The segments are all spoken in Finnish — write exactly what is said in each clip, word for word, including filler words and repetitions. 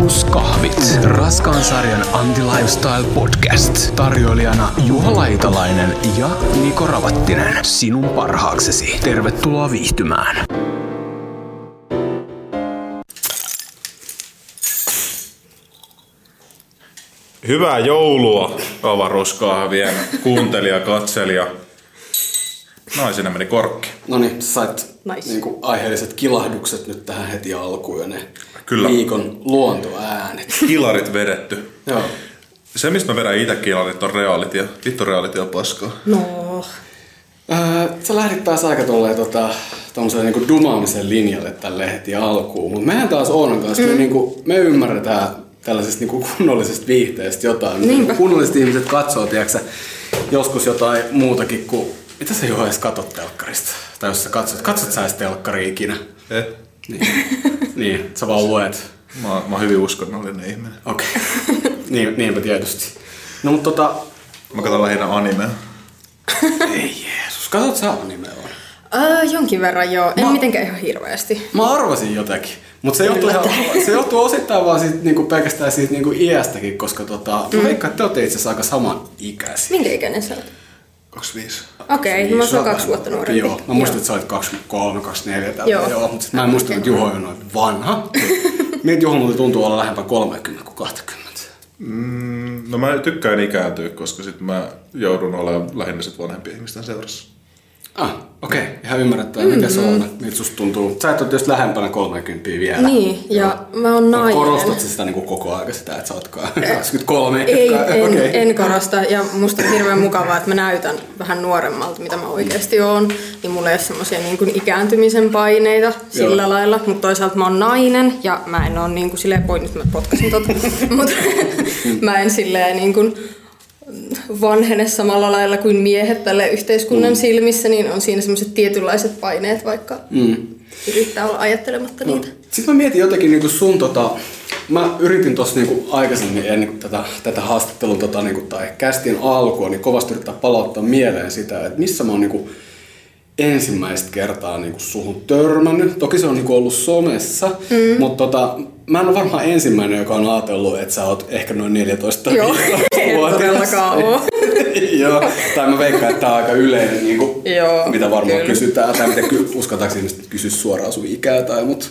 Avaruuskahvit. Raskaan sarjan Anti-Lifestyle Podcast. Tarjoilijana Juha Laitalainen ja Niko Ravattinen. Sinun parhaaksesi. Tervetuloa viihtymään. Hyvää joulua avaruuskahvien kuuntelija, katselija. Noin, siinä meni korkki. No niin, sä sait nice. niinku aiheelliset kilahdukset nyt tähän heti alkuun ja ne Kyllä. viikon luontoäänet. Kilarit vedetty. Joo. Se, mistä mä vedän itse kilarit, on reality. Vittu reality on paskaa. No. Öö, sä lähdit taas aika tolleen tota, tommoselle niinku dumaamisen linjalle tälle heti alkuun. Mut mehän taas Oonan kanssa, mm. me, niinku, me ymmärretään tällaisesta niinku kunnollisesta viihteestä jotain. Niinpä. Kunnolliset ihmiset katsoo, tiiäksä, joskus jotain muutakin kuin... Mitä sä Juha edes katot telkkarista? Tai jos sä katsot, katsot sä edes telkkaria ikinä? Eh? Niin. niin, sä vaan luet. Mä, mä oon hyvin uskonnollinen ihminen. Okei. Okay. niin, niinpä tietysti. No mut tota... Mä katon lähinnä animea. Ei Jeesus, katot sä animea on? Öö, jonkin verran joo, en Mä... mitenkään ihan hirveästi. Mä arvasin jotakin. Mutta se, johtuu se johtuu osittain vaan siitä, niinku, pelkästään siitä niinku, iästäkin, koska tota, mm. mä veikkaan, että te ootte itse asiassa aika saman ikäisiä. Minkä ikäinen sä oot? kaksikymmentäviisi. Okei, okay, mä oon kaksi vuotta nuorempi. Joo, mä muistin, että sä olit kaksikymmentäkolme, kaksikymmentäneljä täältä. Joo. Joo, mutta mä en muistanut, että Juho on noin vanha. Miltä Juho muuten tuntuu olla lähempää kolmekymmentä kuin kaksikymmentä? Mm, no mä tykkään ikääntyä, koska sit mä joudun olemaan lähinnä sit vanhempien ihmisten seurassa. Ah, okei. Okay. Ihan ymmärrettävää, mm-hmm. mikä se on. Miltä susta tuntuu? Sä et ole tietysti lähempänä kolmekymmentä vielä. Niin, ja mä oon nainen. Korostat sitä niin kuin koko ajan sitä, että sä oot kaksikymmentäkolme? Ei, en, okay. en korosta. Ja musta on hirveän mukavaa, että mä näytän vähän nuoremmalta, mitä mä oikeasti oon. Niin mulla ei ole semmosia niin kuin ikääntymisen paineita sillä Joo. lailla. Mutta toisaalta mä oon nainen ja mä en oo niin kuin silleen, voi nyt mä potkasin tota. Mutta mä en silleen niin kuin vanhene samalla lailla kuin miehet tälle yhteiskunnan mm. silmissä, niin on siinä semmoiset tietynlaiset paineet, vaikka mm. yrittää olla ajattelematta no. niitä. Sitten mä mietin jotenkin niinku sun tota, mä yritin tossa niinku aikaisemmin ennen kuin tätä, tätä haastattelun tota, niinku, tai kästin alkua, niin kovasti yrittää palauttaa mieleen sitä, että missä mä oon niinku ensimmäistä kertaa niinku suhun törmännyt. Toki se on niinku ollut somessa, mm. mutta tota, mä en ole varmaan ensimmäinen, joka on ajatellut, että sä oot ehkä noin neljätoista Joo, ei todellakaan ole. Joo, tai mä veikkaan, että tää on aika yleinen, niin kuin, Joo, mitä varmaan kyllä. kysytään, tai miten uskaltaako ihmiset kysyä suoraan sun ikää tai mut.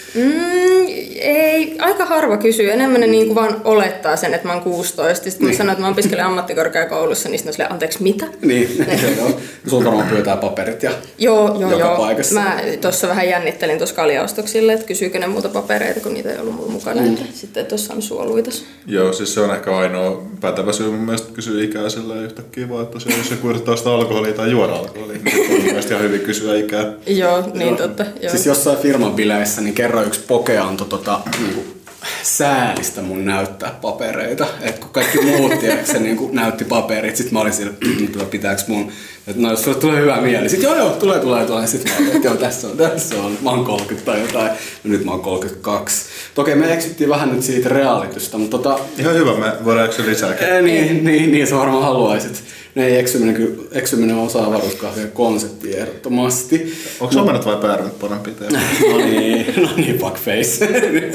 Mm, ei, aika harva kysyy. Enemmän ne niinku vaan olettaa sen, että mä oon kuusitoista. Sitten niin. Mä sanon, että mä opiskelen ammattikorkeakoulussa, niin sitten on silleen, anteeksi, mitä? Niin, joo. Sulla varmaan pyytää paperit ja joo, joo, joka joo. paikassa. Mä tuossa vähän jännittelin tuossa kaljaostoksille, että kysyykö ne muuta papereita, kun niitä ei ollut mulla mukana. Mm. Sitten et ole saanut suoluitas. Joo, siis se on ehkä ainoa pätevä syy mun mielestä kysyä ikää silleen yhtäkkiä vaan, että tosiaan jos joku yrittää ostaa alkoholia tai juoda alkoholia, niin on mielestäni ihan hyvin kysyä ikää. Joo, niin joo. Totta. Joo. Siis jossain firman bileissä, niin kerran yksi poke antoi tota, niinku, säälistä mun näyttää papereita. Et kun kaikki muut tiedätkö, se niinku, näytti paperit, sit mä olin siellä, että pitääks mun, että no jos sulle tulee hyvä mieli, sit joo joo, tulee tulee tulee, sit mä olin, että joo tässä on, tässä on, mä oon kolmekymmentä tai jotain, no nyt mä oon kolmekymmentäkaksi. Toki me eksyttiin vähän nyt siitä realitystä, mutta tota... Ihan hyvä, me voidaan eksy lisääkin. Ee, niin, niin, niin, sä varmaan haluaisit. Ne ei eksyminen, eksyminen on osa avaruuskahvien konseptia ehdottomasti. Onko no, omenat vai päärynät parempi tehdä? No niin, no niin, fuckface.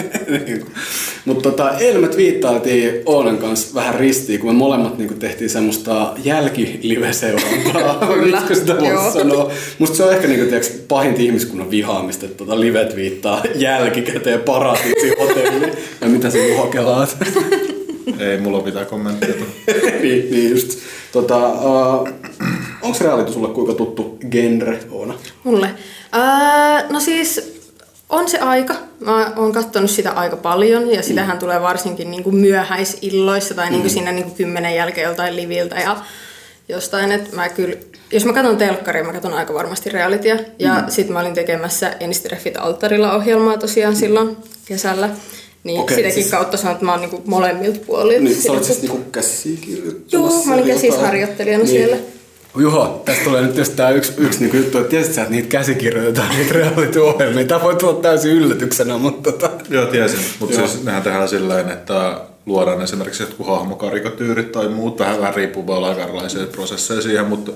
Mutta tota, eilen me twiittailtiin Oonen kanssa vähän ristiin, kun me molemmat niinku tehtiin semmoista jälkilive-seurantaa. Mitkö sitä voisi sanoa? Musta se on ehkä niinku, tiiäks, pahinta ihmiskunnan vihaamista, että tota live-twiittaa jälkikäteen paratiitsi hotelliin. Ja mitä sä Juha kelaat? Ei, mulla on mitään kommentteja. niin, niin just. Tota, uh, onko reality sulle kuinka tuttu genre, Oona? Mulle? Uh, no siis on se aika. Mä oon katsonut sitä aika paljon ja sitähän mm. tulee varsinkin niinku myöhäisilloissa tai niinku mm. siinä niinku kymmenen jälkeen joltain liviltä ja jostain. Et mä kyllä, jos mä katson telkkaria, mä katson aika varmasti realitya. Ja mm. sit mä olin tekemässä Enstreffit alttarilla ohjelmaa tosiaan silloin kesällä. Niin okay, sitäkin siis... kautta sanon, että mä oon niinku molemmilta puolilta. Niin, sä olet siis niinku käsikirjoittamassa? Joo, mä olin käsisharjoittelijana niin. siellä. Juho, tästä tulee nyt just tää yksi, yksi niinku juttu, että tiesit sä, että niitä käsikirjoitetaan, niitä reality-ohjelmia. Tää voi tulla täysin yllätyksenä, mutta tota... Joo, tiesin. Mutta siis nehän tehdään silleen, että luodaan esimerkiksi jotkut hahmokarikatyyrit tai muut. Vähän vähän riippuu, voi olla erilaisia prosesseja siihen, mutta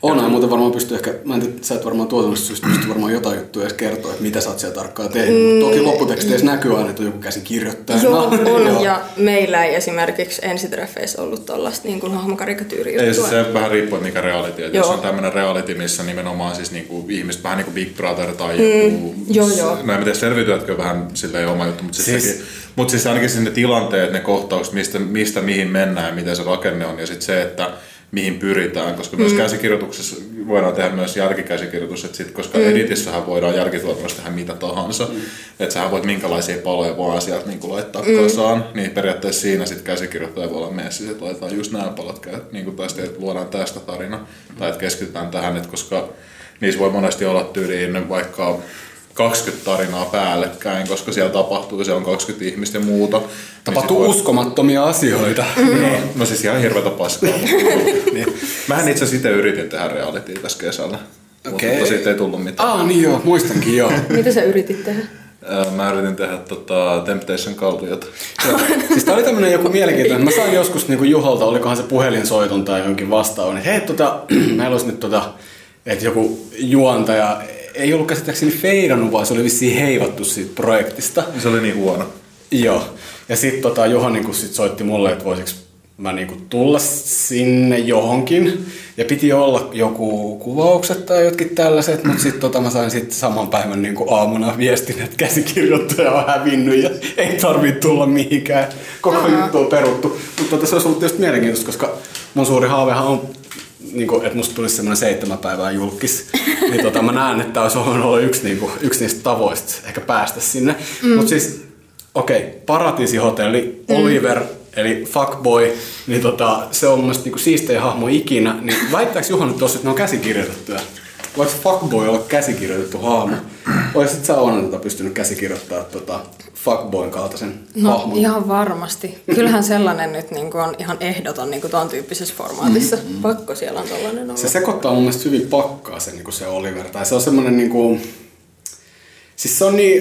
Onhan, mutta varmaan pystyy ehkä, mä en tiedä, sä et varmaan tuotannossa pysty varmaan jotain juttuja edes kertoa, että mitä sä oot siellä tarkkaan tehnyt. Mm. Toki lopputeksteissä näkyy aina, että on joku käsikirjoittaja. Joo, on. Ja meillä ei esimerkiksi ensitreffeissä ollut tollaista niin kuin hahmokarikatyyrijuttua. Ei, siis se vähän riippuu, mikä reality. Että jos on tämmöinen reality, missä nimenomaan siis niin kuin ihmiset, vähän niin kuin Big Brother tai mm. joku... Joo, joo. Mä en tiedä, selviytyvätkö vähän silleen oma juttu, mutta siis, siis... Mut siis ainakin sinne tilanteet, ne kohtaukset, mistä, mistä mihin mennään ja miten se rakenne on. Ja sitten se, että mihin pyritään, koska myös mm. käsikirjoituksessa voidaan tehdä myös jälkikäsikirjoitus, että sit, koska mm. editissähän voidaan jälkituotannossa tehdä mitä tahansa, mm. että sähän voit minkälaisia paloja vaan sieltä niin laittaa mm. kasaan, niin periaatteessa siinä sitten käsikirjoittaja voi olla messissä, että laitetaan just nämä palot, niin kuin tästä, että luodaan tästä tarina, tai että keskitytään tähän, että koska niissä voi monesti olla tyyliin vaikka kaksikymmentä tarinaa päällekkäin, koska siellä tapahtuu, siellä on kaksikymmentä ihmistä ja muuta. Tapahtuu niin uskomattomia voi... asioita. Mm. No, no siis ihan hirveätä paskaa. Niin. Mähän itse asiassa itse yritin tehdä realitya tässä kesällä, okay. mutta siitä ei tullut mitään. Ah niin joo, muistankin joo. Mitä sä yritit tehdä? Mä yritin tehdä tota, Temptation Kalliota. Siis tää oli tämmönen joku mielenkiintoinen. Mä sain joskus niinku Juholta, olikohan se puhelinsoiton tai jonkin vastaan, että hei tota, meillä olisi nyt tota, että joku juontaja ei ollut käsittääkseni feidannut, vaan se oli vissiin heivattu siitä projektista. Se oli niin huono. Joo. Ja sit tota, Juho niinku sit soitti mulle, että voisiks mä niinku tulla sinne johonkin. Ja piti olla joku kuvaukset tai jotkin tällaiset, mutta sit tota mä sain sit saman päivän niinku aamuna viestin, että käsikirjoittaja on hävinnyt ja ei tarvitse tulla mihinkään. Koko juttu on peruttu. Mutta tota, se olisi ollut tietysti mielenkiintoista, koska mun suuri haavehan on, niinku, että musta tulisi semmoinen seitsemän päivää julkis. Niin tota, mä näen, että olisi ollut yksi, niinku, yksi niistä tavoista ehkä päästä sinne. Mm. Mutta siis, okei, okay, Paratiisihotelli, mm. Oliver, eli fuckboy, niin tota, se on mun mielestä niinku siistein hahmo ikinä. Niin väittääks Juha nyt tossa, että ne on käsikirjoitettuja? Voiko fuckboy olla käsikirjoitettu hahmo? Oisit sä Oona tota pystynyt käsikirjoittamaan tota fuckboyn kaltaisen no, hahmon? Ihan varmasti. Kyllähän sellainen nyt niinku on ihan ehdoton niinku ton tyyppisessä formaatissa. Mm-hmm. Pakko siellä on tollainen olla. Se sekoittaa mun mielestä hyvin pakkaa se, niinku se Oliver. Tai se on semmonen niinku... Siis se on niin...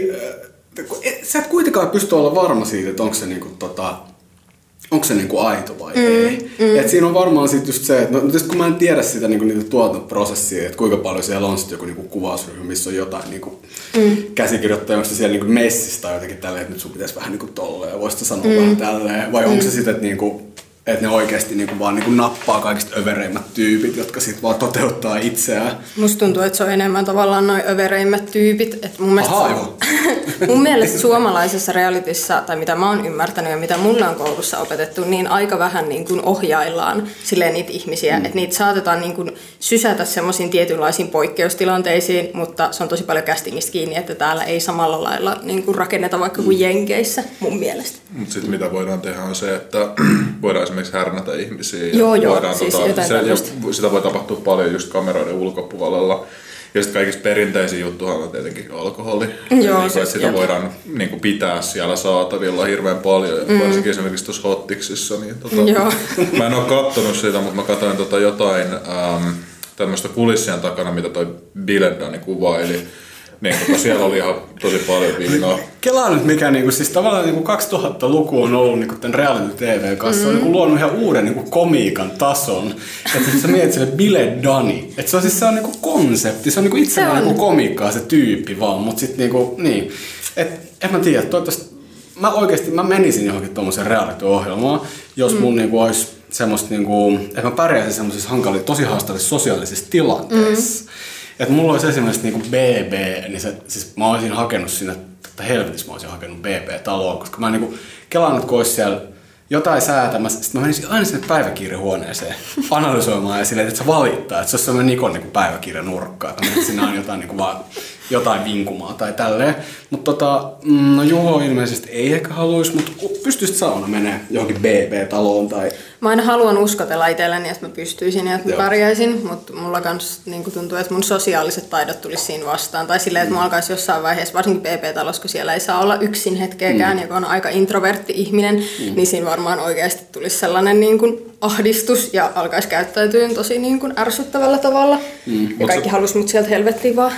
Sä et kuitenkaan pysty olla varma siitä, että onko se niinku tota... Onko se niinku aito vai mm, ei? Mm. Et siinä on varmaan sit just se, että no, kun mä en tiedä sitä niinku, niitä tuotantoprosessia, että kuinka paljon siellä on sit joku niinku kuvausryhmä, missä on jotain niinku, mm. käsikirjoittaja, onko se siellä niinku messissä tai jotenkin tälleen, että nyt sun pitäisi vähän niinku tolleen ja voisit sanoa mm. vähän tälleen, vai mm. onko se sitten, että niinku, et ne oikeasti niinku vaan niinku nappaa kaikista övereimmät tyypit, jotka sit vaan toteuttaa itseään. Musta tuntuu, että se on enemmän tavallaan noin övereimmät tyypit. Et mun mielestä, Aha, joo. mun mielestä suomalaisessa realityssä, tai mitä mä oon ymmärtänyt ja mitä mulle on koulussa opetettu, niin aika vähän niin kuin ohjaillaan silleen niitä ihmisiä. Mm. Että niitä saatetaan niin kuin sysätä semmoisiin tietynlaisiin poikkeustilanteisiin, mutta se on tosi paljon castingista kiinni, että täällä ei samalla lailla niin kuin rakenneta vaikka kuin Jenkeissä mun mielestä. Mutta sitten mitä voidaan tehdä on se, että voidaan esimerkiksi härnätä ihmisiä. Joo, joo. Voidaan, siis tota, se, sitä voi tapahtua paljon just kameroiden ulkopuolella. Ja sitten kaikista perinteisin juttuhan on tietenkin alkoholi. Joo, niin, siis, sitä jep. voidaan niin kuin, pitää siellä saatavilla hirveän paljon, mm. varsinkin esimerkiksi tuossa Hottiksissa. Niin, tota, Joo. Mä en ole kattonut sitä, mutta mä katsoin tota, jotain ähm, tämmöistä kulissien takana, mitä toi Biledani kuvaili. Niin, mutta siellä oli ihan tosi paljon viinaa. Kelaa nyt mikä, niinku, siis tavallaan niinku kaksituhattaluku on ollut niinku tämän reality-T V kanssa, mm. on niinku luonut ihan uuden niinku komiikan tason. Että siis sä mietit sille Biledani. Että se on siis se on niinku konsepti, se on niinku itse niinku komiikkaa se tyyppi vaan, mut sit niinku, niin. Et en mä tiedä, toivottavasti, mä oikeesti, mä menisin johonkin tommoseen reality-ohjelmaan, jos mm. mun niinku ois semmoista niinku, että mä pärjäisin semmosissa hankalissa, tosi haastavissa sosiaalisissa tilanteissa. Mm. Että mulla olisi esimerkiksi niinku B B, niin se, siis mä olisin hakenut sinne, että helvetissä mä olisin hakenut B B-taloa, koska mä niinku kelaan, että kun olisi siellä jotain säätämässä, sitten mä menisin aina sinne päiväkirjahuoneeseen analysoimaan ja silleen, että se valittaa, että se olisi sellainen Nikon niinku päiväkirjanurkka, että mä siinä on jotain, niinku vaan, jotain vinkumaa tai tälleen. Mutta tota, no Juho ilmeisesti ei ehkä haluaisi, mutta pystyisit sauna menee johonkin B B-taloon tai... Mä aina haluan uskotella itselleni, että mä pystyisin ja että mä pärjäisin, mutta mulla kans niin tuntuu, että mun sosiaaliset taidot tulisi siinä vastaan. Tai silleen, että mä alkaisin jossain vaiheessa, varsinkin B B-talossa, kun siellä ei saa olla yksin hetkeäkään, mm. joka on aika introvertti ihminen, mm. niin siinä varmaan oikeasti tulisi sellainen niin kuin ahdistus ja alkaisi käyttäytyä tosi niin kuin ärsyttävällä tavalla. Mm. Ja kaikki halus mut sieltä helvettiin vaan.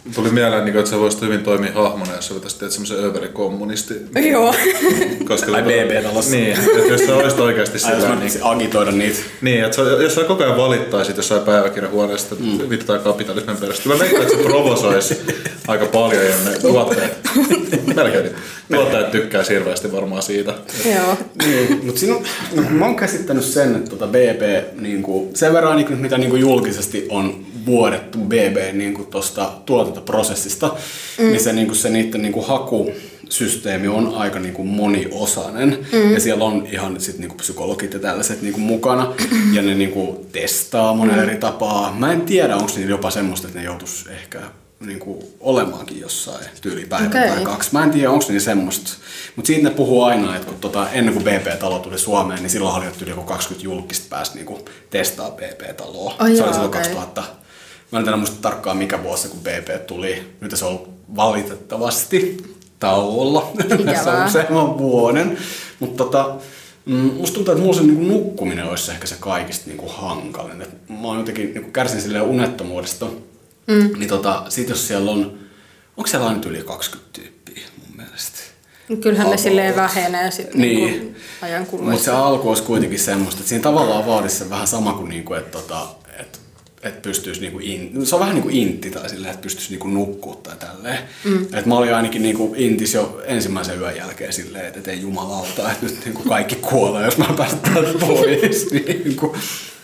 Tuli mieleen, että sä voisit hyvin toimia hahmona, jos sä vetäisit teet semmoisen överikommunisti. Joo. Koska Ai B B-talossa. Niin, että jos sä olisit oikeasti sillä niin agitoida niitä. Niin, että sä, jos sä koko ajan valittaisit jossain päiväkirjahuoneesta, että mm. vittu tää kapitalismin perästä. Mä veikkaan, että se provosoisi aika paljon ja ne tuotteet. Melkein. Tuotteet tykkää hirveästi varmaan siitä. Joo. Niin, mutta siinä on, no, mä oon käsittänyt sen, että tota B B, niinku, sen verran niin, mitä niinku julkisesti on vuodettu B B niinku tuosta tuotantoprosessista, mm. niin se, niinku, se niiden niinku hakusysteemi on aika niinku moniosainen. Mm. Ja siellä on ihan sit niinku psykologit ja tällaiset niinku mukana. Ja ne niinku testaa monella mm. eri tapaa. Mä en tiedä, onko niillä jopa semmoista, että ne joutuisi ehkä niinku olemaankin jossain tyylipäivän okay. tai kaksi. Mä en tiedä, onko niin semmoista. Mutta siitä ne puhuu aina, että kun tota, ennen kuin B P-talo tuli Suomeen, niin silloin oli joku kaksikymmentä julkista pääsi niinku testaa B P-taloa. Oh, se joo, oli silloin okay. kaksituhatta. Mä en tiedä muista tarkkaan mikä vuosi, kun B P tuli. Nyt se on ollut valitettavasti tauolla. Se on useamman vuoden. Mutta tota, musta tuntuu, että mulla se niinku nukkuminen olisi ehkä se kaikista niinku hankalin. Et mä oon jotenkin niinku kärsin silleen unettomuudesta. Mm. Niin tota, sit jos siellä on, onko siellä aina yli kaksikymmentä tyyppiä mun mielestä? Kyllähän ne silleen vähenee sitten niin. niin ajan kuluessa. Mutta se alku olisi kuitenkin semmoista, että siinä tavallaan vaatisi se vähän sama kuin, niinku, että tota, et, et pystyisi niinku in, se on vähän niin kuin intti tai silleen, että pystyisi niinku nukkua tai tälleen. Mm. Et mä olin ainakin niinku intis jo ensimmäisen yön jälkeen silleen, että et ei jumalauta, että nyt niinku kaikki kuolee, jos mä päästän täältä pois. niinku.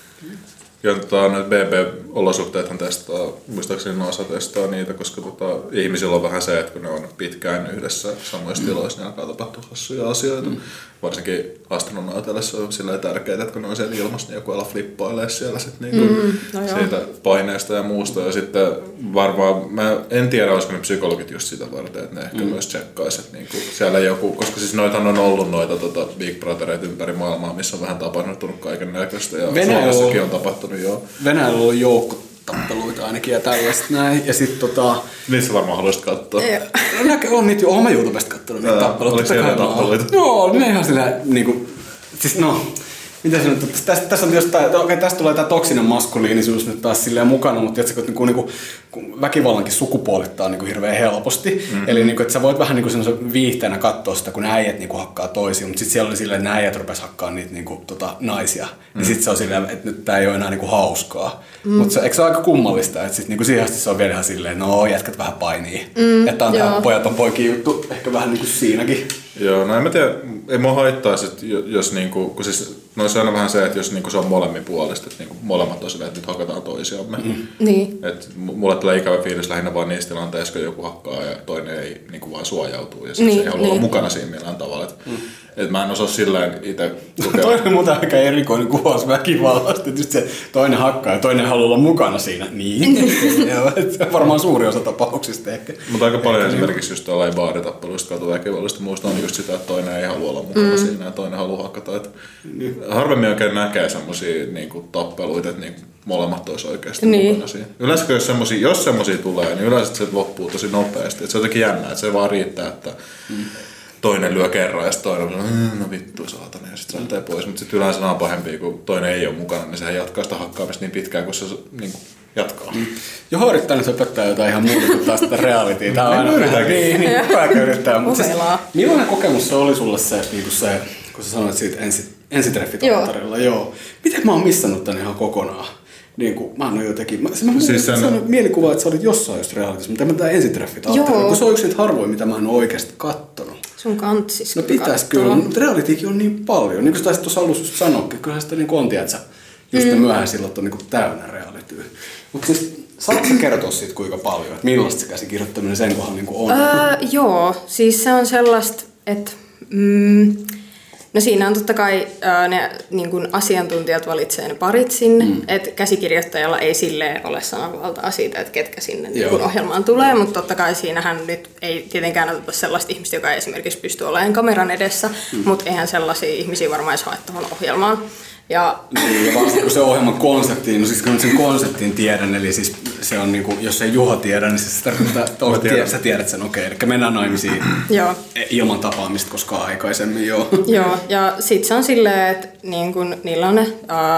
Ja tota, nyt B B-olosuhteethan testaa, muistaakseni NASA testaa niitä, koska tota, ihmisillä on vähän se, että kun ne on pitkään yhdessä samoissa tiloissa, niin alkaa tapahtua hassuja asioita. Mm. Varsinkin astronauteille se on silleen tärkeää, että kun ne on siellä ilmassa, niin joku ala flippailee siellä sit niinku mm, no siitä paineesta ja muusta. Ja sitten varmaan, mä en tiedä, olisiko ne psykologit just sitä varten, että ne ehkä mm. myös tsekkaisi, että niinku siellä joku, koska siis noitahan on ollut noita tota, Big Brothereita ympäri maailmaa, missä on vähän tapahtunut kaiken näköistä ja Venäjä Suomessakin on tapahtunut. Joo. Venäjällä on joukkotappeluita ainakin ja tällaista näin. Ja sit tota... Niissä varmaan haluaisit katsoa. No, on niitä jo, oon mä YouTubesta kattonut niitä tappeluita. Oliko siellä tappeluita? Joo, ne ihan sillä niinku... Siis no... Mitä se nyt, tästä, tästä, on jostain, okay, tästä tulee tää toksinen maskuliinisuus nyt taas silleen mukana, mutta tiedätkö, että niinku, kun väkivallankin sukupuolittaa niinku hirveän helposti. Mm-hmm. Eli niinku, että sä voit vähän niinku semmoisen viihteenä katsoa sitä, kun äijät niinku hakkaa toisiin, mutta sitten siellä oli silleen, että äijät rupes hakkaa niitä niinku, tota, naisia. Mm-hmm. Niin sitten se on silleen, että nyt tää ei ole enää niinku hauskaa. Mm-hmm. Mutta eikö se ole aika kummallista, että sit, niinku, siihen asti se on vielä ihan silleen, no jätkät vähän painii. Mm-hmm. Että on tää pojat on poikin juttu, ehkä vähän niinku siinäkin. Joo, no en mä tiedä, ei mua haittaisi, että jos niinku, kun siis, no se on vähän se, että jos niinku se on molemmin puolesta, että niinku molemmat on silleen, että nyt hakataan toisiamme. Mm. Niin. Et mulle tulee ikävä fiilis lähinnä vaan niissä tilanteissa, kun joku hakkaa ja toinen ei niinku vaan suojautuu ja niin, se ei halua niin. olla mukana siinä millään tavalla. Et, mm. et mä en osaa silleen itse tukea. Toinen on muuten aika erikoinen kuvaus väkivallasta, että just se toinen hakkaa ja toinen haluaa olla mukana siinä. Niin. Se on varmaan suuri osa tapauksista ehkä. Mutta aika paljon esimerkiksi just tuollain baaritappeluista, katuväkivallista muista on just sitä, että toinen ei halua olla mukana mm. siinä ja toinen haluaa hakata. Et mm. harvemmin oikein näkee semmosia niinku tappeluita, että niinku molemmat olisi oikeasti niin. mukana siinä. Yleensä jos semmosia, jos semmosia tulee, niin yleensä se loppuu tosi nopeasti. Et se on jotenkin jännä, että se vaan riittää, että mm. toinen lyö kerran ja sitten toinen on mmm, no vittu saatana ja sitten se lähtee pois. Mutta sitten yleensä on pahempi, kun toinen ei ole mukana, niin sehän jatkaa sitä hakkaamista niin pitkään, kun se niin kuin jatkaa. Mm. Johon yrittää nyt opettaa jotain ihan muuta kuin taas sitä realitya. Tämä on aina vähän niin, niin koko ajan yrittää. Mutta siis, millainen kokemus se oli sulle se, niin kuin se kun sä sanoit siitä ensi, ensitreffit Joo. Joo. Miten mä oon missannut tän ihan kokonaan? Niin kuin, mä oon jotenkin, mä, mä siis sen... sanoin mielikuva, että sä olit jossain just realitissa, mutta en mä tää ensitreffit Alttarilla, kun se on yksi niitä harvoin, mitä mä en ole oikeasti kattonut. Sun kantsis. No pitäis kyllä, mutta realitykin on niin paljon. Niin kuin sä taisit tuossa alussa just sanoakin, kyllähän sitä niin on, tiedät sä, just mm. ne myöhäisillat on niin kuin täynnä realityä. Mutta siis saatko sä kertoa siitä kuinka paljon, että millaista se käsikirjoittaminen sen kohdalla niin on? Öö, joo, siis se on sellaista, että... Mm, No siinä on totta kai ää, ne niin kuin asiantuntijat valitsee ne parit sinne, mm. että käsikirjoittajalla ei silleen ole sananvaltaa siitä, että ketkä sinne niin kuin ohjelmaan tulee, mutta totta kai siinähän nyt ei tietenkään oteta sellaista ihmistä, joka ei esimerkiksi pysty olemaan kameran edessä, mm. mutta eihän sellaisia ihmisiä varmaan edes hae tuohon ohjelmaan. Ja, niin, ja varsinkin kun se ohjelman konseptiin, no siis kun sen konseptin tiedän, eli siis se on niinku, jos ei Juho tiedä, niin se tarkoittaa, että tiedät, sä tiedät sen, okei, okay, eli mennään naimisiin joo. ilman tapaamista koskaan aikaisemmin, joo. Joo, ja sit se on silleen, että niin kun, niillä on ne uh,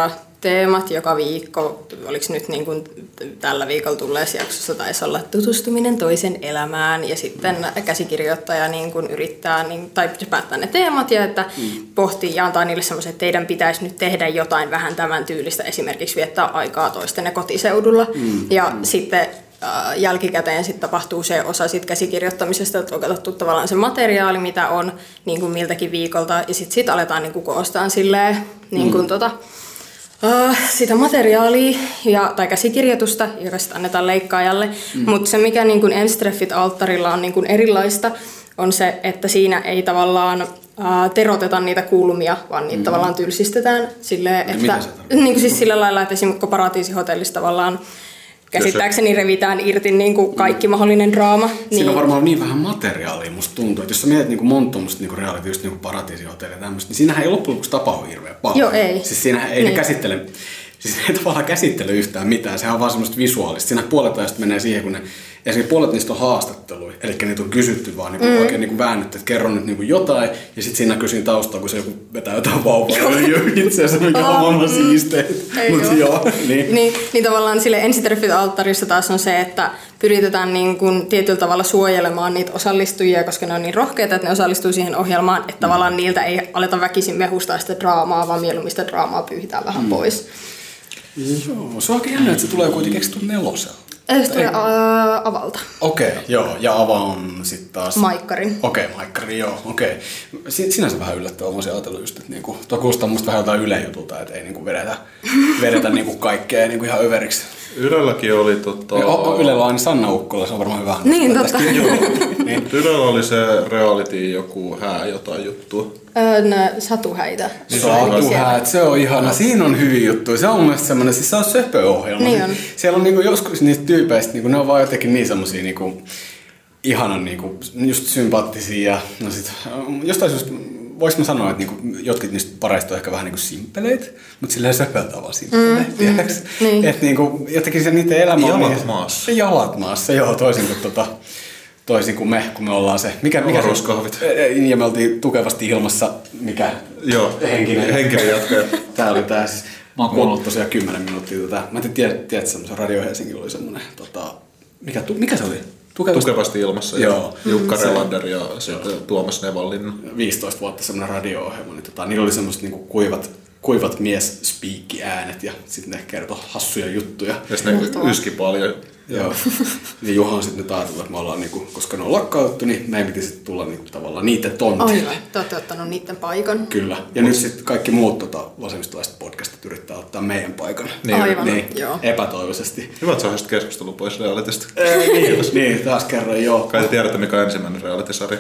teemat joka viikko. Oliko nyt niin kuin tällä viikolla tulleessa jaksossa taisi olla tutustuminen toisen elämään ja sitten käsikirjoittaja niin kuin yrittää niin, tai päättää ne teemat ja että mm. pohtii ja antaa niille semmoisen, että teidän pitäisi nyt tehdä jotain vähän tämän tyylistä, esimerkiksi viettää aikaa toistenne kotiseudulla mm. ja mm. sitten jälkikäteen sitten tapahtuu se osa sit käsikirjoittamisesta, että on katsottu tavallaan se materiaali, mitä on niin kuin miltäkin viikolta, ja sitten sit aletaan niin kuin koostaan silleen, niin kuin mm. tota, uh, sitä materiaalia ja, tai käsikirjoitusta, joka sitten annetaan leikkaajalle. Mm. Mutta se, mikä niin kuin Enstreffit alttarilla on niin kuin erilaista, on se, että siinä ei tavallaan uh, teroteta niitä kulmia, vaan niitä mm. tavallaan tylsistetään silleen, että niin kuin siis sillä lailla, että esimerkiksi Paratiisihotellissa tavallaan käsittääkseni revitään irti niin kuin kaikki mahdollinen draama. Siinä niin on varmaan niin vähän materiaalia, musta tuntuu. Että jos sä mietit niin monta tuommoista niin reality, just niin Paratiisihotellia ja tämmöistä, niin siinähän ei loppujen lopuksi tapahdu hirveän paljon. Joo, ei. Siis siinähän ei niin. ne käsittele, siis ne ei tavallaan käsittele yhtään mitään. Sehän on vaan semmoista visuaalista. Siinä puolet ajasta menee siihen, kun ne, ja siinä puolet niistä on haastatteluja. Eli niitä on kysytty vaan niin mm. oikein niin väännetty, että kerron nyt niin jotain. Ja sitten siinä kysyy taustalla, kun se joku vetää jotain vauvaa itseänsä, mikä on maailman siisteet. Mutta joo. Niin. Niin, niin tavallaan sille Enstreffit-alttarissa taas on se, että pyritetään niin kuin tietyllä tavalla suojelemaan niitä osallistujia, koska ne on niin rohkeita, että ne osallistuu siihen ohjelmaan, että mm. tavallaan niiltä ei aleta väkisin mehustaa sitä draamaa, vaan mieluummin sitä draamaa pyyhitään vähän mm. pois. Joo, se on aika jännä, että se tulee kuitenkin, eikö se tule nelosella? Se tulee äh, Avalta. Okei, okay, joo. Ja Ava on sitten taas... Maikkarin. Okei, okay, Maikkarin, joo. Okei. Okay. Sinänsä vähän yllättävää. Mä olisin ajatellut just, että niinku, tuo kuulostaa musta vähän jotain Yle-jutulta, että ei niinku vedetä, vedetä niinku kaikkea niinku ihan överiksi. Ylelläkin oli tota... O, Ylellä on aina Sanna Ukkola, se on varmaan hyvä. Niin, totta. niin. Ylellä oli se reality joku hää jotain juttua. Öö, ne satuhäitä. Satuhäät, se on ihana. Siinä on hyviä juttuja. Se on mun mielestä semmoinen, siis se on söpö-ohjelma. Niin on. Siellä on niinku joskus niistä tyypeistä, niinku, ne on vaan jotenkin niin semmosia niinku, ihanan niinku, just sympaattisia. No sit, jostain syystä, vois mä sanoa, että niinku, jotkut niistä pareista on ehkä vähän niinku simppeleitä, mutta silleen söpöltä vaan simppeleitä, mm, tiedäks? Mm, niin. Että niinku, jotenkin se niiden elämä on... Jalat maassa. Jalat maassa, joo, toisin kuin tota... Toisin kuin me, kun me ollaan se... Mikä, mikä Avaruuskahvit. Ja me oltiin tukevasti ilmassa, mikä... Joo, henkinen, henkinen jatkaja. Tää oli tää siis... Mä oon kuullut tosiaan kymmenen minuuttia tätä. Mä en tiedä, tiedät semmoisen Radio Helsingin oli semmonen... Tota, mikä, mikä se oli? Tukevasti, tukevasti ilmassa. Joo. Jukka mm, Relander ja sitten Tuomas Nevallinna. viisitoista vuotta semmonen radio-ohjelma. Niin tota, niillä oli semmoset niinku kuivat... kuivat mies-spiikki-äänet ja sitten ne kertoi hassuja juttuja. Ja sitten ne yski paljon. Joo. Ja Juha on sitten nyt ajatellut, että me ollaan, niinku, koska ne on lakkautettu, niin me ei piti sitten tulla niinku, tavallaan niiden tontille. Aivan, te olette ottanut niiden paikan. Kyllä. Ja Mut. nyt sitten kaikki muut tota, vasemmistolaiset podcastit yrittää ottaa meidän paikan. Niin, aivan, niin, joo. Epätoivoisesti. Hyvä, että saa sitten keskustelu pois realitista. niin, niin, taas kerran joo. Kai te tiedätte, mikä on ensimmäinen realitysarja?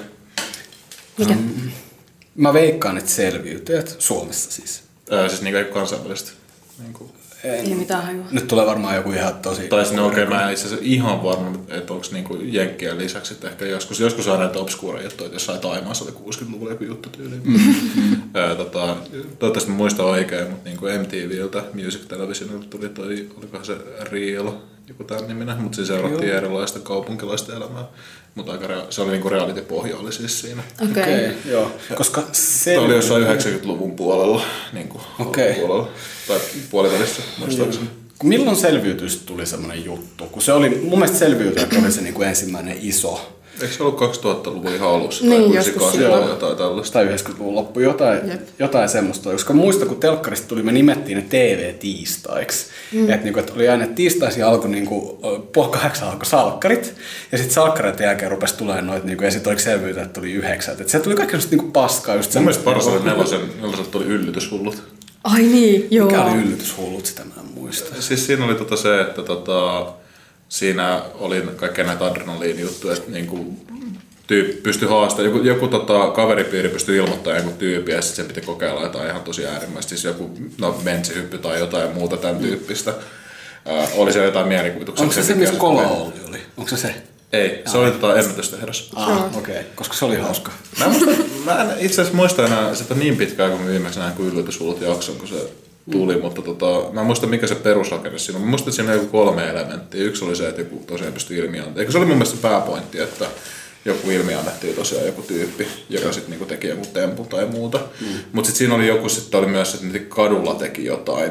Mikä? Um, mä veikkaan, että Selviytyjät Suomessa siis. Öö, siis niin kuin kansainvälisesti. Niin kuin. Ei mitään hajua. Nyt tulee varmaan joku ihan tosi... Tai sinne oikein mä en itse asiassa ihan varma, että onko niinku jenkkien lisäksi, että ehkä joskus, joskus on näitä obskuureja juttuja, että jossain Taimaassa oli kuusikymmentäluvulla joku juttu tyyliin. Mm-hmm. tota, toivottavasti mä muistan oikein, mutta niinku M T V:ltä Music Televisionilta tuli toi, olikohan se Real, joku tämän niminen, mutta siinä seurattiin Joo. erilaista kaupunkilaista elämää. Mutta aika rea- se oli niinku reality-pohja oli siis siinä. Okei. Okay. Okay, joo. Koska se oli jossain yhdeksänkymmentäluvun puolella, niinku okay. puolella, tai puolivälissä muistaakseni. Milloin Selviytyistä tuli semmoinen juttu? Kun se oli, mun mielestä Selviytyjät oli se niinku ensimmäinen iso. Eikö se ollut kaksituhattaluvun ihan alussa? Niin, tai joskus silloin. Jotain tällaista. Tai yhdeksänkymmentäluvun loppu, jotain, jotain semmoista. Koska muista, kun telkkarista tuli, me nimettiin ne T V-tiistaiksi. Mm. Että niinku, et oli aina, että tiistaisin alkoi, niinku, puoli kahdeksan alkoi salkkarit. Ja sitten salkkareiden jälkeen rupesi tulemaan noita, niinku, ja sitten oliko Selviytyä, että tuli yhdeksät. Että se tuli kaikki semmoista niinku paskaa. Just mun mielestä paras oli nelosen, nelosen tuli yllytyshullut. Ai niin, joo. Mikä oli yllytyshullut, sitä mä en muista. Siis siinä oli tota se, että tota, siinä oli kaikkea näitä adrenaliinijuttuja, että niinku tyyppi pystyi haastamaan, joku, joku tota, kaveripiiri pystyi ilmoittamaan joku tyyppi ja sitten se piti kokeilla jotain ihan tosi äärimmäistä, siis joku no, mentsihyppy tai jotain muuta tämän tyyppistä. Äh, oli se jotain mielikuvituksia. Onko se se, missä Kola oli? Onko se se? Ei, se oli tota ennätystehdas. Ah, okei, okay. Koska se oli hauska. Mä, musta, mä en itse asiassa muista enää sitä niin pitkään, kun mä viimeksi näin kuin yllätyshullut jakson, kun se tuli, mm. mutta tota, mä en muista mikä se perusrakenne siinä on. Mä muistan, että siinä oli joku kolme elementtiä. Yksi oli se, että joku tosiaan pystyi ilmiantamaan. Eikö se oli mun mielestä pääpointti, että joku ilmi annettiin tosiaan joku tyyppi, joka sitten niinku teki joku tempun tai muuta. Mm. Mutta sitten siinä oli joku, sitten oli myös, että kadulla teki jotain.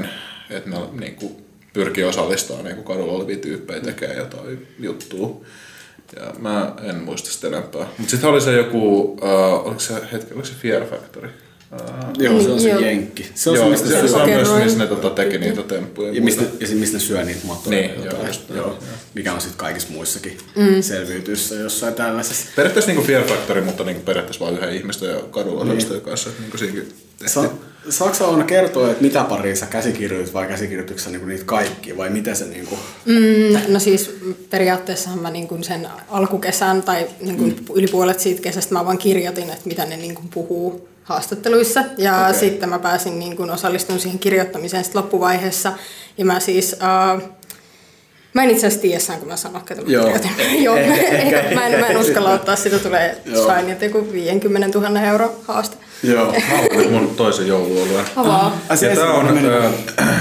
että ne niin kuin, pyrkii osallistamaan niin kuin kadulla olevia tyyppejä tekemään jotain juttua. Ja mä en muista sitä enempää. Mutta sitten oli se joku, uh, oliko se hetki, oliko se Fear Factory? Uh, Joo, se on se Joo. jenkki. Se on joo, se, mistä se, syö. se on myös, Kerroin. missä ne tota, teki niitä temppuja. Ja mistä, ja mistä ne syö niitä matoja. Niin, joo, just, joo, joo. Mikä on sitten kaikissa muissakin mm. selviytyissä jossain tällaisessa. Periaatteessa niin Fear Factory, mutta niin periaatteessa vain yhden ihmistä ja kadulla osallistujen kanssa. Niin siinäkin Sa- saatko sä Oona kertoa, että mitä pariin sä käsikirjoitit vai käsikirjoituksessa niinku niitä kaikkia vai miten se niinku... Mm, no siis periaatteessahan mä niin kuin sen alkukesän tai niin kuin mm. yli puolet siitä kesästä mä vaan kirjoitin, että mitä ne niin kuin puhuu haastatteluissa. Ja okay. sitten mä pääsin niin kuin osallistumaan siihen kirjoittamiseen sit loppuvaiheessa. Ja mä siis... Uh, Mä en itse asiassa tiedä, saanko mä sanoa, että mä kirjoitin. Joo, ehkä, ehkä, mä, en, mä en uskalla ottaa, sitä tulee sain joku viisikymmentätuhatta euroa haaste. Joo. Mä oon mun toisen jouluolueen. Avaa. Tää on, äh,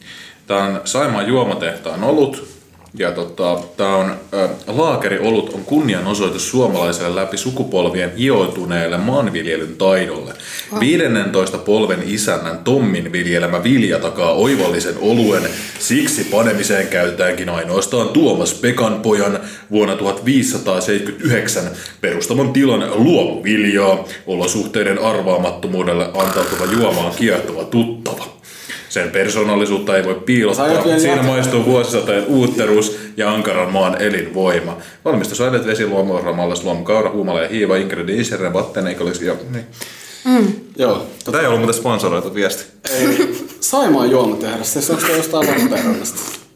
tää on Saimaan juomatehtaan olut. Ja tota, tää on äh, laakeriolut on kunnianosoitus suomalaiselle läpi sukupolvien ioutuneelle maanviljelyn taidolle. Oh. viidennentoista polven isännän Tommin viljelemä vilja takaa oivallisen oluen. Siksi panemiseen käytetäänkin ainoastaan Tuomas Pekanpojan vuonna tuhatviisisataaseitsemänkymmentäyhdeksän perustaman tilan luomuviljaa. Olosuhteiden arvaamattomuudelle antautuva juomaan kiehtova tuttava. Sen persoonallisuutta ei voi piilottaa. Siinä maistuu vuosisatojen uutteruus ja ankaran maan elinvoima. Valmistusaineet vesi, luomu, ramallas, luomu, kaura, huumala ja hiiva, ingredienssien, vatten, eikö olisi jo. Niin. Mm. Joo. Tämä ei ollut muuten sponsoroitu viesti. Ei. Saimaan juomatehdas, se onko jostain Lappeenrannasta?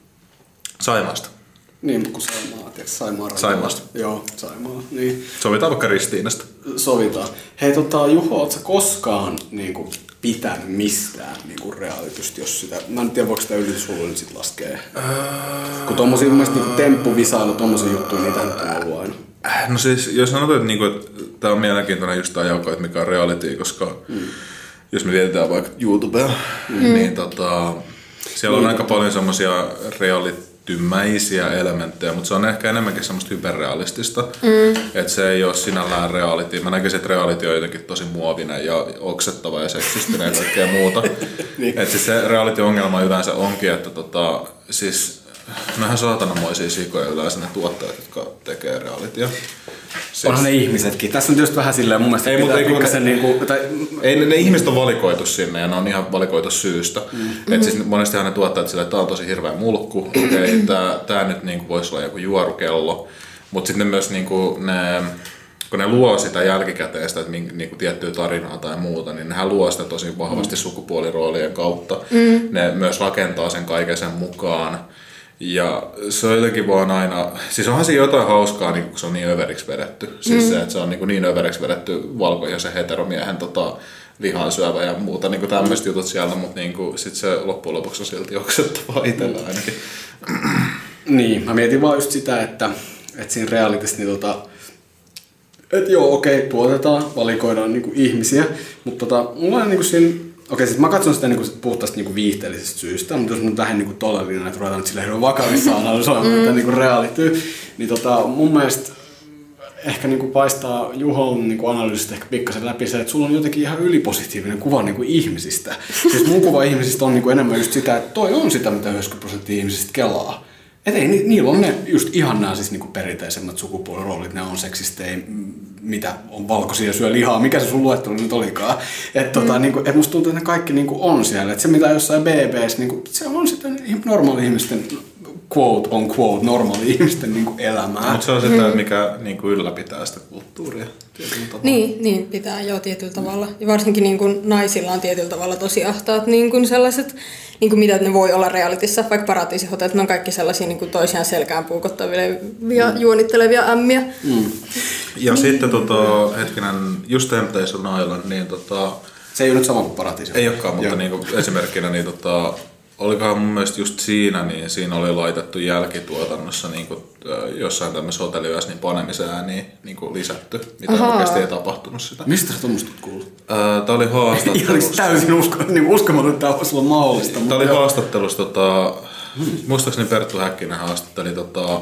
Saimaasta. Niin, kun Saimaa, tiedätkö? Saimaa Saimaasta. Joo, Saimaa. Niin. Sovitaan vaikka Ristiinasta. Sovitaan. Hei tota, Juho, ootko sä koskaan niinku pitänyt mistään niinku realitystä, jos sitä... Mä en tiedä, voiko sitä ylisulla nyt sit laskee. Uh... Kun tommosia mun mielestä niinku temppuvisailu, tommosia juttuja, niitä on ollut aina. No siis, jos sanotaan, että, niinku, että tää on mielenkiintoinen just tää jako, että mikä on reality, koska mm. jos me mietitään vaikka YouTubea, mm. niin tota, siellä on mm. aika paljon semmosia realitymäisiä elementtejä, mutta se on ehkä enemmänkin semmoista hyperrealistista. Mm. Että se ei ole sinällään reality. Mä näkisin, että reality on jotenkin tosi muovinen ja oksettava ja seksistinen ja kaikkea muuta. Niin. Että siis se reality-ongelma yleensä onkin, että tota, siis nehän saatanamoisia sikoja yleensä ne tuottajat, jotka tekee realitya. Siis... Onhan ne ihmisetkin. Tässä on just vähän silleen mun mielestä... Ei, mutta ei, ne, niinku, tai... ei ne, ne ihmiset on valikoitu sinne ja ne on ihan valikoitu syystä. Mm. Et siis monestihan ne tuottajat silleen, että tää on tosi hirveä mulkku. Okei, tää, tää nyt niinku voisi olla joku juorukello. Mutta sitten myös niinku ne... Kun ne luo sitä jälkikäteen sitä, että niinku tiettyä tarinaa tai muuta, niin nehän luo sitä tosi vahvasti mm. sukupuoliroolien kautta. Mm. Ne myös rakentaa sen kaiken sen mukaan. Ja se on jotenkin vaan aina, siis onhan siinä jotain hauskaa, niin kun se on niin överiksi vedetty. Siis mm. se, että se on niin, niin överiksi vedetty valkoisen heteromiehen tota, lihansyövä ja muuta niin tämmöiset jutut siellä, mutta niin sitten se loppujen lopuksi on silti oksettavaa itsellä ainakin. Niin, mä mietin vaan just sitä, että, että siinä realitissa niin tota, että joo, okei, tuotetaan, valikoidaan niinku ihmisiä, mutta tota, mulla on niinku siinä, okei, siis mä katson sitä niinku puhtaasti niinku viihteellisestä syystä, mutta jos mun tähän niinku todellinen, että ruvetaan nyt sillä hirveän vakavissa analysoimaan mm. tätä niinku reality, niin tota, mun mielestä ehkä niinku paistaa Juhon niinku analyysistä ehkä pikkasen läpi se, että sulla on jotenkin ihan ylipositiivinen kuva niinku ihmisistä. Siis mun kuva ihmisistä on niinku enemmän just sitä, että toi on sitä, mitä yhdeksänkymmentä prosenttia ihmisistä kelaa. Et ei, ni, niillä on ne just ihan nämä siis niinku perinteisemmät sukupuoliroolit, ne on seksistejä, mitä on valkoisia syö lihaa, mikä se sun luettelo nyt olikaan. Että tota, mm. niinku, et musta tuntuu, että ne kaikki niinku on siellä. Et se mitä jossain B B:ssä, niinku, se on sitä normaali ihmisten, quote on quote, normaali ihmisten niinku elämää. Mutta se on sitä, mm. mikä niinku ylläpitää sitä kulttuuria. Niin, niin, pitää jo tietyllä tavalla. Ja varsinkin niin kuin naisilla on tietyllä tavalla tosi ahtaat niin kuin sellaiset, niin kuin mitä ne voi olla realitissa, vaikka Paratiisihotellit, ne on kaikki sellaisia niin kuin toisiaan selkään puukottavia mm. juonittelevia ämmiä. Mm. Ja niin. Sitten tota, hetkinen, just Temptation Island, niin tota... Se ei ole nyt sama kuin Paratiisihotellit. Ei olekaan, mutta niin kuin esimerkkinä, niin tota... Olikohan mun mielestä just siinä, niin siinä oli laitettu jälkituotannossa niin kuin, jossain tämmöisessä hotelliyössä niin panemisen ääniä niin kuin lisätty, mitä Ahaa. oikeasti ei tapahtunut sitä. Mistä sä tuommoista kuullut? Tää oli haastattelusta. Ihan täysin usko, niin uskomaton, että tämä olisi ollut mahdollista. Tää oli haastattelusta, tota, hmm. muistaakseni Perttu Häkkinen haastatteli tota,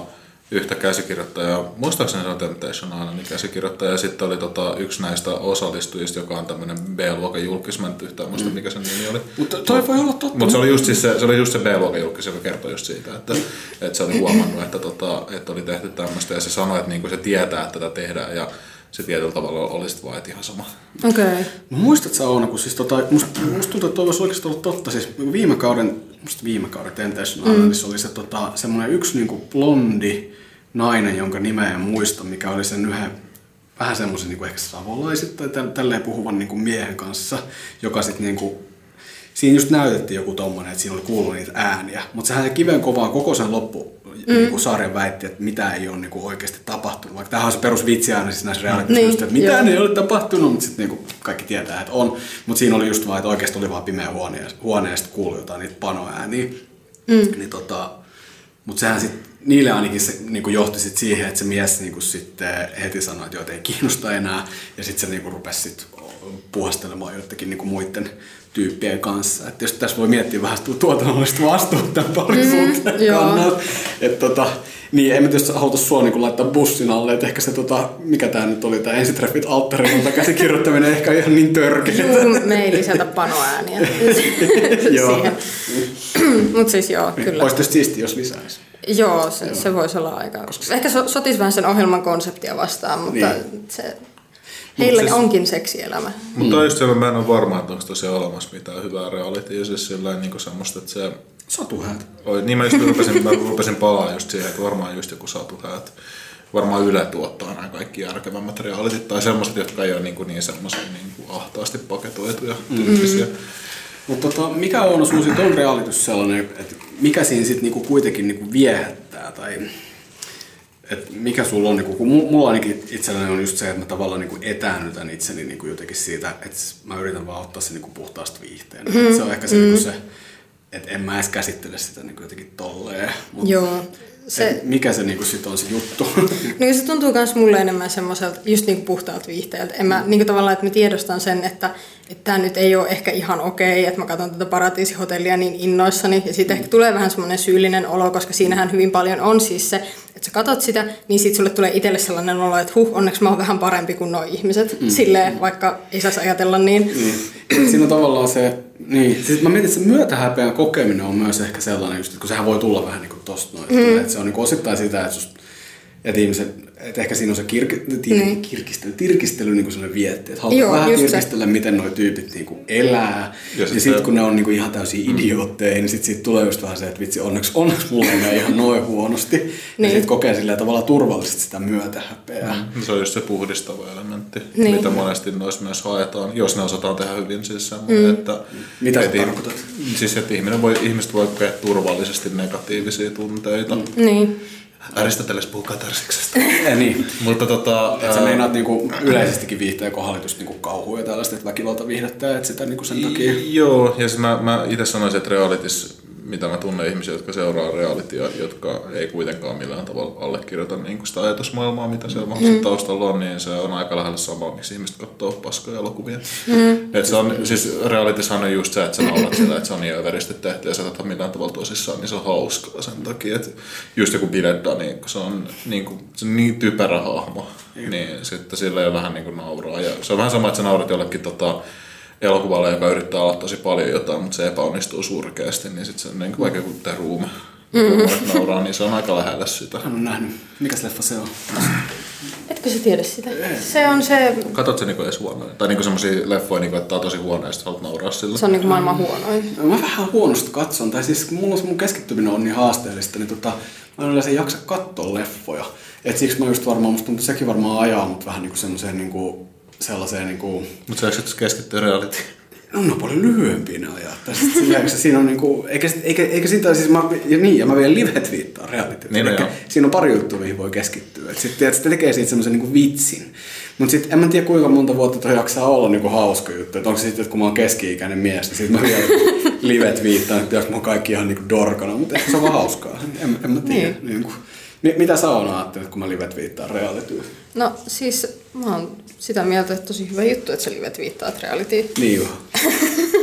yhtä käsikirjoittajaa. Muistaakseni se on Temptation Islandin käsikirjoittaja. Ja sitten oli tota, yksi näistä osallistujista, joka on tämmöinen B-luokan julkis. Mä en yhtään muista, mm. mikä sen nimi oli. Mutta toi voi olla totta. Mutta se oli just siis se, se, oli just se B-luokan julkis, joka kertoi just siitä, että, että se oli huomannut, että, tota, että oli tehty tämmöistä. Ja se sanoi, että niinku se tietää, että tätä tehdään. Ja se tietyllä tavalla olisi vaan ihan sama. Okei. Okay. Muistatko sä, Oona, kun siis tota, musta, musta tuntuu, että toi voisi oikeasti olla totta. Siis viime kauden, musta viime kauden Temptation Islandissa mm. oli se tota, semmoinen yksi niinku blondi nainen, jonka nimeä en muista, mikä oli sen yhden vähän semmoisen niinku ehkä savolaiset tai tälleen puhuvan niinku miehen kanssa, joka sitten niinku siinä just näytettiin joku tommonen, että siinä oli kuullut niitä ääniä, mutta sehän se kiven kovaa koko sen loppu mm. niinku sarjan väitti, että mitä ei ole niinku oikeasti tapahtunut. Vaikka tämähän on se perusvitsi aina siis näissä reality-shoissa, niin, että mitään ei ole tapahtunut, mutta sitten niinku kaikki tietää, että on. Mutta siinä oli just vaan, että oikeasti oli vaan pimeä huone, huone ja sitten kuului jotain niitä panoääniä. Mm. Niin tota, mutta sehän sitten niille ainakin se niinku johti sit siihen, että se mies niinku sitten heti sanoi, että joita ei kiinnosta enää. Ja sitten se niinku rupesi sit puhastelemaan joidenkin niinku muiden tyyppien kanssa. Et jos tässä voi miettiä vähän tuotannollista vastuuta tämän parisuhteen mm, kannalta. Että tota, niin en mä tietysti haluta sua niinku laittaa bussin alle, että ehkä se tota, mikä tää nyt oli, tää ensitreffit alttarilla käsikirjoittaminen ehkä ihan niin törkeä. Juu, me ei lisätä panoääniä siihen. Mut siis joo, kyllä. Olisi tietysti siistiä, jos lisäisi. Joo, se, joo. se voisi olla aika. Koska ehkä so, sotisi vähän sen ohjelman konseptia vastaan, mutta niin. se, heillä siis, onkin seksielämä. Mutta mm. just siellä mä en ole varma, että onko tosiaan olemassa mitään hyvää realitya. Siis sillä niin semmoista, että se... Satuhäät. Niin mä just rupesin, mä rupesin palaa just siihen, että varmaan just joku Satuhäät. Varmaan Yle tuottaa nämä kaikki järkevämmät realityt tai semmoiset, jotka ei ole niin, niin semmoisia niin ahtaasti paketoituja tyyppisiä. Mm. Mutta tota, mikä on sun sit on realitys sellainen, että mikä siinä sitten niinku kuitenkin niinku viehättää tai että mikä sulla on, niinku, kun mulla ainakin itselläni on just se, että mä tavallaan niinku etäännytän itseni niinku jotenkin siitä, että mä yritän vaan ottaa sen niinku puhtaasta viihteenä. Mm-hmm. Se on ehkä se, mm-hmm. niinku se, että en mä edes käsittele sitä niinku jotenkin tolleen. Mut joo. Se, mikä se niinku sit on se juttu? No se tuntuu myös mulle enemmän semmoiselta just niinku puhtaalta viihteeltä. En mä, niinku tavallaan, että mä tiedostan sen, että tämä nyt ei ole ehkä ihan okei, että mä katson tätä Paratiisihotellia niin innoissani. Ja siitä mm. ehkä tulee vähän semmoinen syyllinen olo, koska siinähän hyvin paljon on siis se, että sä katot sitä, niin sit sulle tulee itselle sellainen olo, että huh, onneksi mä oon vähän parempi kuin nuo ihmiset. Mm. Silleen, vaikka ei saisi ajatella niin. Mm. Siinä on tavallaan se, niin. Sitten mä mietin, että se myötähäpeän kokeminen on myös ehkä sellainen, just, kun sehän voi tulla vähän niin kuin tosta noin. Mm. Että se on niin kuin osittain sitä, että, just, että ihmiset, että ehkä siinä on se kirki, tir, mm. kirkistely, tirkistely niin kuin sellainen vietti. Että halutaan vähän tirkistellä, se. Miten nuo tyypit niin kuin elää. Ja, ja sitten kun ne on niin kuin ihan täysin idiootteja, niin sitten siitä tulee just vähän se, että vitsi, onneksi, onneksi mulla ei mene ihan noin huonosti. Niin. Ja sitten kokee sillä tavalla turvallisesti sitä myötähäpeää. Mm. Se on just se puhdistava elementti, niin. Mitä monesti noissa myös haetaan, jos ne osataan tehdä hyvin. Siis semmoinen, mm. että, mitä sä tarkoitat? Siis, että ihminen voi, ihmiset voi kokea turvallisesti negatiivisia tunteita. Mm. Niin. Aristoteles puhuu katarsiksesta. Ja niin. Mutta tota... Että sä meinaat niinku yleisestikin viihteen kohdalla just niinku kauhua ja tällaista, että väkivalta viihdettä, että sitä niinku sen takia... Joo, ja siis mä, mä itse sanoisin, että realitis, mitä mä tunnen ihmisiä, jotka seuraa realitya, jotka ei kuitenkaan millään tavalla allekirjoita niin sitä ajatusmaailmaa, mitä siellä mahdollisesti mm. taustalla on, niin se on aika lähellä samaa, miksi ihmiset katsoo paskoja elokuvia. Mm. Et se on, siis realitishan on just se, että sä naurat sitä, että se on niin överisti tehty ja sä tätä millään tavalla tosissaan, niin se on hauskaa sen takia, että just joku Biledda, niin se on niin, kuin, se on niin typerä hahmo, mm. niin sitten sillä ei ole vähän niin kuin nauraa. Ja se on vähän sama, että sä naurat jollekin tota, elokuvalle, joka yrittää olla tosi paljon jotain, mutta se epäonnistuu surkeasti, niin sitten se on niin vaikka joku tämä ruume. Mm-hmm. Nauraa, niin se on aika lähellä sitä. Hän on nähnyt. Mikäs leffa se on? Etkö sä tiedä sitä? Se on se... Katsot se niinku edes huonoin? Tai niinku semmosia leffoja, niinku, että tää on tosi huono ja sit haluat nauraa sillä? Se on niinku maailman huonoin. Mä vähän huonosti katson. Tai siis mulla mun keskittyminen on niin haasteellista, niin tota, mä en yleensä jaksa katsoa leffoja. Et siksi mä just varmaan, musta tuntuu, sekin varmaan ajaa mut vähän niinku semmoiseen niinku... sellaiseen niinku... Mut sä jaksat keskittyä reality? No, ne on paljon lyhyempiä ne ajat. Siinä on niinku, eikä, eikä, eikä siitä, siis mä, ja niin, ja mä vielä live-twiittaan reality. Niin, no siinä on pari juttua, mihin voi keskittyä. Et sit, et, sit tekee siitä semmoisen niinku vitsin. Mut sit en mä tiedä kuinka monta vuotta toi jaksaa olla niinku hauska juttu. Et onko se sitten, että kun mä oon keski-ikäinen mies, niin sit mä vielä live-twiittaan, että pitäis mä oon kaikki ihan niinku dorkana. Mutta ehkä se on vaan hauskaa. En, en mä tiedä. Niin. Niinku. Mitä sä oon ajattelut, kun mä live-twiittaan reality? No siis mä oon sitä mieltä, että tosi hyvä juttu, että sä live-twiittaat reality. Niin joo.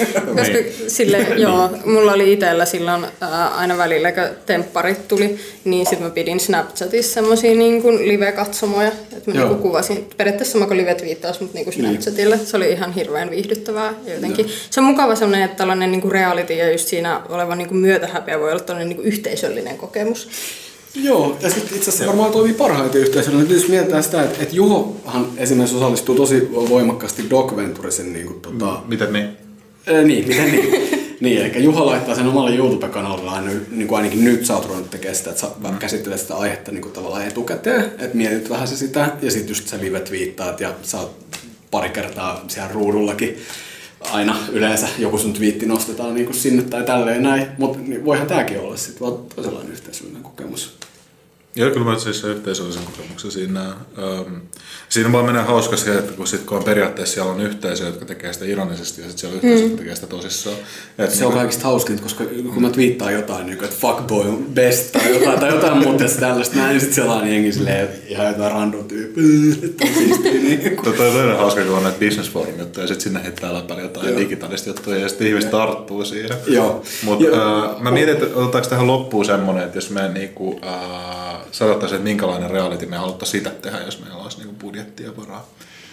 Koska sille, joo, mulla oli itsellä silloin ää, aina välillä, kun tempparit tuli, niin sitten mä pidin Snapchatissa semmosia niin kuin live-katsomoja. Että mä niin kuvasin, periaatteessa sama kuin live-twiittaus, mutta niin kuin Snapchatille. Se oli ihan hirveän viihdyttävää jotenkin. Joo. Se on mukava semmoinen, että tällainen niin kuin reality ja just siinä oleva niin kuin myötähäpeä voi olla tällainen niin kuin yhteisöllinen kokemus. Joo, ja sitten itse asiassa varmaan toimii parhaiten yhteisöllä. Jos mietitään sitä, että, että Juhohan esimerkiksi osallistuu tosi voimakkaasti Doc Venturesen niin kuin, tota... Miten niin? Äh, niin, miten niin? Niin, eli Juha laittaa sen omalle YouTube-kanavalle aina, niin kuin ainakin nyt sä oot ruvennut tekemään sitä, että sä mm. käsittelet sitä aihetta niin kuin tavallaan etukäteen, että mietit vähän se sitä, ja sitten just sä live-twiittaat, ja sä oot pari kertaa siellä ruudullakin. Aina yleensä joku sun twiitti nostetaan niin kuin sinne tai tälleen näin, mutta niin voihan tääkin olla sitten vaan toisenlainen yhteisöllinen kokemus. Joo, kyllä mä siis yhteisöllisen kokemuksen siinä. Ähm, siinä vaan menee hauska se, että kun, sit, kun on periaatteessa siellä on yhteisö, jotka tekee sitä ironisesti ja sitten siellä on yhteisö, mm. jotka tekee sitä tosissaan. Et se niin on kaikista hauskinta, koska kun mä twiittaan jotain, niin kuin, että fuckboy on best tai jotain, tai jotain muuta tällaista näin, niin sitten siellä on jengi silleen ihan jotain random tyyppiä. Niin Tuo on toinen hauska, kun on näitä business forum juttuja ja sitten sinne heittää läpäin jotain digitaalista juttuja ja sitten ihmiset tarttuu siihen. Mutta äh, mä mietin, että otetaanko tähän loppuun semmoinen, että jos me niinku... Äh, sanottaisiin, että minkälainen reality me haluttaisiin sitä tehdä, jos meillä olisi niinku budjettia varaa.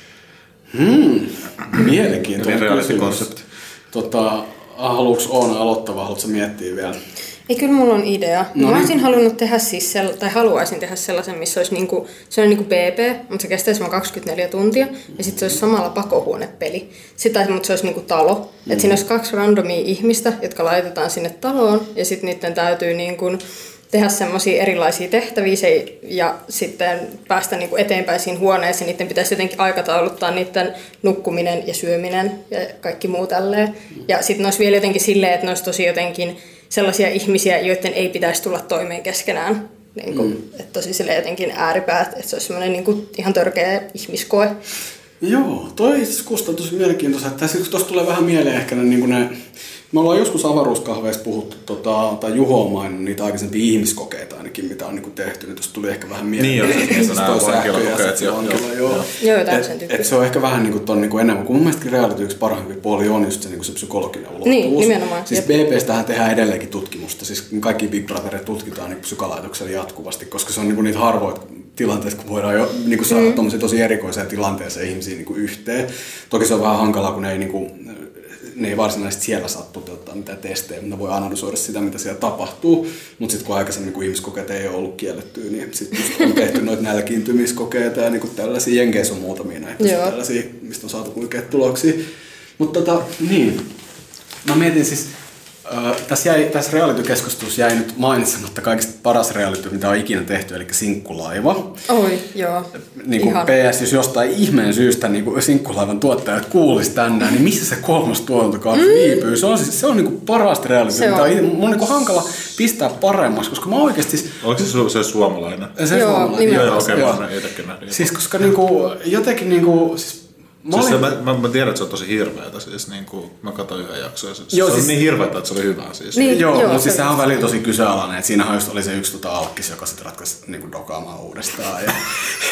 Hmm, mielenkiintoinen reality-konsepti. Tota, haluatko Oona aloittaa vai haluatko miettiä vielä? Ei, kyllä mulla on idea. No mä niin. olisin halunnut tehdä siis, sell- tai haluaisin tehdä sellaisen, missä olisi niinku, se on niinku B P, mutta se kestäisi vain kaksikymmentäneljä tuntia, ja sitten se olisi samalla pakohuonepeli. Sitten mutta se olisi niinku talo. Mm. Että siinä olisi kaksi randomia ihmistä, jotka laitetaan sinne taloon, ja sitten niiden täytyy niinku tehdä semmoisia erilaisia tehtäviä se, ja sitten päästä niinku eteenpäin siinä huoneessa. Niiden pitäisi jotenkin aikatauluttaa niiden nukkuminen ja syöminen ja kaikki muu tälleen. Ja sitten ne olisi vielä jotenkin silleen, että ne olisi tosi jotenkin sellaisia ihmisiä, joiden ei pitäisi tulla toimeen keskenään. Niin kuin, mm. Että tosi silleen jotenkin ääripäät, että se olisi semmoinen niin kuin ihan törkeä ihmiskoe. Joo, toi kuulostaa tosi mielenkiintoista. Tuossa tulee vähän mieleen ehkä ne, niin kuin ne me ollaan joskus avaruuskahveissa puhuttu, tota, tai Juho on maininnut niitä aikaisempia ihmiskokeita ainakin, mitä on niin tehty, niin tuossa tuli ehkä vähän mieleen. Niin, jos se nämä vankilakokeet. Joo, joo. Joo, tämän et, et se on ehkä vähän niin kuin ton, niin kuin enemmän, kun mun mielestäkin reality yksi parhaimpia puoli on just se, niin se psykologinen ulottuvuus. Niin, nimenomaan. Siis B P:stähän tehdään edelleenkin tutkimusta, siis kaikki Big Brotherit tutkitaan niin psykolaitoksella jatkuvasti, koska se on niin kuin niitä harvoita tilanteita, kun voidaan jo niin kuin saada mm. tommosia tosi erikoisia tilanteeseen ihmisiä niin kuin yhteen. Toki se on vähän hankalaa, kun ne ei niin kuin, ne ei varsinaisesti siellä saa toteuttaa mitään testejä, mutta ne voi analysoida sitä, mitä siellä tapahtuu. Mutta sitten kun aikaisemmin kun ihmiskokeet ei ole ollut kiellettyä, niin sitten on tehty noita nälkiintymiskokeita ja niin tällaisia. Jenkeissä on muutamia näitä tällaisia, mistä on saatu huikeita tuloksia. Mutta tota, niin. Mä mietin siis, äh, tässä, jäi, tässä reality-keskustelussa jäi nyt mainitsematta kaikista paras reality, mitä on ikinä tehty, eli Sinkkulaiva. Oi, joo. Niin kuin P S, jos jostain ihmeen syystä niin kuin Sinkkulaivan tuottajat kuulisi tänään, niin missä se kolmas tuotantokausi mm. viipyy? Se on, siis, se on niin kuin parasta reality, se mitä on, on, on niin kuin hankala pistää paremmaksi, koska mä oikeasti... Onko se, su- se suomalainen? Se joo, suomalainen. Joo, joo, okei, okay, mä itsekin nähnyt. Siis koska niin kuin, jotenkin niin kuin... Siis, Mä, siis olin... se, mä, mä tiedän, että se on tosi hirveätä, siis niin kuin, mä katsoin yhden jakson, se, joo, se siis... on niin hirveätä, että se oli hyvä. Siis. Niin, joo, joo, mutta siis sehän on välillä tosi kyseenalainen, että siinähän just oli se yksi tota alkkis, joka sitten ratkaisi niin kuin dokaamaan uudestaan. Ja...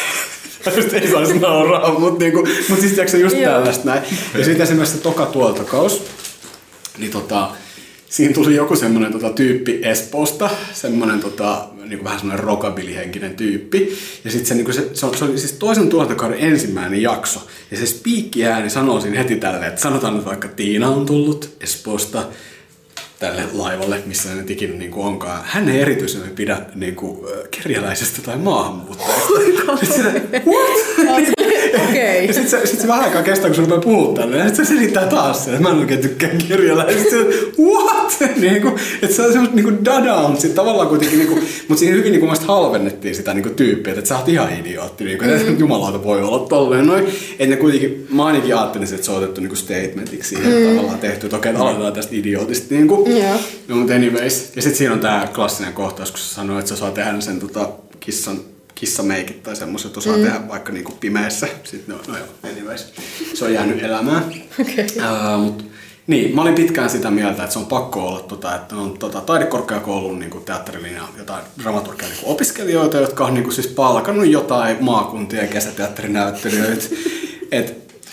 just ei saisi nauraa, mutta niinku, mut siis tiedätkö just tällaista näin. Ja sitten esimerkiksi se toka tuoltokaus, niin tota, siinä tuli joku semmoinen tota, tyyppi Espoosta, semmoinen tota, niinku vähän semmoinen rockabilly-henkinen tyyppi. Ja sitten se, niinku se, se, se oli siis toisen tuotantokauden ensimmäinen jakso. Ja se spiikkiääni sanoo siinä heti tälleen, että sanotaan nyt vaikka Tiina on tullut Espoosta tälle laivalle, missä ne ikinä niin kuin onkaan. Hän ei erityisemmin pidä niin kuin, kerjäläisestä tai maahanmuuttajasta. Sitten se, what? Okei. Ja sitten se, sit se vähän aikaa kestää, kun se rupeaa puhua tälleen. Ja sitten se selittää taas sen, että mä en oikein tykkää kerjäläisestä. What? Niin kuin, että se on semmoista niin kuin dadaa, mutta sitten tavallaan kuitenkin, niin kuin, mutta siinä hyvin niin kuin halvennettiin sitä niin kuin tyyppiä, että sä oot ihan idiootti. Niin kuin, mm. jumalauta voi olla tolleen noin. Että ne kuitenkin, mä ainakin ajattelin, että se on otettu niin kuin statementiksi siihen, mm. tavallaan tehty, että okei, aloitetaan tästä idiootista. Niin kuin. Yeah. No, mutta anyways. Ja sitten siinä on tää klassinen kohtaus, kun se sanoo, että se osaa tehdä sen tota, kissan, kissameikit tai semmoiset, osaa mm. tehdä vaikka niinku pimeässä. Sitten no, no joo, anyways. Se on jäänyt elämään. Okay. Uh, mut, niin, mä olin pitkään sitä mieltä, että se on pakko olla, tota, että on tota, taidekorkeakoulun niinku, teatterilinja jotain dramaturgia niinku, opiskelijoita, jotka on niinku, siis palkannut jotain maakuntien kesäteatterinäyttelijöitä. Et,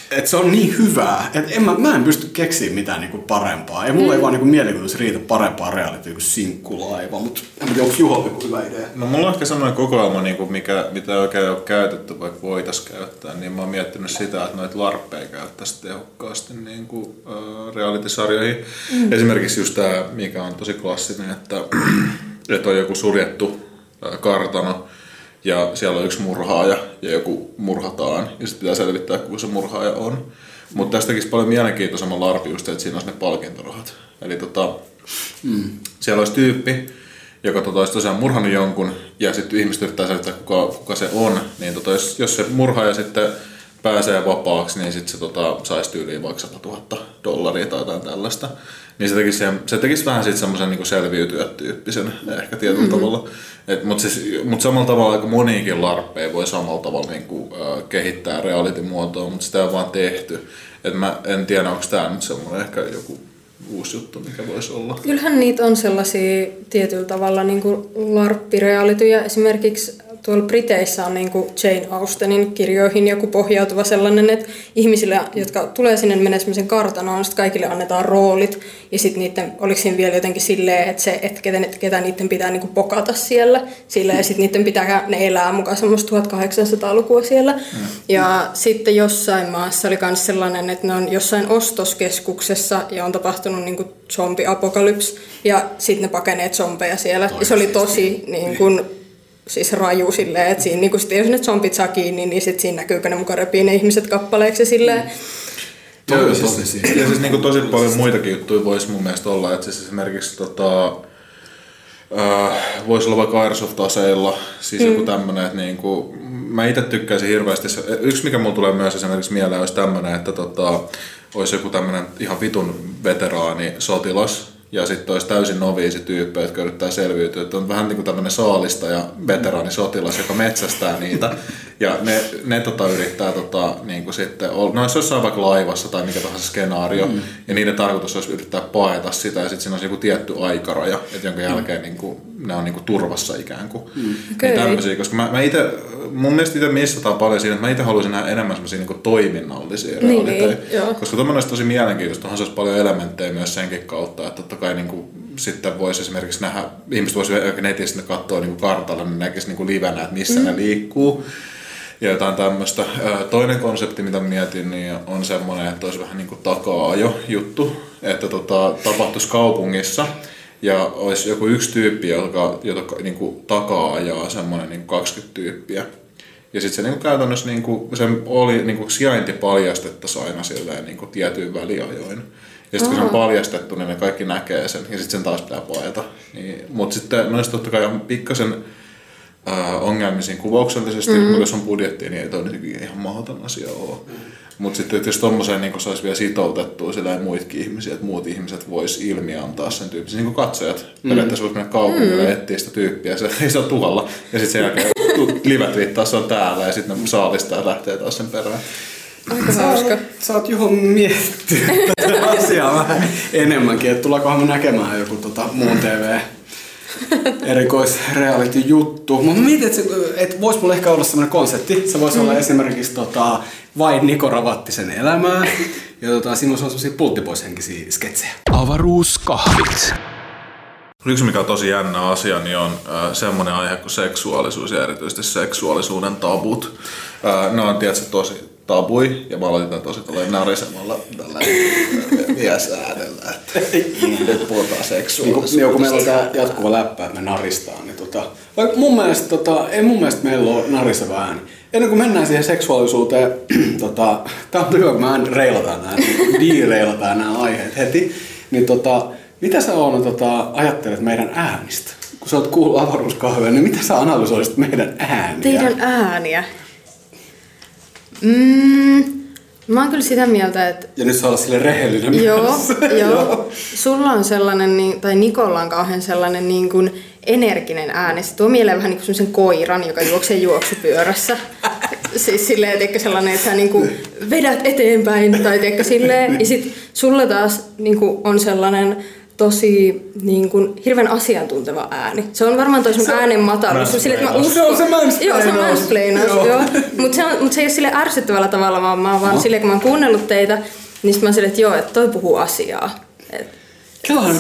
et se on niin hyvää, että en mä, mä en pysty keksiä mitään niinku parempaa. Ei mulla mm. ei vaan niinku mielikuvitus riitä parempaa realityä kuin Sinkkulaiva, mutta en tiedä, onko Juholla joku hyvä idea? No mulla on ehkä sellainen kokoelma, niinku, mikä, mitä oikein ei ole käytetty, vaikka voitaisiin käyttää, niin mä oon miettinyt sitä, että noita larppeja käyttäisiin tehokkaasti niinku, äh, reality-sarjoihin. Mm. Esimerkiksi just tää, mikä on tosi klassinen, että, että on joku suljettu äh, kartano, ja siellä on yksi murhaaja ja joku murhataan ja sitten pitää selvittää, kuka se murhaaja on. Mutta tästä tekisi paljon mielenkiintoisemman larpi just, että siinä olisi ne palkintorahat. Eli tota, mm. siellä olisi tyyppi, joka tota, olisi tosiaan murhannut jonkun ja sitten ihmiset yrittää selvittää, kuka, kuka se on. Niin tota, jos, jos se murhaaja sitten pääsee vapaaksi, niin sitten se tota, saisi tyyliin vaikka sata tuhatta dollaria tai jotain tällaista. Niin se tekisi, se tekisi vähän sitten semmoisen niinku selviytyjä-tyyppisen ehkä tietyllä mm-hmm. tavalla. Mutta siis, mut samalla tavalla aika moniikin larppeja voi samalla tavalla niinku, äh, kehittää reality-muotoa, mutta sitä ei ole vaan tehty. Et mä en tiedä, onko tämä nyt semmoinen ehkä joku uusi juttu, mikä voisi olla. Kyllähän niitä on sellaisia tietyllä tavalla niinku larppirealityjä. Esimerkiksi tuolla Briteissä on niin kuin Jane Austenin kirjoihin joku pohjautuva sellainen, että ihmisille, jotka tulee sinne menee semmoisen kartanoon, sitten kaikille annetaan roolit. Ja sitten niiden, oliko siinä vielä jotenkin silleen, että, se, että ketä, ketä niiden pitää niin kuin pokata siellä. Silleen, ja sitten niiden pitää, ne elää mukaan semmoista tuhatkahdeksansataalukua siellä. Mm. Ja sitten jossain maassa oli myös sellainen, että ne on jossain ostoskeskuksessa ja on tapahtunut niin kuin zombi-apokalypsi. Ja sitten ne pakenee zombeja siellä. Ja se oli tosi niin kuin, siis raju silleen, että siinä, niin kun sit, jos ne zombit saa kiinni, niin sit siinä näkyy, kun ne mukaan repii ne ihmiset kappaleeksi silleen. Mm. Joo, siis, ja siis niin tosi paljon muitakin juttuja voisi mun mielestä olla, että siis esimerkiksi tota, äh, voisi olla vaikka Airsoft-aseilla, siis mm. joku tämmönen, että niin kuin, mä itse tykkäisin hirveästi, yksi mikä mulla tulee myös esimerkiksi mieleen olisi tämmönen, että tota, olisi joku tämmönen ihan vitun veteraani sotilas, ja sitten olisi täysin noviisi tyyppejä, jotka yrittää selviytyä. Että on vähän niin kuin tämmöinen saalista ja veteraanisotilas, joka metsästää niitä. Ja ne, ne tota, yrittää tota, niin kuin sitten, no jos jossain vaikka laivassa tai mikä tahansa skenaario, mm. ja niiden tarkoitus olisi yrittää paeta sitä, ja sitten siinä olisi joku tietty aikaraja, että jonka jälkeen niin kuin, ne on niin kuin turvassa ikään kuin. Mm. Okay. Niin tämmöisiä, koska mä, mä ite, mun mielestä itse missataan paljon siinä, että mä itse haluaisin nähdä enemmän semmoisia niin kuin toiminnallisia realiteja. Niin, koska tommoinen olisi tosi mielenkiintoista, onhan se olisi paljon elementtejä myös senkin kautta, että totta kai niin kuin, sitten voisi esimerkiksi nähdä, ihmiset voisivat netistä katsoa niin kuin kartalla, niin näkisi niin kuin livenä, että missä mm. ne liikkuu. Ja jotain tämmöistä. Toinen konsepti, mitä mietin, niin on semmoinen, että olisi vähän niin kuin taka-ajo juttu, että tota, tapahtuisi kaupungissa ja olisi joku yksi tyyppi, joka, jota niin kuin takaa ajaa semmoinen niin kuin kaksikymmentä tyyppiä. Ja sitten se niin kuin käytännössä niin kuin, se oli, niin kuin sijainti paljastettaisiin aina silleen, niin kuin tietyin väliajoin. Ja sitten kun se on paljastettu, niin ne kaikki näkee sen ja sitten sen taas pitää paeta. Niin, mutta sitten noista totta kai on pikkasen Äh, ongelmisiin kuvauksellisesti, mm-hmm. mutta jos on budjettia, niin ei toi nyt ihan mahdoton asia ole. Mm-hmm. Mutta sitten jos tommoseen niin saisi vielä sitoutettua sillä muitakin ihmisiä, että muut ihmiset vois ilmi antaa sen tyyppisiä, niin kuin katsojat. Mm-hmm. Periaatteessa voisi mennä kaupungille ja etsiä sitä tyyppiä, ja se ei se ole tuhalla. Ja sitten sen jälkeen livet viittaa, se on täällä, ja sitten ne saalistaa ja lähtee taas sen perään. Aika hauska. Sä oot Juho miettinyt tätä asiaa vähän enemmänkin, että tullaankohan me näkemään joku tota, muun T V erikoisreality-juttu. Mutta mietin, että, että voisi mulla ehkä olla sellainen konsepti. Se voisi mm. olla esimerkiksi tota, vain Niko Ravattisen elämää. Ja tota, siinä voisi olla sellaisia pulttipoishenkisiä sketsejä. Avaruuskahvit. Yksi mikä on tosi jännä asia, niin on äh, semmoinen aihe kuin seksuaalisuus ja erityisesti seksuaalisuuden tabut. Äh, ne on tietysti tosi tabui, ja mä aloitin tosi tolleen narisemalla tällainen miesäänellä, että nyt puhutaan seksuaalisuudesta. Niin kun meillä on tää jatkuva läppä, että me naristaan, niin tota, vaikka mun mielestä, tota, ei mun mielestä meillä ole nariseva ääni. Ennen kuin mennään siihen seksuaalisuuteen, tota, tää on hyvä, kun mä reilataan nää, diireilataan nää aiheet heti, niin tota, mitä sä Oona tota, ajattelet meidän äänistä? Kun sä oot kuullut avaruuskahvia, niin mitä sä analysoisit meidän ääniä? Teidän ääniä? Mm, mä oon kyllä sitä mieltä, että... Ja nyt saa olla sille rehellinen joo, joo. Sulla on sellainen, tai Nikolla on kauhean sellainen niin kuin energinen ääni. Se tuo mieleen vähän niin kuin sellaisen koiran, joka juoksee juoksupyörässä. Siis silleen, teikö sellainen, että sä niin kuin vedät eteenpäin, tai teikö silleen. Ja sit sulla taas niin kuin on sellainen tosi niin kuin, hirveän asiantunteva ääni. Se on varmaan toi sun äänen mataluus. Sille, että mä uskon, se on se mansplainaus. Joo, se on mansplainaus. Joo. Mutta se, mut se ei ole sille ärsyttävällä tavalla, vaan mä oon vaan no. silleen, kun mä oon kuunnellut teitä, niin sit mä oon silleen, että joo, että toi puhuu asiaa. Et, Kelahan,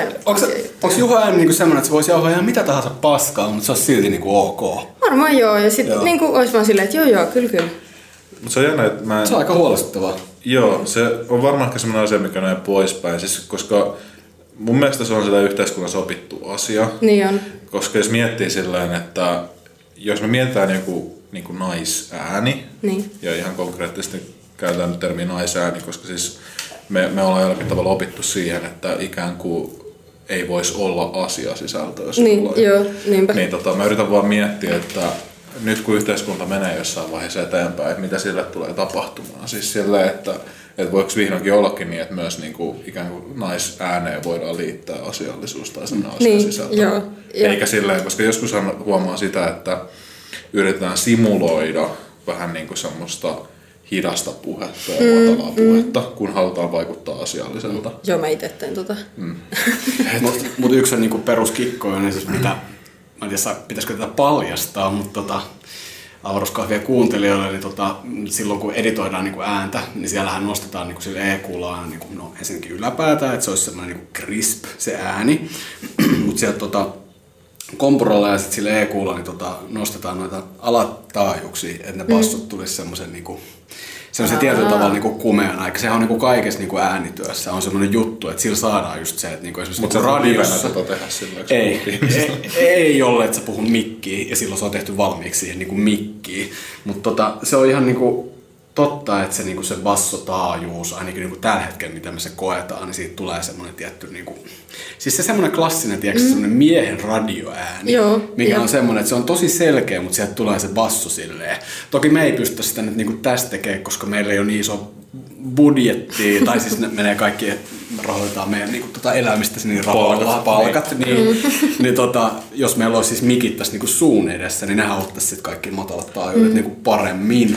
onko Juho ääni niinku semmoinen, että se voisi jauhaa ihan mitä tahansa paskaa, mutta se on silti niinku ok? Varmaan joo, ja sitten niinku ois vaan silleen, että joo joo, kyllä kyllä. Mut se on jännä, että mä... Se on aika huolestuttavaa. Joo, se on varmaan ehkä semmoinen asia, mikä näin poispäin, siis, koska mun mielestä se on sitä yhteiskunnassa opittu asia. Niin on. Koska jos miettii silleen, että jos me mietitään joku niin kuin naisääni, niin. ja ihan konkreettisesti käytetään nyt termiä naisääni, koska siis me, me ollaan jollakin tavalla opittu siihen, että ikään kuin ei voisi olla asiasisältöä. Niin, joo, niinpä. Niin tota, mä yritän vaan miettiä, että nyt kun yhteiskunta menee jossain vaiheessa eteenpäin, että mitä sille tulee tapahtumaan. Siis silleen, että, että voiko vihdoinkin ollakin niin, että myös niin kuin, ikään kuin naisääneen voidaan liittää asiallisuus tai sen asiasisältöä. Niin, joo, eikä silleen, koska joskus huomaa sitä, että yritetään simuloida vähän niin kuin semmoista hidasta puhetta ja mm, matalaa puhetta, mm. kun halutaan vaikuttaa asialliselta. Joo, mä itse teen tota. Mm. Mutta mut yksi on niinku peruskikkoja, niin siis mitä, mä en tiedä pitäisikö tätä paljastaa, mutta tota, avaruuskahvien kuuntelijoille, niin tota, silloin kun editoidaan niinku ääntä, niin siellähän nostetaan niinku sille E Q:lla niinku, no, ensinnäkin yläpäätä, että se olisi semmoinen niinku crisp se ääni, mutta sieltä tota, kompurolla ja sitten sille E Q:lla niin tota, nostetaan noita alataajuuksia, että ne bassot tulisi semmoisen niinku, semmoisen tietyllä tavalla niinku kumeana, eikä sehän on niinku kaikessa niinku äänityössä on semmoinen juttu, että sillä saadaan just se, että niinku esimerkiksi Mutta niinku radiossa... Mutta sä tehdä sillä, ei, ei, ei jolle, että sä puhun mikkiin ja silloin se on tehty valmiiksi siihen niinku mikkiin. Mutta tota, se on ihan niinku totta, että se, niinku se bassotaajuus, ainakin niinku tällä hetkellä mitä me se koetaan, niin siitä tulee semmoinen tietty... Niinku, siis se semmoinen klassinen, tiedätkö, mm. semmoinen miehen radioääni, Joo, mikä jo. on semmoinen, että se on tosi selkeä, mutta sieltä tulee se basso silleen. Toki me ei pystytä sitä nyt niinku tästä tekemään, koska meillä ei ole niin iso budjettia, tai siis ne menee kaikki, rahoitetaan meidän niinku tota elämistä niin rahoilla palkat, niin, niin, niin tota, jos meillä olisi siis mikit tässä niinku suun edessä, niin nehän ottaisi sitten kaikki matalat taajuudet mm. niinku paremmin.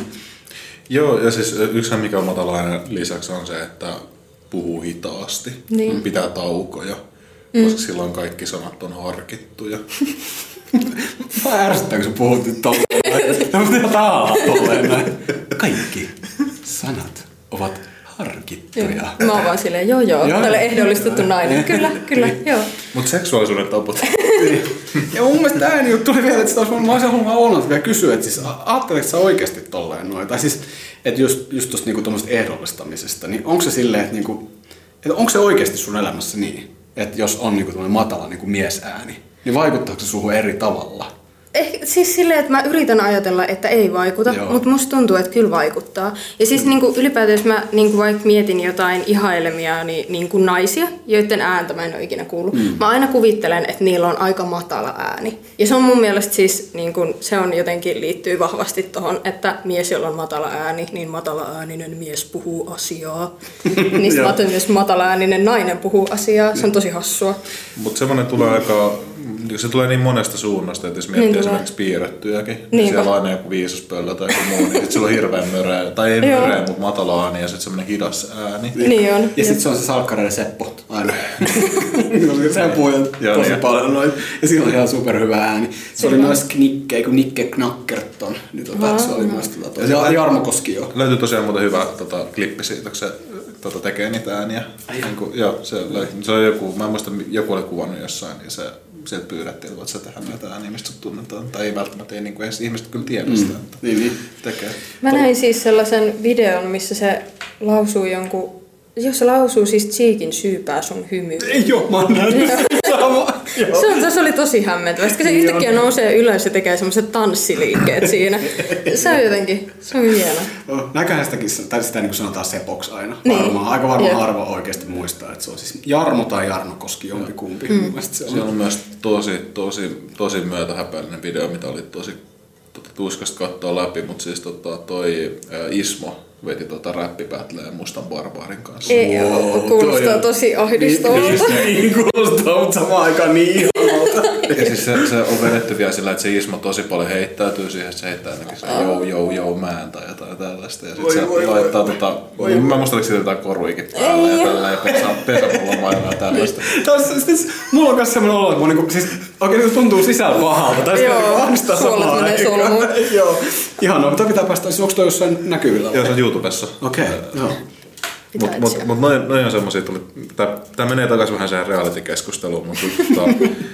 Joo, ja siis yksihän mikä on matalainen lisäksi on se, että puhuu hitaasti, niin. pitää taukoja, mm. koska silloin kaikki sanat on harkittuja. Mä ärsyttää, kun sä puhut nyt tolleen. Kaikki sanat ovat harkittuja. Joo. Mä oon vaan silleen, joo joo, tälle ehdollistettu nainen. Kyllä, kyllä, joo. Mut seksuaalisuuden taput. Ja mun mielestä tää ääni tuli vielä, että sitä olisi mä olisin halunnut olla vielä kysyä, että siis ajatteleeko sä oikeasti tolleen noin? Tai siis, että just, just tosta niinku tommosesta ehdollistamisesta, niin onko se silleen, että niinku, että onko se oikeasti sun elämässä niin, että jos on niinku tommonen matala niinku miesääni, niin vaikuttaako se suhun eri tavalla? Eh, siis silleen, että mä yritän ajatella, että ei vaikuta, Joo. mutta musta tuntuu, että kyllä vaikuttaa. Ja siis mm. niin kuin ylipäätään, jos mä niin kuin vaikka mietin jotain ihailemia niin, niin kuin naisia, joiden ääntä mä en ole ikinä kuullut, mm. mä aina kuvittelen, että niillä on aika matala ääni. Ja se on mun mielestä siis, niin kuin, se on jotenkin liittyy vahvasti tohon, että mies, jolla on matala ääni, niin matala ääninen mies puhuu asiaa. Niin sitten myös matala ääninen nainen puhuu asiaa. Se on tosi hassua. Mutta semmoinen tulee aika... Se tulee niin monesta suunnasta, että jos miettii niin esimerkiksi piirrettyjäkin, niin siellä on aina joku viisaspöllö tai joku muu, niin sitten sillä on hirveän möreä, tai ei möreä, mutta matala ääni ja sitten semmoinen hidas ääni. Niin on. Ja sitten se on se salkkareiden Seppo aina. Sehän puhuu tosi niin. paljon noin. Ja sillä on ihan superhyvä ääni. Se oli myös Knikke, kun Nikke Knackerton. Niin tota, se oli myös tota, ja Jarmo Koski jo. Löytyy tosiaan muuten hyvä tota, klippi siitä, kun se tota, tekee niitä ääniä. Niin kuin, joo, se, se on joku, mä en muista, joku oli kuvannut jossain ja se sieltä pyydettiin, että voit sä tehdä näitä ääniä, mistä sut tunnetaan. Tai ei välttämättä, ei niin edes ihmiset kyllä tiedä sitä, mm. mutta niin, niin. tekee. Mä näin siis sellaisen videon, missä se lausuu jonkun, jos se lausuu siis Cheekin syypää sun hymyyn. Ei oo, mä oon nähnyt sama. Se, on, se oli tosi hämmentävä. Se yhtäkkiä nousee ylös ja tekee semmoiset tanssiliikkeet siinä. Se on jotenkin, se on hieno. No, näköhän sitäkin, tai sitä niin kuin sanotaan Sepoks aina. Niin. Varmaan, aika varmaan yeah. harva oikeasti muistaa, että se on siis Jarmo tai Jarno Koski, jompikumpi. Mm. Se on. Siellä on myös tosi, tosi, tosi myötähäpeällinen video, mitä oli tosi tota, tuskasta katsoa läpi, mutta siis tota, toi ä, Ismo veti tota räppipätleen Mustan Barbaarin kanssa. Ei, wow, kuulostaa toi tosi ahdistavalta. Niin, niin kuulostaa, mutta samaan aikaan niin huomalta. Ja siis se, se on vedetty vielä sillä, että se Ismo tosi paljon heittäytyy siihen, että se heittää ainakin se jou, jou, jou, mään tai jotain tällaista. Ja sit Voi, se voi, laittaa voi, tota, voi, mä voi. muistan, oliko siitä jotain koruikin päällä ja tällä ja pesä, pesäpallomailla ja tällaista. Tos, siis, mulla on myös semmoinen olo, että mun niinku, siis oikein niinku tuntuu sisällä pahalta. Tai Joo, sitten ahdistaa suolet samaan menee aikaan. solmuun. Joo. Ihanaa, mutta pitää päästä, onko toi jossain näkyvillä? Joo, se on YouTubessa. Okei, okay, joo. Pitää Mutta etsiä. mut, mut noin, noin on semmosia, tämä menee takaisin vähän siihen reality-keskusteluun, mutta tota,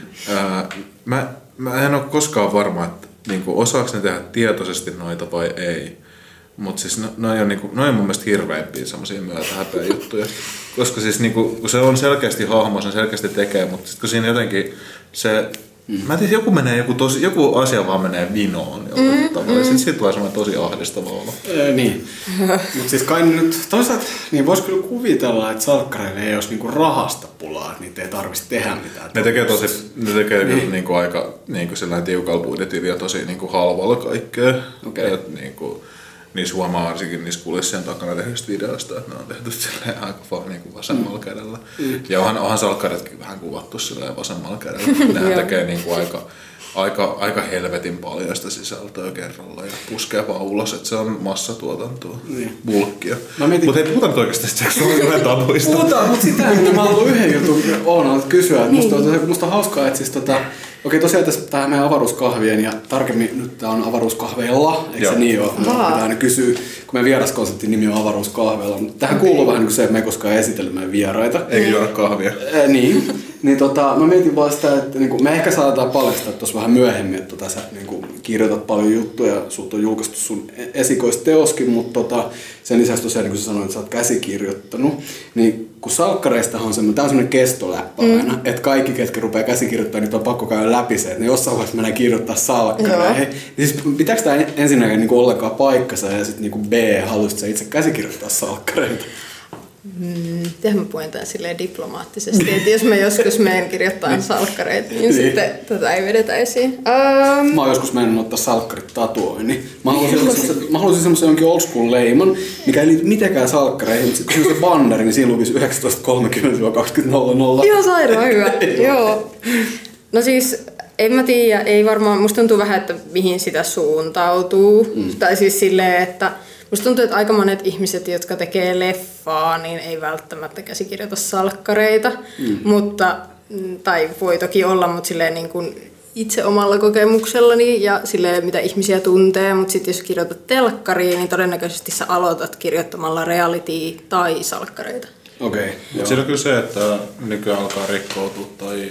ää, mä, mä en ole koskaan varma, että niinku, osaako ne tehdä tietoisesti noita vai ei. Mutta siis no, noi on, niinku, noi on mun mielestä hirveämpiä semmosia myötähäpeä juttuja. Koska siis niinku, kun se on selkeästi hahmo, se selkeästi tekee, mutta sitten kun siinä jotenkin se... Mm. Mä en tiedä, joku, menee, joku, tosi, joku asia vaan menee vinoon jollain mm, tavalla. Mm. Sitten siitä tulee semmoinen tosi ahdistava olo. Ee, niin. Mutta siis kai nyt toisaalta niin voisi kyllä kuvitella, että salkkareille ei olisi niinku rahasta pulaa, että niitä ei tarvitsisi tehdä mitään. Ne tekee, tosi, ne tekee niin. niinku aika niinku sellainen tiukalla budjetilla ja tosi niinku halvalla kaikkea. Okay. Et, niinku, niissä huomaa varsinkin niissä kulissien takana tehdyistä videoista, että ne on tehty silleen aika vaan niinku vasemmalla mm. kädellä. Mm. Ja onhan, onhan salkkaritkin vähän kuvattu silleen vasemmalla kädellä. Nehän tekee niinku aika, aika, aika helvetin paljon sitä sisältöä kerralla ja puskee vaan ulos, että se on massatuotantoa, niin. bulkkia. Mietin... Mutta ei puhuta nyt oikeasti seksuaalisuuden tabuista. Puhutaan, mutta sitä mä haluan yhden jutun Oonalta kysyä. Että musta, on, musta on hauskaa, että siis tota, okei tosiaan tässä tää meidän avaruuskahvien ja tarkemmin nyt tää on avaruuskahveilla, eikö se niin ole? Pitää aina kysyä, kun meidän vieraskonseptin nimi on avaruuskahveilla, mutta tähän okay. kuuluu vähän niin kuin se, että me ei koskaan esitellä meidän vieraita. Eikä juoda kahvia. Ää, niin. Niin tota, mä mietin vaan sitä, että niinku, me ehkä saadaan paljastaa tuossa vähän myöhemmin, että tota, sä niinku, kirjoitat paljon juttuja, sut on julkaistu sun esikoisteoskin, mutta tota, sen lisäksi tosiaan, niin kuin sä sanoit, että sä oot käsikirjoittanut, niin kun salkkareistahan on semmoinen, tää on semmoinen kestoläppä mm. aina, että kaikki, ketkä rupeaa käsikirjoittamaan, niin on pakko käydä läpi se, että ne jossain vaiheessa menee kirjoittaa salkkareihin. Niin siis pitääkö tää ensinnäkin niinku ollenkaan paikkansa ja sitten niinku B, haluaisit sä itse käsikirjoittaa salkkareita? Mm, tehän mä puhun tämän silleen diplomaattisesti, että jos mä joskus menen kirjoittaa salkkareita, niin, niin sitten tätä ei vedetä esiin. Um, mä oon joskus mennyt ottaa salkkarit tatuoinnin. Mä haluaisin semmoisen jonkin old school leiman, mikä ei liity mitenkään salkkareihin, mutta sitten kun se on se banneri, niin siinä lukisi yhdeksäntoista kolmekymmentä kaksikymmentä nolla nolla. Ihan sairaan hyvä, joo. No siis, en mä tiedä, ei varmaan, musta tuntuu vähän, että mihin sitä suuntautuu. Mm. Tai siis silleen, että musta tuntuu, että aika monet ihmiset, jotka tekee leffaa, niin ei välttämättä käsikirjoita salkkareita, mm. mutta, tai voi toki olla, mutta silleen niin kuin itse omalla kokemuksellani ja silleen mitä ihmisiä tuntee, mutta sitten jos kirjoitat telkkariin, niin todennäköisesti sä aloitat kirjoittamalla reality tai salkkareita. Okei. Okay, siinä on kyllä se, että nykyään alkaa rikkoutua tai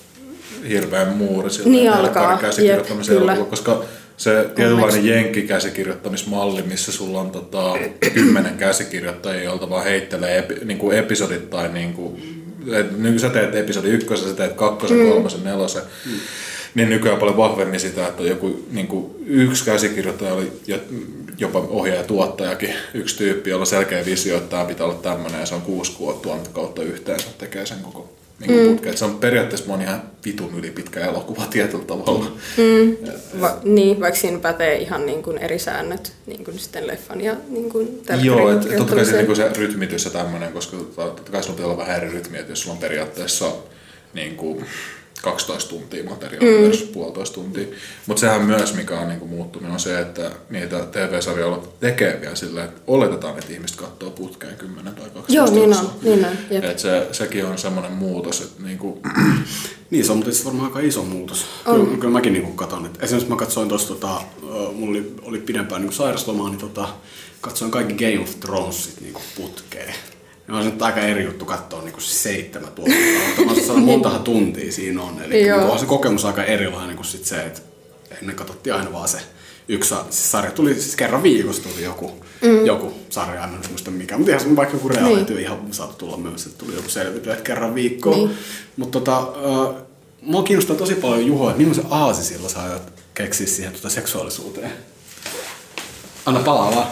hirveän muuri sillä niin alkaa, käsikirjoittamisen elokuva, koska se tietynlainen jenkki-käsikirjoittamismalli, missä sulla on tota, kymmenen käsikirjoittajia, joilta vaan heittelee epi, niin kuin episodit tai niin kuin, et, niin sä teet episodi ykkösen, sä teet kakkosen, mm. kolmosen, nelosen, mm. niin nykyään on paljon vahvemmin sitä, että joku niin kuin yksi käsikirjoittaja oli jopa ohjaaja ja tuottajakin, yksi tyyppi, jolla on selkeä visio, että tämä pitää olla tämmöinen ja se on kuusi tuonut kautta yhteensä, tekee sen koko niin mm. putke. Se on periaatteessa moni ihan vitun yli pitkä elokuva tietyllä tavalla. Mm. Va- niin, vaikka siinä pätee ihan niin kuin eri säännöt niin kuin sitten leffan ja niin kuin telkkarin. Joo, että totta kai se, niin kuin se rytmitys ja tämmöinen, koska totta kai sulla pitää olla vähän eri rytmiä, että jos sulla on periaatteessa niin kuin kaksitoista tuntia materiaalia mm. versus puolitoista tuntia. Mutta sehän myös, mikä on niinku muuttuminen, on se, että niitä T V-sarjoja tekee vielä silleen, että oletetaan, että ihmiset katsoo putkeen kymmenen tai kaksitoista. Joo, niin on. Niin on. Et se, sekin on semmoinen muutos, että niinku... Niin, se on mutta itse varmaan aika iso muutos. Kyllä, kyllä mäkin niinku katson. Että esimerkiksi mä katsoin tuossa, tota, mulla oli, oli pidempään niinku sairaslomaa, niin tota, katsoin kaikki Game of Thronesit niinku putkeen. Ja on se aika eri juttu katsoa niin kuin seitsemän tuotantoa. Montahan tuntia siinä on. Eli niin on se kokemus aika erilainen kuin sit se, että ennen katsottiin aina vaan se yksi siis sarja. Tuli siis kerran viikossa tuli joku, mm. joku sarja, en muista mikä. Mutta ihan vaikka joku reality niin. Ihan saatu tulla myös, että tuli joku selvity, että kerran viikkoon. Niin. Mutta tota, uh, mua kiinnostaa tosi paljon Juho, että millaisen aasisilla sä aiot keksiä siihen tuota seksuaalisuuteen? Anna palaa vaan.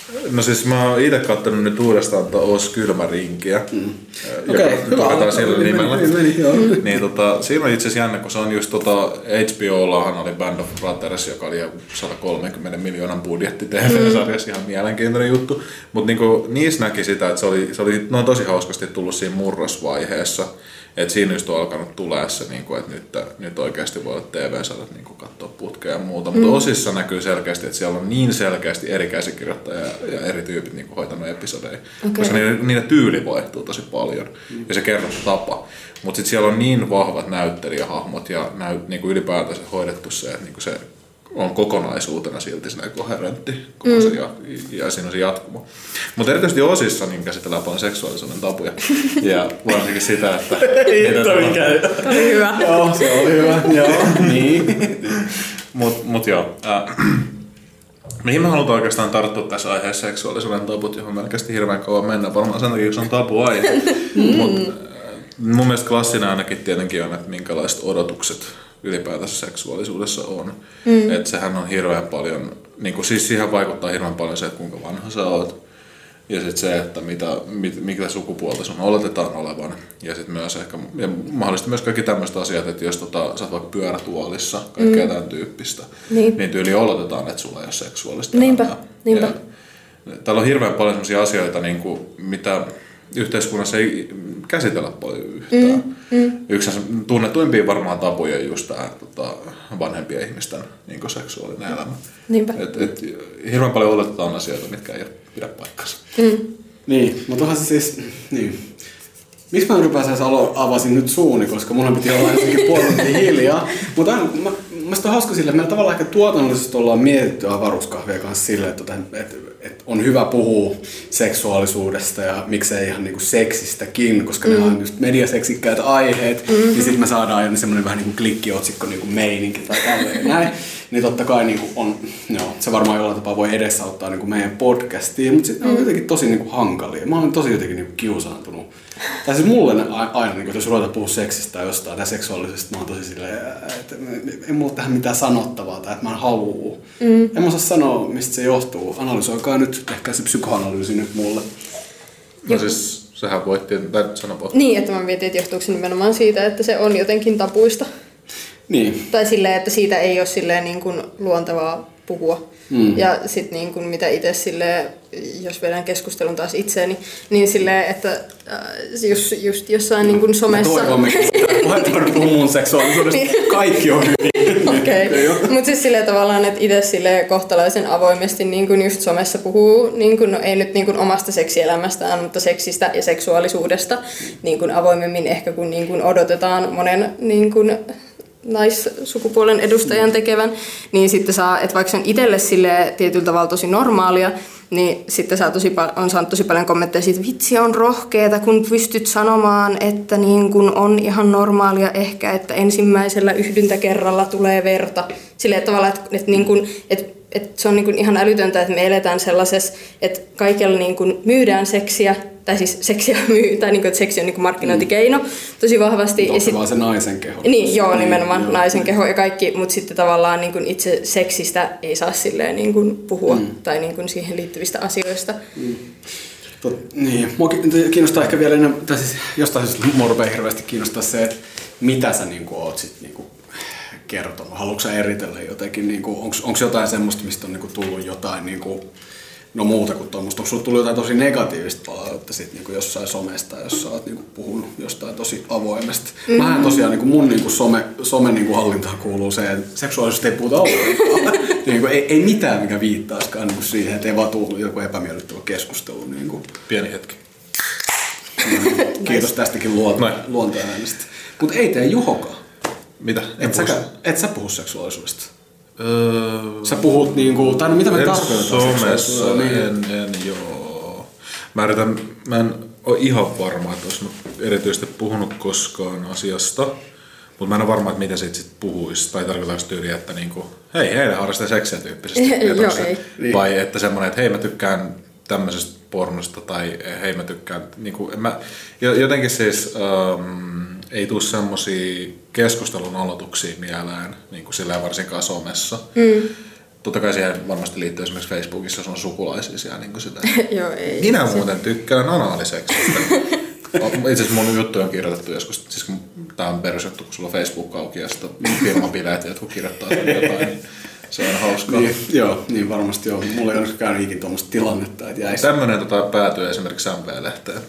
No siis mä oon ite kattonut nyt uudestaan Os Kylmärinkiä, mm. joka okay, todetaan sillä nimellä. Meni, meni, meni, niin, tota, siinä on itse asiassa jännä, kun se on just tota, H B Ollahan oli Band of Brothers, joka oli sata kolmekymmentä miljoonan budjetti T V-sarjassa, ihan mielenkiintoinen juttu. Mutta niinku, niissä näki sitä, että se oli, se oli no, tosi hauskasti tullut siinä murrosvaiheessa. Että siinä just on alkanut tulee se, niinku, että nyt, nyt oikeasti voi olla T V-sarjat niinku, katsoa putkea ja muuta. Mutta mm. osissa näkyy selkeästi, että siellä on niin selkeästi eri käsikirjoittajia ja eri tyypit niinku, hoitanut episodeja. Okay. Koska niiden, niiden tyyli vaihtuu tosi paljon mm. ja se kerrontotapa. Mutta sitten siellä on niin vahvat näyttelijähahmot ja näy, niinku, ylipäätänsä hoidettu se, että niinku, se on kokonaisuutena silti koherentti koko mm. se ja, ja siinä on se jatkumo. Mutta erityisesti osissa niin käsitellään paljon seksuaalisuuden tabuja ja varsinkin sitä, että... Hitto mikä... Se oli hyvä. Joo, se oli hyvä. Joo, niin. Mut, mut joo. Äh, mihin me halutaan oikeastaan tarttua tässä aiheessa seksuaalisuuden tabut, johon me oikeasti hirveän kauan mennä. Varmaan sen takia, kun se on tabu-aihe. Mut äh, mun mielestä klassinen ainakin tietenkin on, että minkälaiset odotukset ylipäätänsä seksuaalisuudessa on. Mm. Että sehän on hirveän paljon, niin kuin, siis siihen vaikuttaa hirveän paljon se, että kuinka vanha sä oot. Ja sitten se, että mitä, mit, mitä sukupuolta sun oletetaan olevan. Ja sitten myös ehkä, ja mahdollisesti myös kaikki tämmöiset asiat, että jos tota, sä oot vaikka pyörätuolissa, kaikkea mm. tämän tyyppistä, niin. niin tyyli oletetaan, että sulla ei ole seksuaalista Niinpä, elämää. niinpä. Ja täällä on hirveän paljon sellaisia asioita, niin kuin, mitä yhteiskunnassa ei käsitellä paljon yhtään. Mm, mm. Yksi tunnetuimpia varmaan tabuja just tämä tota, vanhempien ihmisten niin seksuaalinen elämä. Et, et, hirveän paljon oletetaan asioita, mitkä ei pidä paikkansa. Mm. Niin, mutta onhan se siis... Niin. Miksi mä ylipäänsä avasin nyt suuni, koska munhan piti olla jossakin puolelta hiljaa. Mutta mä, mä sitä on hauska sille, että meillä tavallaan ehkä tuotannollisesti ollaan mietitty avaruuskahvia kanssa silleen, että, että, että on hyvä puhua seksuaalisuudesta ja miksei ihan niinku seksistäkin, koska mm. ne on just mediaseksikkäät aiheet, mm. niin sitten me saadaan aina semmoinen vähän niinku klikkiotsikko niinku meininki tai tälleen näin. Niin totta kai niinku on, joo, se varmaan jollain tapaa voi edesauttaa niinku meidän podcastiin, mutta sitten mm. on jotenkin tosi niinku hankalia. Mä olen tosi jotenkin niinku kiusaantunut. Tai siis mulle aina, niin jos ruvetaan puhua seksistä tai jostain tai seksuaalisesta, mä oon tosi silleen, että ei mulla tähän mitään sanottavaa tai että mä en halua. Mm. En mä osaa sanoa, mistä se johtuu. Analysoikaa nyt ehkä se psykoanalyysi nyt mulle. No siis sähän voit tietää, sanoa. Niin, että mä mietin, että johtuuko se nimenomaan siitä, että se on jotenkin tabuista. Niin. Tai silleen, että siitä ei ole silleen niin kuin luontevaa puhua. Mm. Ja sitten niin kuin mitä itse silleen, jos vedän keskustelun taas itseeni, niin silleen, että äh, just, just jossain niin kuin somessa... Mä toivon, että voit puhua mun seksuaalisuudesta. Kaikki on hyvin. Okei. Okay. Mutta siis silleen tavallaan, että itse silleen kohtalaisen avoimesti niin kuin just somessa puhuu, niin kuin, no ei nyt niin kuin omasta seksielämästään, mutta seksistä ja seksuaalisuudesta niin kuin avoimemmin ehkä kuin, niin kuin odotetaan monen... Niin kuin, naissukupuolen edustajan tekevän, niin sitten saa, että vaikka se on itselle sille tietyllä tavalla tosi normaalia, niin sitten saa tosi, on saanut tosi paljon kommentteja siitä, että vitsi on rohkeeta, kun pystyt sanomaan, että niin kun on ihan normaalia ehkä, että ensimmäisellä yhdyntäkerralla tulee verta. Silleen että tavallaan, että, että, niin kun, että, että se on niin kun ihan älytöntä, että me eletään sellaisessa, että kaikella niin kun myydään seksiä, tai siis seksiä myy, tai niin kuin, että seksi on niin kuin markkinointikeino tosi vahvasti. Mutta sit, vaan se naisen keho. Niin, joo, nimenomaan joo. Naisen keho ja kaikki, mutta sitten tavallaan niin kuin itse seksistä ei saa silleen niin kuin puhua mm. tai niin kuin siihen liittyvistä asioista. Mm. Tot, niin, mua kiinnostaa ehkä vielä enemmän, tai siis jostain syystä mua rupeaa hirveästi kiinnostaa se, että mitä sä niin kuin oot sitten niin kuin kertonut. Haluatko sä eritellä jotenkin, niin onko jotain semmoista, mistä on niin kuin tullut jotain niin kuin, no muuta kuin tuommoista. Onko sulla tullut jotain tosi negatiivista palautetta sit niinku jossain somesta, jos sä oot niinku puhunut jostain tosi avoimesta? Mm-hmm. Mähän tosiaan niinku mun niinku some, some niinku hallintaan kuuluu se, että seksuaalisuudesta ei puhuta ollenkaan. niinku, ei, ei mitään, mikä viittaisikaan niinku siihen, että ei vaan tullut joku epämiellyttävä keskustelu. Niinku. Pieni hetki. Kiitos tästäkin luonto, luontoäänestä. Mutta ei tee Juhokaan. Mitä? Et sä, et sä puhu seksuaalisuudesta? Öö, Sä puhut niinku, tai no mitä me tarkoitetaan somessa, niin. en, en joo. Mä yritän, mä en ole ihan varma, että olisi erityisesti puhunut koskaan asiasta, mutta mä en ole varma, että miten siitä sit puhuisi, tai tarkoitaanko tyyliä, että niinku, hei, hei, harrastaa seksiä tyyppisesti. Joo, ei. Vai että semmoinen, että hei, mä tykkään tämmöisestä pornosta, tai hei, mä tykkään, niinku, mä, jotenkin siis... Um, ei tule semmosia keskustelun aloituksia mieleen, niin kuin silleen varsinkaan somessa. Mm. totta kai siihen varmasti liittyy esimerkiksi Facebookissa, jos on sukulaisia siellä niin kuin sitä. Joo, ei. Minä muuten tykkään anaaliseksistä. Itse asiassa mun juttu on kirjoitettu joskus, siis kun tää on perusjuttu, kun sulla on Facebook auki ja sitten firmabileet ja jotkut kirjoittaa sen jotain, niin se on hauskaa. Niin, joo, niin varmasti joo. Mulla ei ole käynyt ikin tuommoista tilannetta, että jäisi. Tämmönen tota, päätyi esimerkiksi M V-lehteen,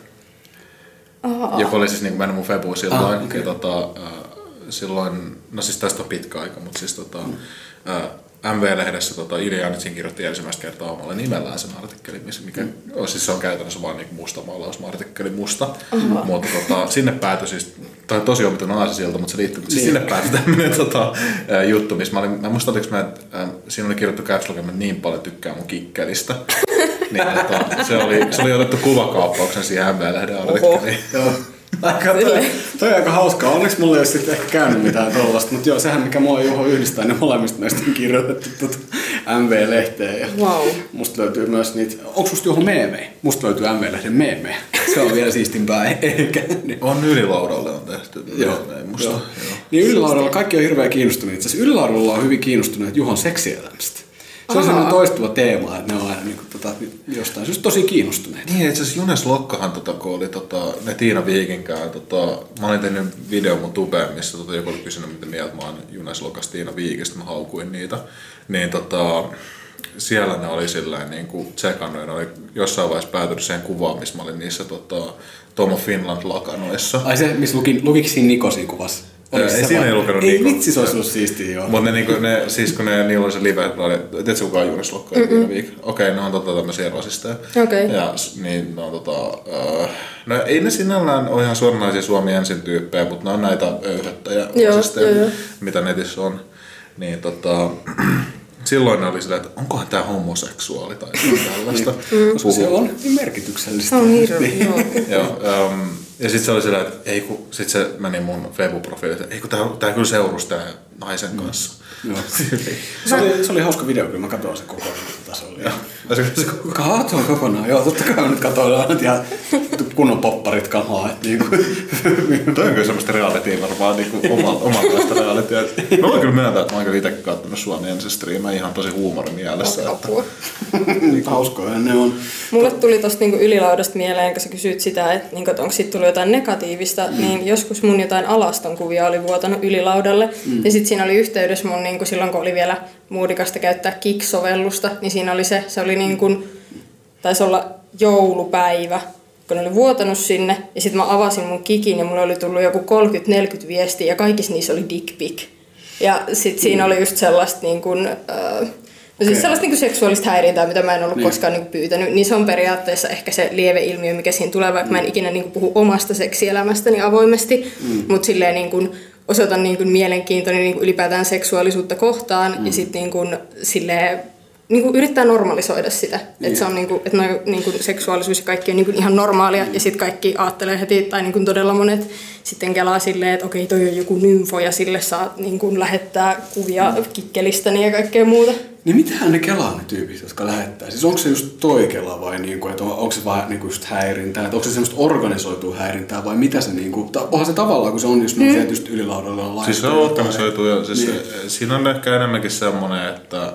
Aha. joka oli siis niin mennyt mun Febuun silloin. Ah, okay. Ja tota, äh, silloin, no siis tästä on pitkä aika, mutta siis tota, mm. äh, M V-lehdessä tota, Ilja Janitsin kirjoitti ensimmäistä kertaa omalla nimellään sen artikkelin, mikä mm. on, siis se on käytännössä vaan niin musta maalausartikkeli musta. Aha. Mutta tota, sinne päätyi siis, tai tosi omituinen asia sieltä, mutta se liittyy, mutta siis sinne päätyi tämmöinen tota, äh, juttu, missä mä olin, mä muistan, oliko mä, että äh, siinä oli kirjoittu caps lock, että niin paljon tykkään mun kikkelistä. niin, tota, se, oli, se oli otettu kuvakaappauksen siihen M V-lehden artikkeliin. Aika, toi, toi on aika hauskaa. Onneksi mulla ei ole sitten ehkä käynyt mitään tollaista, mutta joo, sehän mikä mua Juho yhdistää, niin molemmista meistä on kirjoitettu tuota M V-lehteen. Ja wow. Musta löytyy myös niitä, onko susta Juho meemejä? Musta löytyy M V-lehden meemejä. Se on vielä siistimpää eikä. Niin. On Ylilaudalle on tehty meemejä musta. Joo. Joo. Niin Ylilaudalla kaikki on hirveän kiinnostuneita. Itse asiassa Ylilaudalla on hyvin kiinnostuneet Juhon seksielämästä. Se on sellainen toistuva teema, että ne on aina niin kuin, tota, jostain syystä tosi kiinnostuneita. Niin, itse asiassa Junes Lokkahan, tota, kun oli tota, ne Tiina Viikinkään, tota, mä olin tehnyt video mun tubeen, missä tota, joku oli kysynyt, mitä mieltä mä oon Junes Lokasta, Tiina Viikistä, mä haukuin niitä. Niin tota, siellä ne oli silleen niin kuin tsekannut ja ne oli jossain vaiheessa päätynyt siihen kuvaan, missä mä olin niissä tota, Tomo Finland-lakanoissa. Ai se, missä luki, lukiko siinä Niko siinä kuvassa? Ei siinä ei lukenut Ei Niko. vitsi, se olisi ollut siistiä joo. Mutta ne, niinku, ne, siis kun ne, niillä oli se live, tiedätkö kukaan Junes Lokka ja Tiina Viik? Okei, ne on tota, tämmöisiä rasisteja. Okei. Okay. Ja niin, ne on tota, äh, no ei ne sinällään ole ihan suoranaisia Suomi ensin tyyppejä, mutta ne on näitä öyhöttäjä rasisteja, mitä netissä on. Niin tota, silloin ne oli silleen, että onkohan tää homoseksuaali tai tällaista. Koska se on merkityksellistä. Se on hirveä, joo. ähm, ja sit se oli silleen, että ei kun, sit se meni mun Facebook-profiilille, että ei kun tää, tää kyllä seurusi tää naisen kanssa. Mm. Joo. se, oli, se oli hauska video, kyllä mä katsoin sen kokonaan. Se oli. Katoin kokonaan, joo, totta kai mä nyt katsoin ja kunnon popparit kamaa. Niin toi on kyllä semmoista realityä varmaan niin omanlaista realityä. Mä voin kyllä myöntää, että mä oon kyllä itsekin katsonut Suomi ensin striimää ihan tosi huumorimielessä. Että hauskoja ne on. Mulle tuli tosta niinku Ylilaudasta mieleen, kun sä kysyit sitä, että, niinku, että onko siitä tullut jotain negatiivista, mm. niin joskus mun jotain alaston kuvia oli vuotanut Ylilaudalle. Mm. Ja sit siinä oli yhteydessä mun, niinku, silloin kun oli vielä muodikasta käyttää Kik-sovellusta, niin siinä oli se, se oli niin kuin, taisi olla joulupäivä, kun ne oli vuotanut sinne, ja sitten mä avasin mun Kikin, ja mulle oli tullut joku kolmekymmentä neljäkymmentä viestiä, ja kaikissa niissä oli dick pic. Ja sitten siinä oli just sellaista niin kuin, äh, no siis sellaista niin kuin seksuaalista häirintää, mitä mä en ollut niin. koskaan niin kuin pyytänyt, niin se on periaatteessa ehkä se lieveilmiö, mikä siinä tulee, vaikka mm. mä en ikinä niin kuin puhu omasta seksielämästäni avoimesti, mm. mutta silleen niin kuin osoitan niin kuin mielenkiintoni niin kuin ylipäätään seksuaalisuutta kohtaan, mm. ja sitten niin kuin silleen niin kuin yrittää normalisoida sitä, yeah. että se on niin kuin, että noi, niin kuin seksuaalisuus ja kaikki on niin kuin ihan normaalia, mm. ja sitten kaikki ajattelee heti, tai niin kuin todella monet sitten kelaa silleen, että okei, toi on joku nymfo, ja sille saa niin kuin lähettää kuvia mm. kikkelistäni ja kaikkea muuta. Niin mitähän ne kelaa ne tyypit, jotka lähettää? Siis onko se just toi kela vai niin kuin, että onko se vaan niin kuin just häirintää, että onko se semmoista organisoitua häirintää vai mitä se niin kuin, onhan se tavallaan, kun se on just mm. tietysti ylilaudalle on laittu. Siis se on organisoitu ja siis niin. se, siinä on ehkä enemmänkin semmoinen, että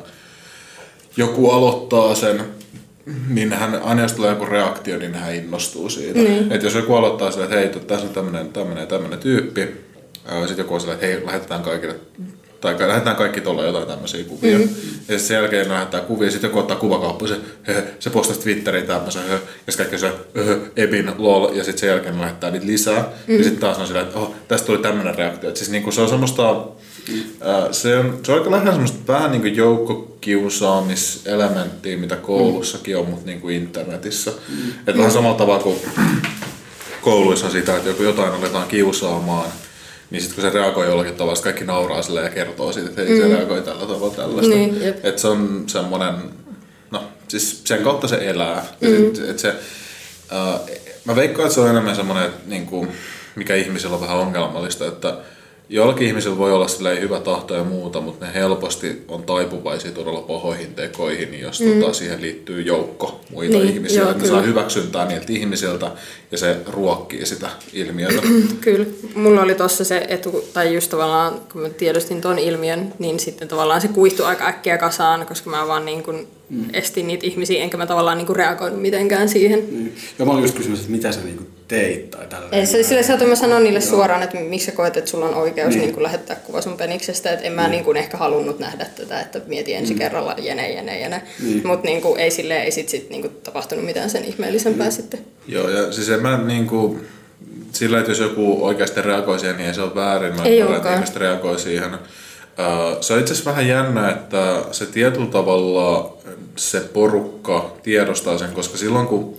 joku aloittaa sen, niin hän, aina jos tulee joku reaktio, niin hän innostuu siitä. Mm. Että jos joku aloittaa sille, että hei, tässä on tämmönen, tämmönen, tämmönen tyyppi, sitten joku on sille, että hei, lähetetään kaikille, tai lähetetään kaikki tuolla jotain tämmöisiä kuvia. Mm. Ja sen jälkeen lähettää kuvia, sitten joku ottaa kuvakauppa, se, se postasi Twitteriin tämmöisen, ja sitten kaikki se, ebin, lol, ja sitten sen jälkeen lähettää niitä lisää. Mm. Ja sitten taas on silleen, että oh, tästä tuli tämmöinen reaktio. Et siis niinku se on semmoista, mm. äh, se, on, se on aika lähinnä semmoista vähän niinku joukkokiusaamiselementtiä, mitä koulussakin on, mutta niinku internetissä. Mm. Että vähän samalla tavalla kuin kouluissa on sitä, että joku jotain aletaan kiusaamaan, niin sitten kun se reagoi jollakin tavalla, kaikki nauraa sille ja kertoo siitä, että hei, se mm. reagoi tällä tavalla tällaista. Niin, että se on semmoinen, no siis sen kautta se elää. Mm. Et, et se, äh, mä veikkaan, että se on enemmän semmoinen, niin kuin, mikä ihmisillä on vähän ongelmallista, että jollakin ihmisellä voi olla hyvä tahto ja muuta, mutta ne helposti on taipuvaisia todella pahoihin tekoihin, jos mm. tota, siihen liittyy joukko muita niin, ihmisiä. Joo, ne saa hyväksyntää niiltä ihmisiltä ja se ruokkii sitä ilmiötä. Kyllä. Mulla oli tossa se etu, tai just tavallaan kun mä tiedostin ton ilmiön, niin sitten tavallaan se kuihtui aika äkkiä kasaan, koska mä vaan niin kuin mm. estin niitä ihmisiä, enkä mä tavallaan niin kuin reagoinut mitenkään siihen. Mm. Ja mä olin just kysymässä, että mitä sä niin kuin teit tai tälleen. Ei, se, sillä saatoin mä sanoa niille joo. suoraan, että miksi sä koet, että sulla on oikeus niin. Niin kuin lähettää kuva sun peniksestä, että en mä niin. Niin kuin ehkä halunnut nähdä tätä, että mietin ensi mm. kerralla jene, jene, jene. Niin. Mutta niin kuin, ei silleen, ei sit, sit niin kuin tapahtunut mitään sen ihmeellisempää mm. sitten. Joo, ja siis en mä niin kuin, sillä, että jos joku oikeasti reagoi siihen, niin ei se ole väärin. Mä ymmärrän, että ihmiset reagoi siihen. Se on itse asiassa vähän jännä, että se tietyllä tavalla se porukka tiedostaa sen, koska silloin kun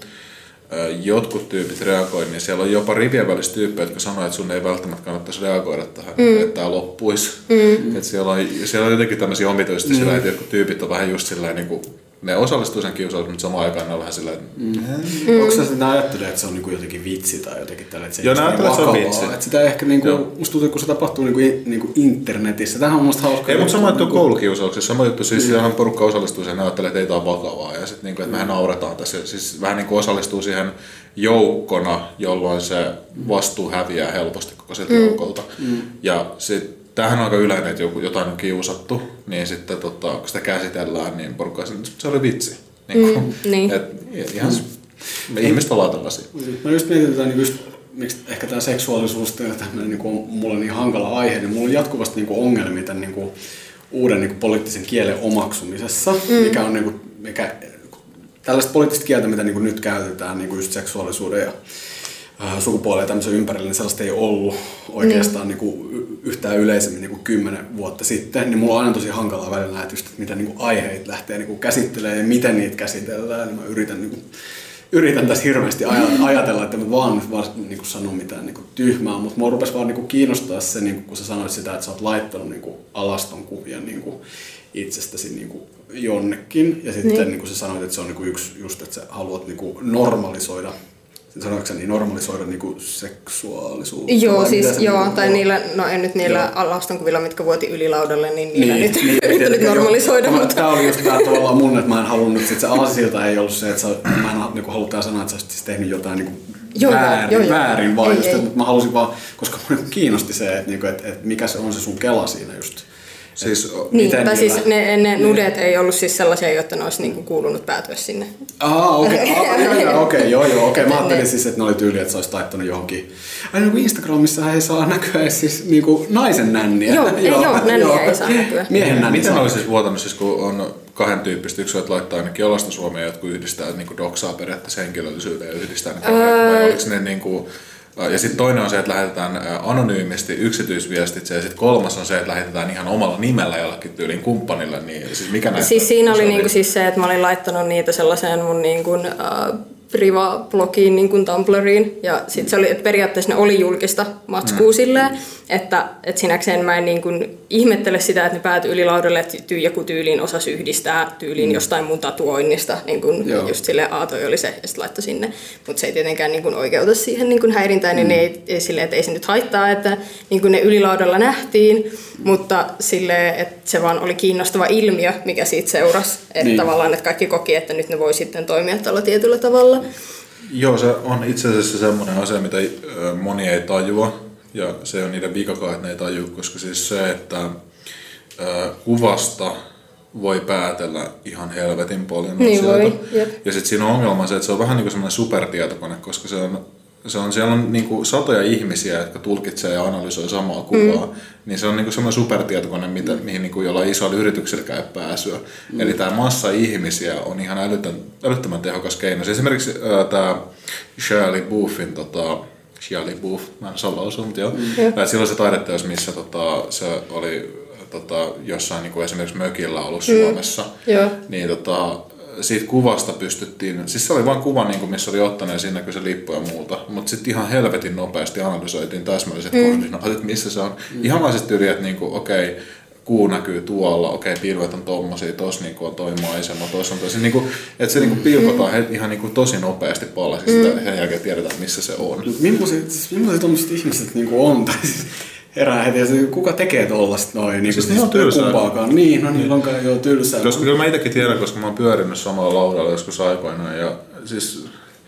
jotkut tyypit reagoivat, niin siellä on jopa rivien välissä tyyppejä, jotka sanoo, että sun ei välttämättä kannattaisi reagoida tähän, mm. että tämä loppuisi. Mm. Että siellä, on, siellä on jotenkin tämmöisiä omituista mm. sillä, että jotkut tyypit on vähän just sillä niin kuin ne osallistuu sen kiusaukseen, mutta samaan aikaan ne on vähän sillä, että mm. Mm. Onko sä sitä ajattelee, että se on niinku jotenkin vitsi tai jotenkin tällä, että se joo, ei ole se on vitsi. Että sitä ehkä, niinku, musta tuntuu, kun se tapahtuu niinku, niinku internetissä. Tämähän on musta hauska. Ei, mutta sama juttu koulukiusauksessa. Sama juttu, siis mm. porukka osallistuu siihen ja ajattelee, että ei tämä ole vakavaa. Ja sitten, niinku, että mehän nauretaan tässä. Siis vähän niin kuin osallistuu siihen joukkona, jolloin se vastuu häviää helposti koko siltä mm. joukolta. Mm. Ja sitten tämähän on aika yleinen, että joku, jotain on kiusattu, niin sitten tota, kun sitä käsitellään, niin porukka sanoo, että se oli vitsi. Niin kuin, mm, niin. Et, ihan me ihmiset ollaan tällaisia. Mä just mietin tätä, niin just, miksi ehkä tämä seksuaalisuus on niin kuin, mulle niin hankala aihe, niin mulla on jatkuvasti niin kuin ongelmia tämän niin kuin, uuden niin kuin, poliittisen kielen omaksumisessa, mm. mikä on niin kuin, mikä, tällaista poliittista kieltä, mitä niin kuin nyt käytetään, niin kuin just seksuaalisuuden ja sukupuolen ja tämmöisen ympärillä, niin sellaista ei ollut oikeastaan niin. Niin kuin yhtään yleisemmin niin kuin kymmenen vuotta sitten. Niin mulla on aina tosi hankalaa välillä nähdä, että mitä niin kuin aiheita lähtee niin kuin käsittelemään ja miten niitä käsitellään. Niin mä yritän, niin kuin, yritän tässä hirveästi ajatella, että mä vaan, vaan niin kuin sano mitään niin kuin tyhmää, mutta mua rupesi vaan niin kuin kiinnostaa se, niin kuin, kun sä sanoit sitä, että sä oot laittanut niin kuin alaston kuvia niin kuin itsestäsi niin kuin jonnekin. Ja sitten niin. Niin kuin sä sanoit, että se on niin kuin yksi just, että sä haluat niin kuin normalisoida. Sanoitko sä niin normalisoida niinku seksuaalisuutta? Joo, siis joo, tai niillä, no en nyt niillä alastonkuvilla, mitkä vuoti ylilaudalle, niin niillä niin, nyt niin, yrittänyt normalisoida. Mutta tämä oli just tämä tavallaan mun, että mä en halunnut, että se aasilta ei ollut se, että sä, mä en niinku haluttaa sanoa, että sä olisit siis tehnyt jotain niinku joo, väärin, joo, joo. väärin vaan just, että mä halusin vaan, koska mun kiinnosti se, että, niinku, että, että mikä se on se sun kela siinä just. Siis, niin, tai niillä... siis ne, ne nudet ei ollut siis sellaisia, jotta ne olisi niinku kuulunut päätyä sinne. Ah, okei, okay. ah, okay, joo, joo, okei. Okay. Mä ajattelin ne... siis, että ne oli tyyli, että sä olisit laittanut johonkin. Aina kun Instagramissa ei saa näkyä siis niinku naisen nänniä. Joo, ei, joo, joo nänniä joo. ei saa näkyä. Miehen nänniä. Miten olisi siis vuotanut, siis kun on kahden tyyppistä, yksi on, laittaa ainakin olasta Suomeen, jotkut yhdistää niinku doksaa periaatteessa henkilöllisyyteen ja yhdistää niitä öö... vai oliko ne niinku... Ja sitten toinen on se, että lähetetään anonyymisti yksityisviestitse, ja sitten kolmas on se, että lähetetään ihan omalla nimellä jollakin tyyliin kumppanille. Niin siis mikä näistä? Siis siinä oli, oli? Niinku siis se, että mä olin laittanut niitä sellaiseen mun niinku, uh, priva-blogiin, niin kuin Tumblriin, ja sitten se oli, että periaatteessa ne oli julkista matskua mm. silleen, että, että sinäkseen mä en niin kuin ihmettele sitä, että ne päätyi ylilaudalle, että tyy, joku tyyliin osasi yhdistää tyyliin mm. jostain mun tatuoinnista, niin kuin just silleen, a toi oli se, ja sitten laittoi sinne, mutta se ei tietenkään niin kuin oikeuta siihen niin kuin häirintään, mm. niin ei, ei silleen, että ei se nyt haittaa, että niin kuin ne ylilaudalla nähtiin, mm. mutta silleen, että se vaan oli kiinnostava ilmiö, mikä siitä seurasi, että niin. tavallaan, että kaikki koki, että nyt ne voi sitten toimia tällä tietyllä tavalla. Joo, se on itse asiassa semmoinen asia, mitä moni ei tajua, ja se on niiden vikakaan, että ne ei tajua, koska siis se, että kuvasta voi päätellä ihan helvetin paljon niin asioita. Voi, ja sitten siinä on ongelma se, että se on vähän niin kuin semmoinen supertietokone, koska se on, se on, siellä on niin kuin satoja ihmisiä, jotka tulkitsee ja analysoi samaa kuvaa. Mm. Niin se on niin kuin semmoinen supertietokone, mitä, mihin niin kuin jollain isoilla yrityksillä käy pääsyä. Mm. Eli tämä massa ihmisiä on ihan älytön, älyttömän tehokas keino. Esimerkiksi äh, tämä Shirley Boofin, tota, Shirley Boof, mä en saa lausua, mutta joo. Mm. Silloin se taideteos, missä tota, se oli tota, jossain niin kuin esimerkiksi mökillä ollut mm. Suomessa. Joo. Niin tota, siitä kuvasta pystyttiin, siis se oli vain kuva, niin kuin, missä oli ottanut ja siinä näkyi se lippu ja muuta, mutta sitten ihan helvetin nopeasti analysoitiin täsmälliset mm. koordinaatit, että missä se on. Mm. Ihan vaan se tyyli, että niin kuin, okei, kuu näkyy tuolla, okei, pilvet on tommosia, tossa niin kuin, on toi maisema, tossa on tosi, niin kuin, että se niin kuin, pilkotaan mm. ihan niin kuin, tosi nopeasti palasi, mm. sitä sen jälkeen tiedetään, missä se on. Millaiset, millaiset tommoset ihmiset niin kuin on? herää heti, ja kuka tekee tollasta noin, niin siis on tylsää. Kumpaakaan. Niin, no niin, on kai joo tylsää. Koska kyllä mä itekin tiedän, koska mä oon pyörinyt samalla laudalla joskus aikoinaan, ja siis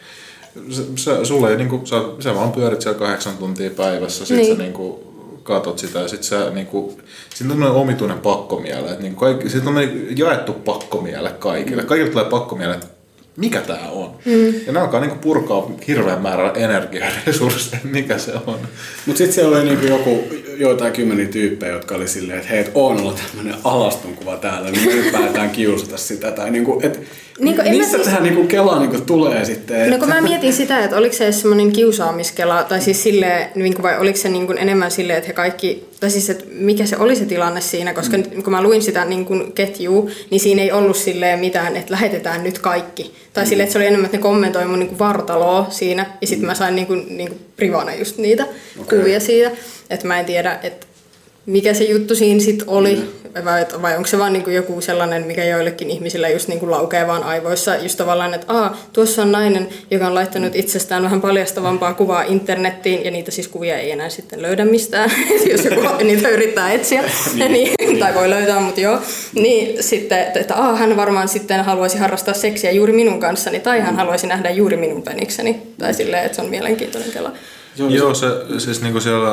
se, se, sulle ei niinku, sä, sä vaan pyörit siellä kahdeksan tuntia päivässä, sit niin. sä niinku katot sitä ja sit sä niinku, siinä on tämmönen omituinen pakkomiele, että niinku kaikki, sit on jaettu pakkomiele kaikille, kaikille tulee pakkomiele, että mikä tää on. Mm. Ja ne alkaa niinku purkaa hirveän määrän energiaa ja resursseja, mikä se on. Mut sit siellä oli niinku joku, joitain kymmeniä tyyppejä, jotka oli silleen, että hei, et on ollut tämmönen alastonkuva täällä, niin me nyt päätetään kiusata sitä. Tai niinku, et niin missä siis tähän niinku Kela niinku tulee sitten? Et... No kun mä mietin sitä, että oliko se semmoinen kiusaamiskela, tai siis silleen, niinku, vai oliko se niinku enemmän silleen, että he kaikki, tai siis että mikä se oli se tilanne siinä, koska mm. kun mä luin sitä niinku ketjua, niin siinä ei ollut silleen mitään, että lähetetään nyt kaikki. Tai mm. silleen, että se oli enemmän, että ne kommentoi mun niinku vartaloa siinä, ja sitten mä sain niinku, niinku privana just niitä okay. kuvia siitä. Että mä en tiedä, että mikä se juttu siinä sitten oli, mm. vai, vai onko se vaan niinku joku sellainen, mikä joillekin ihmisillä just niinku laukee vaan aivoissa, just tavallaan, että Aa, tuossa on nainen, joka on laittanut itsestään vähän paljastavampaa kuvaa internettiin, ja niitä siis kuvia ei enää sitten löydä mistään, jos joku niitä yrittää etsiä, niin, tai voi löytää, mutta joo, niin sitten, että Aa, hän varmaan sitten haluaisi harrastaa seksiä juuri minun kanssani, tai hän haluaisi nähdä juuri minun penikseni, tai silleen, että se on mielenkiintoinen kela. Joo, Joo se, siis niinku siellä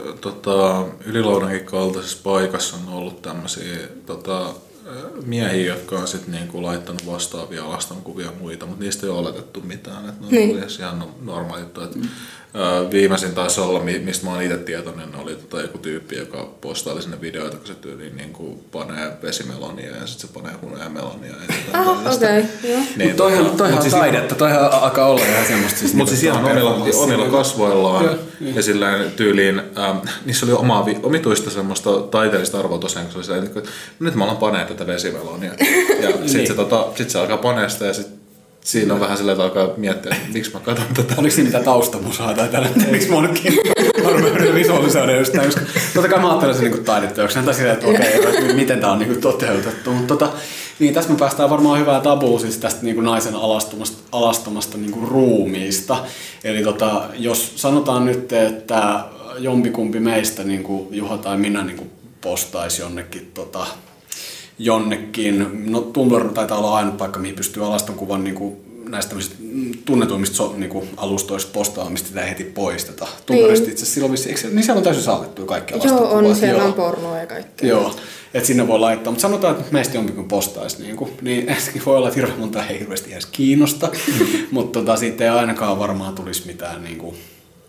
tota, Ylilaudankin kaltaisessa paikassa on ollut tämmöisiä tota, miehiä, jotka on sit niinku laittanut vastaavia alastonkuvia ja muita, mutta niistä ei ole oletettu mitään. Et ne on niin. ihan normaali juttu. Et, mm. ää, viimeisin taisi olla, mistä mä oon itse tietoinen, oli tota, joku tyyppi, joka postaili sinne videoita, kun se tyyliin niinku panee vesimelonia ja sitten se panee huneja melonia. Ah, okei. Okay. Niin, toihan on toihan siis taidetta, toihan alkaa olla ihan semmoista. Siis mutta siis ihan omilla, omilla kasvoillaan ja, ja. ja silleen tyyliin, ähm, niissä oli omaa omituista semmoista taiteellista arvoa tosiaan, kun se oli silleen, että nyt mä alan panee tätä vesimelonia. Ja sit, niin. se, tota, sit se alkaa panee sitä ja sit siinä on vähän silleen, että alkaa miettiä, että miksi mä katson tätä. Oliko siinä mitään taustamusaa tai tällainen? Miksi mä oon nyt kiinnostunut visualisoida just näin? Totta kai mä ajattelen sen niin taideteoksena tai silleen, että okei, okay, miten tää on niin toteutettu. Mutta tota, niin, tässä me päästään varmaan hyvää tabua siis tästä niin naisen alastomasta, alastomasta niin ruumiista. Eli tota, jos sanotaan nyt, että jompikumpi meistä, niin kuin Juha tai minä, niin postaisi jonnekin tota, jonnekin, no Tumblr taitaa olla aina paikka, mihin pystyy alastonkuvan niin kuin näistä tunnetuimmista so, niin kuin alustoista postaamista, sitä ei heti poisteta. Tumblrista niin. Itse asiassa silloin vissi, niin siellä on täysin sallittu kaikki alastonkuvat. Joo, on, siellä Joo. on pornoa ja kaikkea. Joo, että sinne voi laittaa, mutta sanotaan, että meistä jompikin postaisi, niin, kuin, niin sekin voi olla, että hirveän monta ei hirveästi edes kiinnosta, mutta tota, siitä ei ainakaan varmaan tulisi mitään, niin kuin,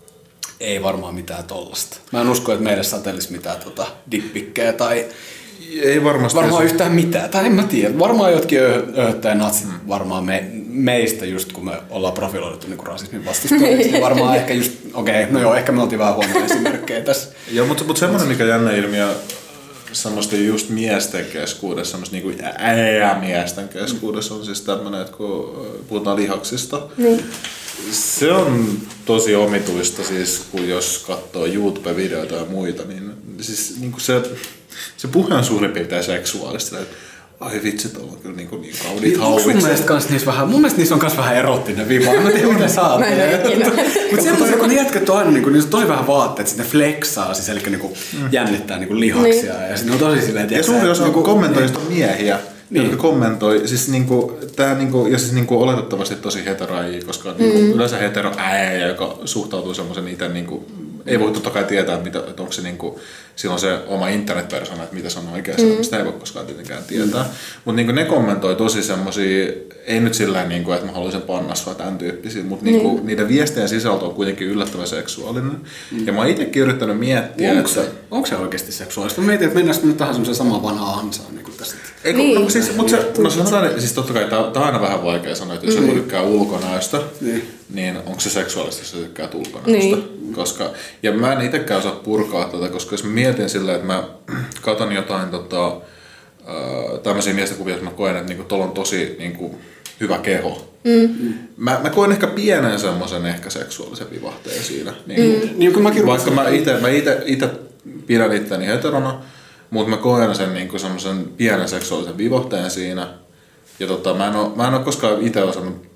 ei varmaan mitään tollasta. Mä en usko, että meille satelisi mitään tota, dickpikkejä tai ei varmasti varmaan yhtään mitään, tai en mä tiedä. Varmaan jotkin ööttää natsit mm. varmaan me, meistä just kun me ollaan profiloiduttu niin rasismin vastustajiksi. Niin varmaan ehkä just, okei, okay, no joo, ehkä me oltiin vähän huonoja esimerkkejä tässä. Joo, mutta, mutta semmoinen mikä jännä ilmiö semmoisten just miesten keskuudessa, semmoista niinku äämiesten keskuudessa on siis tämmöinen, että kun puhutaan lihaksista, mm. se on tosi omituista siis, kun jos katsoo YouTube-videoita ja muita, niin siis niinku se Se puhe on suurin piirtein seksuaalista. Ai vitsi, tuolla on kyllä niin, niin kauniit hauvitset. Mun mielestä, kans niissä vähän, mun mielestä niissä on myös vähän erottinen viiva. En mä tiedä, mitä sä oot. Mutta semmoisia, kun ne jätkät on aina, niin niissä on tosi vähän vaatteet, sitten ne flexaa, siis, eli niin mm. jännittää niin lihaksia. Niin. Ja sitten on tosi silleen, että ja suuri osa niin kommentoijista on miehiä, niin. jotka kommentoi. Siis, niin kuin, tää, niin kuin, ja siis niin kuin, oletettavasti tosi heteroajia, koska mm. niin kuin, yleensä hetero äijä, joka suhtautuu semmoisen itse niin kuin, ei voi totta kai tietää, mitä, että onko se niinku, silloin se oma internetpersona, että mitä se on oikeassa, mm. sitä ei voi koskaan tietenkään tietää. Mm. Mutta niinku ne kommentoi tosi semmosia, ei nyt sillä niinku, että mä haluaisin panna sua tämän tyyppisiä, mutta niinku, mm. niiden viestien sisältö on kuitenkin yllättävän seksuaalinen. Mm. Ja mä oon itsekin yrittänyt miettiä, onko se, että onko se oikeasti seksuaalista? Mä mietin, että mennäänkö nyt tähän semmoiseen samaan vanhaan ansaan niin tästä. Ei, niin. no, siis, mutta se, no sanotaan, siis totta kai tää, tää on aina vähän vaikea sanoa, että jos mm. joku tykkää ulkonäöstä, niin. niin onko se seksuaalista, jos se tykkää ulkonäöstä? Niin. Koska, ja mä en itsekään osaa purkaa tätä, koska jos mä mietin sillä, että mä katon jotain tota, tämmöisiä miestekuvia, että mä koen, että niinku, tuolla on tosi niinku, hyvä keho. Mm. Mä, mä koen ehkä pienen semmoisen ehkä seksuaalisen vivahteen siinä. Niin, mm. niin, mäkin vaikka mä ite, mä ite, ite pidän itteni heterona, mutta mä koen sen niinku, semmoisen pienen seksuaalisen vivahteen siinä. Ja tota, mä en oo, mä en oo koskaan ite osannut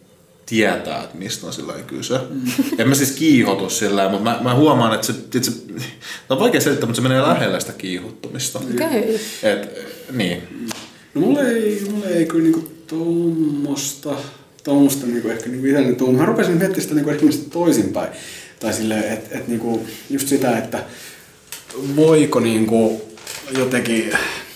tietää, että mistä on sillä kyse. Mm. En mä siis kiihotu sillä mutta mä, mä huomaan, että se, että se on vaikea selittää, mutta se menee lähellä sitä kiihottumista. Okay. Et, niin. No mulle ei, mulle ei kyllä niinku tommosta, tommosta niinku ehkä niinku itselleni tuu. Mä rupesin miettimään sitä niinku ehkä toisinpäin. Tai silleen, että et niinku just sitä, että voiko niinku jotenkin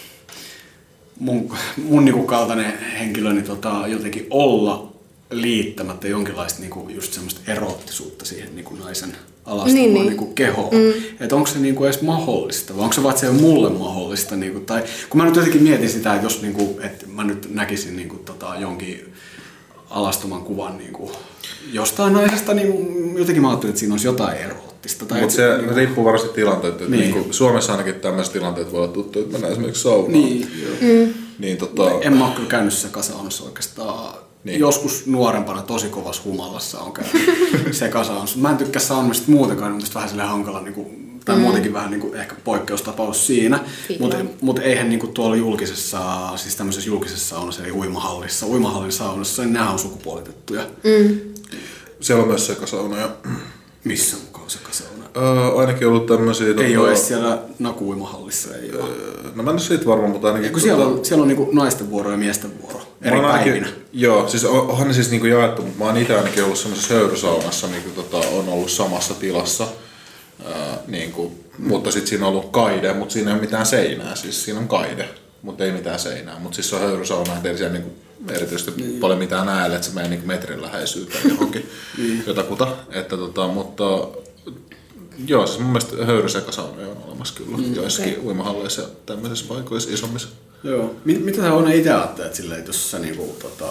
mun, mun niinku kaltainen henkilö niin tota, jotenkin olla liittämättä jonkinlaista niinku just semmoista eroottisuutta siihen niinku naisen alastamaan niin, niin. niinku kehoon. Mm. Että onko se niinku edes mahdollista vai onko se vaan, että se on mulle mahdollista. Niinku, tai kun mä nyt jotenkin mietin sitä, että jos niinku, että mä nyt näkisin niinku tota jonkin alastoman kuvan niinku jostain naisesta, niin jotenkin mä ajattelin, että siinä olisi jotain eroottista. Mutta se niinku riippuu varmasti tilanteet. Niin. Niinku Suomessa ainakin tämmöiset tilanteet voi olla tuttuja, että mennään esimerkiksi saunaan. Niin, mm. niin, tota... En mä ole kyllä käynyt sekasaunassa oikeastaan. Niin. Joskus nuorempana tosi kovassa humalassa on käynyt sekasaunassa. Mä en tykkää saunasta muutenkaan, mutta vähän silleen hankala, niin kuin, tai mm. muutenkin vähän niin kuin, ehkä poikkeustapaus siinä. Mutta mut eihän niin kuin tuolla julkisessa, siis tämmöisessä julkisessa saunassa, eli uimahallissa, uimahallin saunassa, niin nämä on sukupuolitettuja. Mm. Siellä on myös sekasaunoja. Missä mukaan sekasauna? Öö, ainakin ollut tämmöisiä... Ei tota... ole edes siellä Naku-uimahallissa, ei öö, ole. No mä en ole siitä varma, mutta ainakin... Kun siellä on, siellä on niinku naisten vuoro ja miesten vuoro eri päivinä. Joo, siis on, onhan ne siis niinku jaettu, mutta mä oon itse ainakin ollut semmoisessa höyrysaunassa, niin tota, on ollut samassa tilassa. Ää, niinku, mm. Mutta sitten siinä on ollut kaide, mutta siinä ei ole mitään seinää, siis siinä on kaide, mutta ei mitään seinää. Mutta siis se on höyrysauna, että ei siellä niinku erityisesti niin. paljon mitään äälle, että se menee niinku metrin läheisyyteen johonkin niin. jotakuta. Että, tota, mutta joo, siis mun mielestä höyrysekasaunoja on olemassa kyllä mm, joissakin okay. uimahalleissa ja tämmöisissä paikoissa isommissa. Joo. Mitä sä Oona itse ajattelet silleen, että jos sä niinku, tota,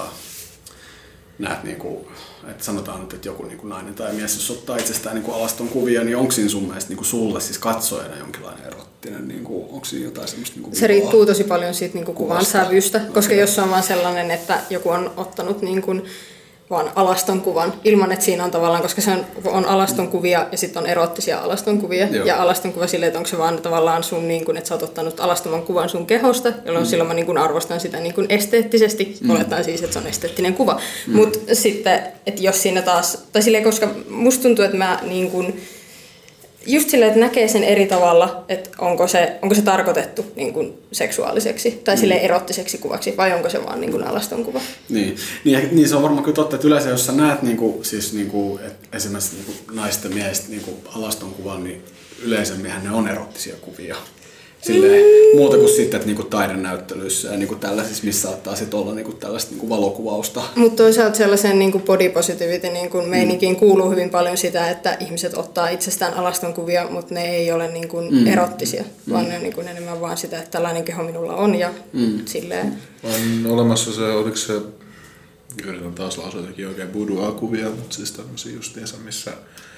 näet, niinku, että sanotaan nyt, että joku niinku nainen tai mies, jos ottaa itsestään niinku alaston kuvia, niin onko siinä sun mielestä niinku sulle siis katsojana jonkinlainen erottinen, niinku, onko siinä jotain semmoista niinku se riippuu tosi paljon siitä niinku kuvan sävystä, koska okay. jos se on vaan sellainen, että joku on ottanut niinku vaan alaston kuvan, ilman että siinä on tavallaan, koska se on, on alaston kuvia ja sitten on erottisia alaston kuvia. Joo. Ja alaston kuva silleen, että onko se vaan tavallaan sun, niin kun, että sä oot ottanut alastoman kuvan sun kehosta, jolloin mm. silloin mä niin kun arvostan sitä niin kun esteettisesti, mm. oletaan siis, että se on esteettinen kuva. Mm. Mutta sitten, että jos siinä taas, tai silleen, koska musta tuntuu, että mä niin kun, just silleen, että näkee sen eri tavalla, että onko se, onko se tarkoitettu niin kuin seksuaaliseksi tai mm. silleen erottiseksi kuvaksi, vai onko se vaan niin kuin alaston kuva. Niin. Niin, niin se on varmaan kyllä totta, että yleensä jos sä näet niin kuin, siis, niin kuin, että esimerkiksi niin kuin naisten miehistä niin kuin alaston kuvan, niin yleisemminhän ne on erottisia kuvia. Silleen, mm. muuta kuin sitten, että niinku taidenäyttelyissä ja niinku tällaisissa, missä saattaa sit olla niinku tällaista niinku valokuvausta. Mutta toisaalta sellaisen niinku body positivity niinku meininkiin mm. kuuluu hyvin paljon sitä, että ihmiset ottaa itsestään alaston kuvia, mutta ne ei ole niinku mm. erottisia, mm. vaan ne on niinku enemmän vaan sitä, että tällainen keho minulla on ja mm. silleen. On olemassa se, oliko se, yritän taas lausua jotenkin oikein boudoir-kuvia, mutta siis tämmöisiä justiinsa, missä,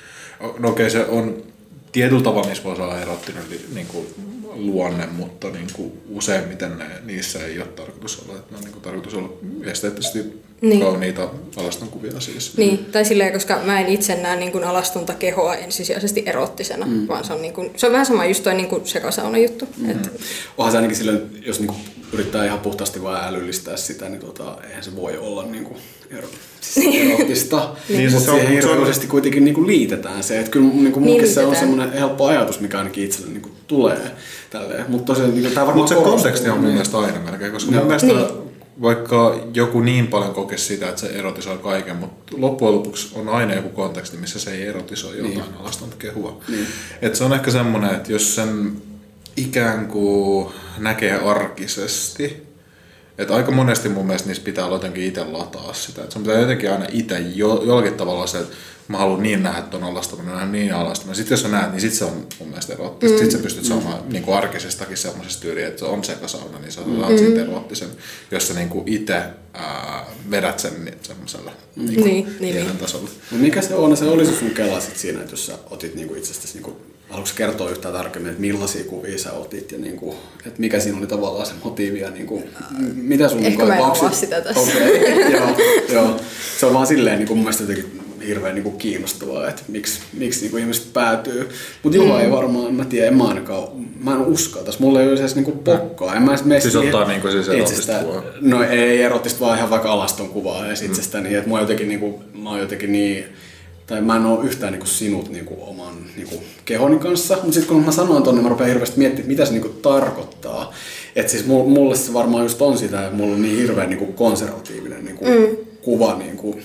no okei okay, se on tietyllä tavalla niissä voisi olla erottinen niin kuin luonne, mutta niin kuin useimmiten ne, niissä ei ole tarkoitus olla, että ne on niin kuin tarkoitus olla esteettisesti niin. kauniita alaston kuvia siis. Niin, tai silleen, koska mä en itse näe niin kuin alastonta kehoa ensisijaisesti erottisena, mm. vaan se on, niin kuin, se on vähän sama just toi niin kuin sekasauna juttu. Mm. Et... Onhan se ainakin silleen, jos niin kuin yrittää ihan puhtaasti vaan älyllistää sitä, niin tota, eihän se voi olla niin kuin ero, siis erottista, niin, mutta siihen hirveästi kuitenkin niin kuin liitetään se, että kyllä niin kuin munkin se on semmoinen helppo ajatus, mikä ainakin itselle niin kuin tulee tälleen. Mutta niin Mut se konteksti on mun mielestä aina melkein, koska mun mielestä niin. vaikka joku niin paljon kokisi sitä, että se erotisoi kaiken, mutta loppujen lopuksi on aina joku konteksti, missä se ei erotisoi jotain niin. alastonta kehua. Niin. Et se on ehkä semmoinen, että jos sen ikään kuin näkee arkisesti, että aika monesti mun mielestä niissä pitää olla jotenkin itse lataa sitä. Että sun pitää jotenkin aina itse jo, jollakin tavalla se, että mä haluan niin nähdä ton alastaminen, nähdä niin alastaminen. Sitten jos sä näet, niin sit se on mun mielestä erottista. Mm. Sitten sä pystyt saamaan mm. niin kuin arkisestakin semmoisesta tyyliin, että se on sekasauna, niin sä saat mm. siitä erottisen, jos sä niin kuin itse ää, vedät sen niin, semmoiselle niin kuin niin, niin. tasolle. No mikä se on? Se olisi sun kela sit siinä, että jos sä otit niin kuin itsestäsi, niin kuin, haluatko kertoa yhtään tarkemmin, että millaisia kuvia sä otit ja niin kuin, että mikä siinä oli tavallaan se motiivi ja niin kuin, mitä sun... Ehkä niin mä en avaa sitä tässä. Okei, okay, joo, joo. Se on vaan silleen niin kuin mun mielestä jotenkin hirveän niin kuin kiinnostavaa, että miksi, miksi niin kuin ihmiset päätyy. Mutta Juha mm. ei varmaan, en mä tiedä, en mä ainakaan, mä en uskaltaisi. Mulla ei ole edes niin kuin pokkaa. En mä edes siis ottaa niin kuin siis erotista kuvaa? No ei erotista, vaan ihan vaikka alaston kuvaa edes mm. itsestäni. Niin, että mä oon jotenkin, niin kuin, mä oon jotenkin niin, tai mä en oo yhtään niin kuin sinut niin kuin oman niin kuin kehoni kanssa. Mutta sitten kun mä sanon tonne, mä rupean hirveästi miettimään, mitä se niin kuin tarkoittaa. Että siis mulle se varmaan just on sitä, että mulla on niin hirveän niin kuin konservatiivinen niin kuin mm. kuva niin kuin,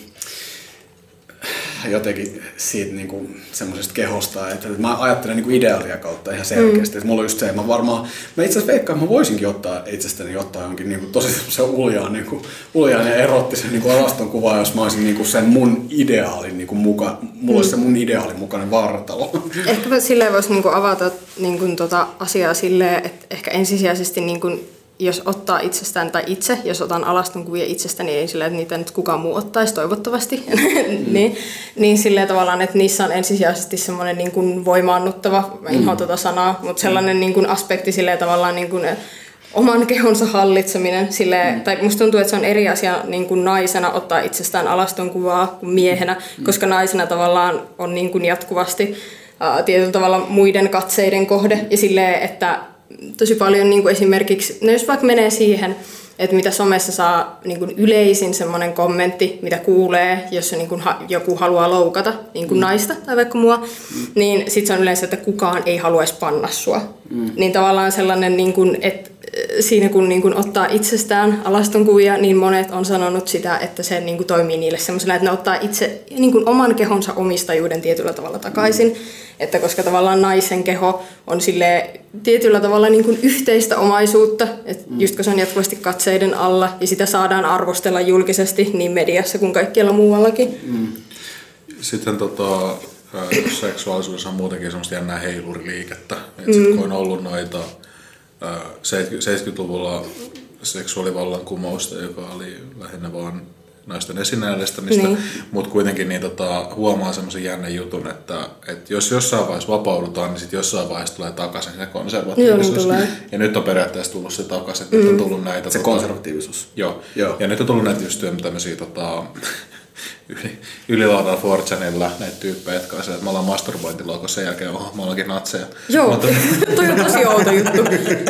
jotenkin siitä niin kuin semmoisesta kehosta, että mä ajattelen niin kuin ideaalia kautta ihan selkeästi. Mm. Että mulla on just se, että mä varmaan, mä itse asiassa veikkaan, että mä voisinkin ottaa itsestäni ottaa jonkin niin kuin tosi semmoisen uljaan, niin kuin, uljaan ja erottisen niin kuin alaston kuvaa, jos mä olisin niin kuin sen mun ideaalin niin kuin mukaan, mulla mm. olisi se mun ideaalin mukainen vartalo. Ehkä silleen voisi niin kuin avata niin kuin tota asiaa silleen, että ehkä ensisijaisesti niin kuin jos ottaa itsestään tai itse, jos otan alaston kuvia itsestäni, niin ei silleen, että niitä nyt kukaan muu ottaisi toivottavasti, mm. niin, niin silleen tavallaan, että niissä on ensisijaisesti semmoinen niin kuin voimaannuttava, mä inhoan mm. tuota sanaa, mutta sellainen niin kuin aspekti silleen tavallaan niin kuin oman kehonsa hallitseminen. Silleen, mm. tai musta tuntuu, että se on eri asia niin kuin naisena ottaa itsestään alaston kuvaa kuin miehenä, mm. koska naisena tavallaan on niin kuin jatkuvasti uh, tietyllä tavalla muiden katseiden kohde ja silleen, että tosi paljon niin kuin esimerkiksi, no jos vaikka menee siihen, että mitä somessa saa niin kuin yleisin semmoinen kommentti, mitä kuulee, jos se, niin kuin ha, joku haluaa loukata niin kuin mm. naista tai vaikka mua, mm. niin sitten se on yleensä, että kukaan ei haluaisi panna sua. Mm. Niin tavallaan sellainen, niin kuin, että siinä kun niin kuin ottaa itsestään alaston kuvia, niin monet on sanonut sitä, että se niin kuin toimii niille semmoisena, että ne ottaa itse niin kuin oman kehonsa omistajuuden tietyllä tavalla takaisin. Mm. Että koska tavallaan naisen keho on sille tietyllä tavalla niin kuin yhteistä omaisuutta, että mm. just kun se on jatkuvasti katseiden alla ja sitä saadaan arvostella julkisesti niin mediassa kuin kaikkialla muuallakin. Mm. Sitten tota, seksuaalisuus on muutenkin semmoista jännää heiluriliikettä. Mm. Sitten kun on ollut noita seitsemänkymmentäluvulla seksuaalivallankumousta, joka oli lähinnä vaan naisten esinäällistämistä, niin. Mutta kuitenkin niin, tota, huomaa semmoisen jännän jutun, että, että jos jossain vaiheessa vapaudutaan, niin sitten jossain vaiheessa tulee takaisin se konservatiivisuus. Joo, niin ja nyt on periaatteessa tullut se takaisin, että mm. on tullut näitä... Se tota, konservatiivisuus. Joo. joo, ja nyt on tullut näitä just tämmöisiä tota, yli, ylilaudalla four chanilla näitä tyyppejä, jotka on se, että me ollaan masturbointilokossa sen jälkeen, oho, me ollaankin natseja. Joo, mutta, toi on tosi outo juttu.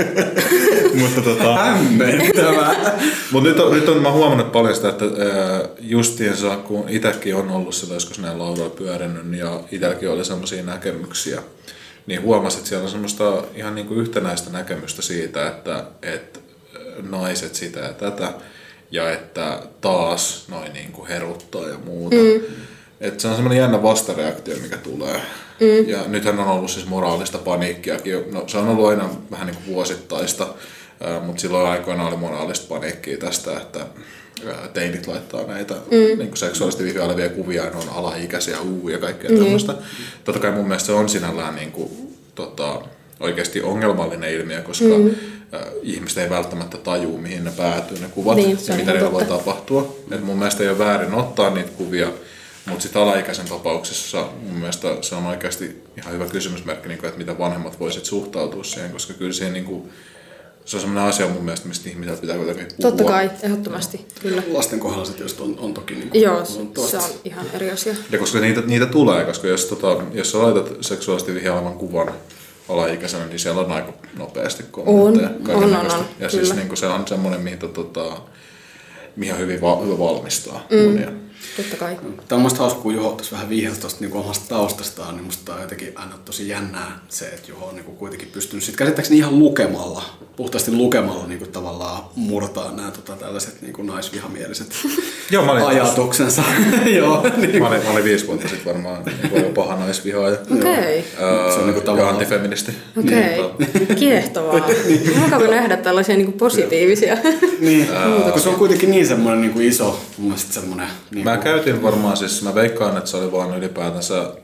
Mutta tota... Hämmentävää. Mutta nyt on, nyt on mä huomannut paljon sitä, että justiinsa, kun itsekin on ollut sillä joskus näin laudalla pyörinyt ja itselläkin oli semmoisia näkemyksiä, niin huomasin, että siellä on semmoista ihan niin kuin yhtenäistä näkemystä siitä, että, että naiset sitä ja tätä, ja että taas noin niin kuin heruttaa ja muuta. Mm. Että se on semmoinen jännä vastareaktio, mikä tulee. Mm. Ja nythän on ollut siis moraalista paniikkiakin. No, se on ollut aina vähän niin kuin vuosittaista, mutta silloin aikoina oli moraalista paniikkia tästä, että teinit laittaa näitä mm. niin kuin seksuaalisesti vihjailevia kuvia, ne on alaikäisiä uu ja kaikkea mm. tämmöistä. Totta kai mun mielestä se on sinällään niin kuin, tota, oikeasti ongelmallinen ilmiö, koska mm. ihmiset ei välttämättä tajuu, mihin ne päätyy, ne kuvat, niin, ja mitä niillä voi tapahtua. Et mun mielestä ei ole väärin ottaa niitä kuvia, mutta sitten alaikäisen tapauksessa mun mielestä se on oikeasti ihan hyvä kysymysmerkki, että miten vanhemmat voisit suhtautua siihen, koska kyllä siihen niin kuin, se on sellainen asia mun mielestä, mistä ihmiset pitää kuitenkin puhua. Totta kai, ehdottomasti, no. Kyllä. Lasten kohdalla se tietysti on, on toki... Niin kuin, joo, on se on ihan eri asia. Ja koska niitä, niitä tulee, koska jos, tota, jos sä laitat seksuaalisesti vihjailevan kuvan alaikäisenä, niin siellä on aika nopeasti kommentteja. On, on, on, on. Ja kyllä. Siis niin kuin se on semmoinen, mihin, tota, mihin on hyvin va- hyvä valmistaa mm. monia. Totta kai. Tämä on mielestäni hauska, kun Juho ottaisi vähän vihjeltä tuosta niin omasta taustastaan, niin musta on jotenkin aina tosi jännää se, että Juho on niin kuin kuitenkin pystynyt sitten käsittääkseni ihan lukemalla, puhtaasti lukemalla niin kuin tavallaan murtaa nämä tota, tällaiset niin kuin naisvihamieliset Joo, mä olin ajatuksensa. Joo, niin. mä, olin, mä olin viisi vuotta sitten varmaan niin paha naisvihaaja. Okei. Okay. Se on niin kuin tavallaan... Ja antifeministi. Okei. Okay. Kiehtovaa. Mukava nähdä tällaisia niin kuin positiivisia. Niin, kun se on kuitenkin niin semmoinen niin kuin iso, mun mielestä semmoinen... Niin mä käytin varmaan, siis mä veikkaan, että se oli vaan ylipäätänsä äh,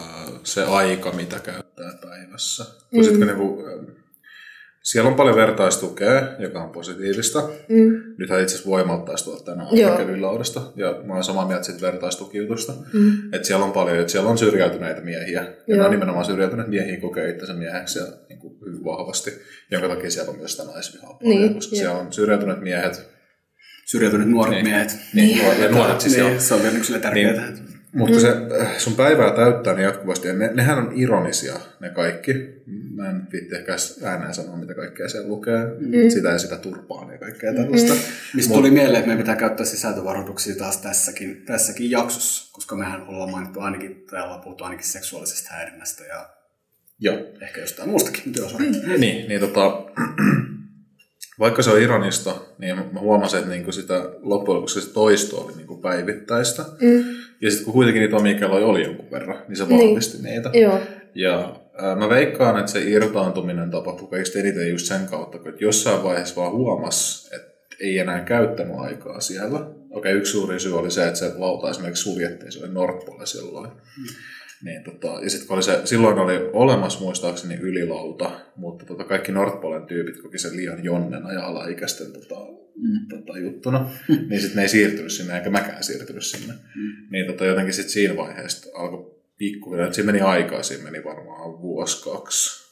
se aika, mitä käyttää päivässä. Mm. Sit, niinku, äh, siellä on paljon vertaistukea, joka on positiivista. Mm. Nythän itse asiassa voimaltaisi tuolta tänään kävelylaudasta. Ja mä oon samaa mieltä siitä vertaistukijutusta. Mm. Että siellä on paljon, että siellä on syrjäytyneitä miehiä. Ja nämä nimenomaan syrjäytyneet miehiä kokee itsensä mieheksi ja niin kuin hyvin vahvasti. Jonka takia siellä on myös sitä naisvihaa paljon, niin, koska siellä on syrjäytyneet miehet. Syrjäytyneet nuoret niin, miehet. Niin, niin, ja nuoret siis niin, se on vielä yksi tärkeää. Niin, Mutta se sun päivää täyttää ne jatkuvasti, ja ne, nehän on ironisia, ne kaikki. Mä en viitti ehkä ääneen sanoa, mitä kaikkea siellä lukee. Mm. Sitä ja sitä turpaan ja kaikkea tällaista. Mm. Mistä tuli mieleen, että meidän pitää käyttää sisältövaroituksia taas tässäkin, tässäkin jaksossa, koska mehän ollaan mainittu ainakin, täällä puhuttu ainakin seksuaalisesta häirinnästä ja Joo. ehkä jostain muustakin. Mm. Niin, niin tota, vaikka se on ironista, niin mä huomasin, että niinku sitä loppujen lopuksi se toisto oli niinku päivittäistä. Mm. Ja sitten kun kuitenkin niitä omia kelloja oli jonkun verran, niin se vahvisti niin. niitä. Joo. Ja ää, mä veikkaan, että se irtaantuminen tapahtui kaikista eniten just sen kautta, että jossain vaiheessa vaan huomasi, että ei enää käyttänyt aikaa siellä. Okei, yksi suuri syy oli se, että se lauta esimerkiksi suljettiin, se oli Nordpole silloin. Mm. Niin, tota, ja sitten se, silloin oli olemassa muistaakseni ylilauta, mutta tota, kaikki Nordpolen tyypit koki sen liian jonnena ja alaikäisten tota, mm. tota, juttuna, niin sitten ne ei siirtynyt sinne, eikä mäkään siirtynyt sinne. Mm. Niin tota, jotenkin sitten siinä vaiheessa alkoi pikkuhiljaa, että siinä meni aikaa, siinä meni varmaan vuosi kaksi.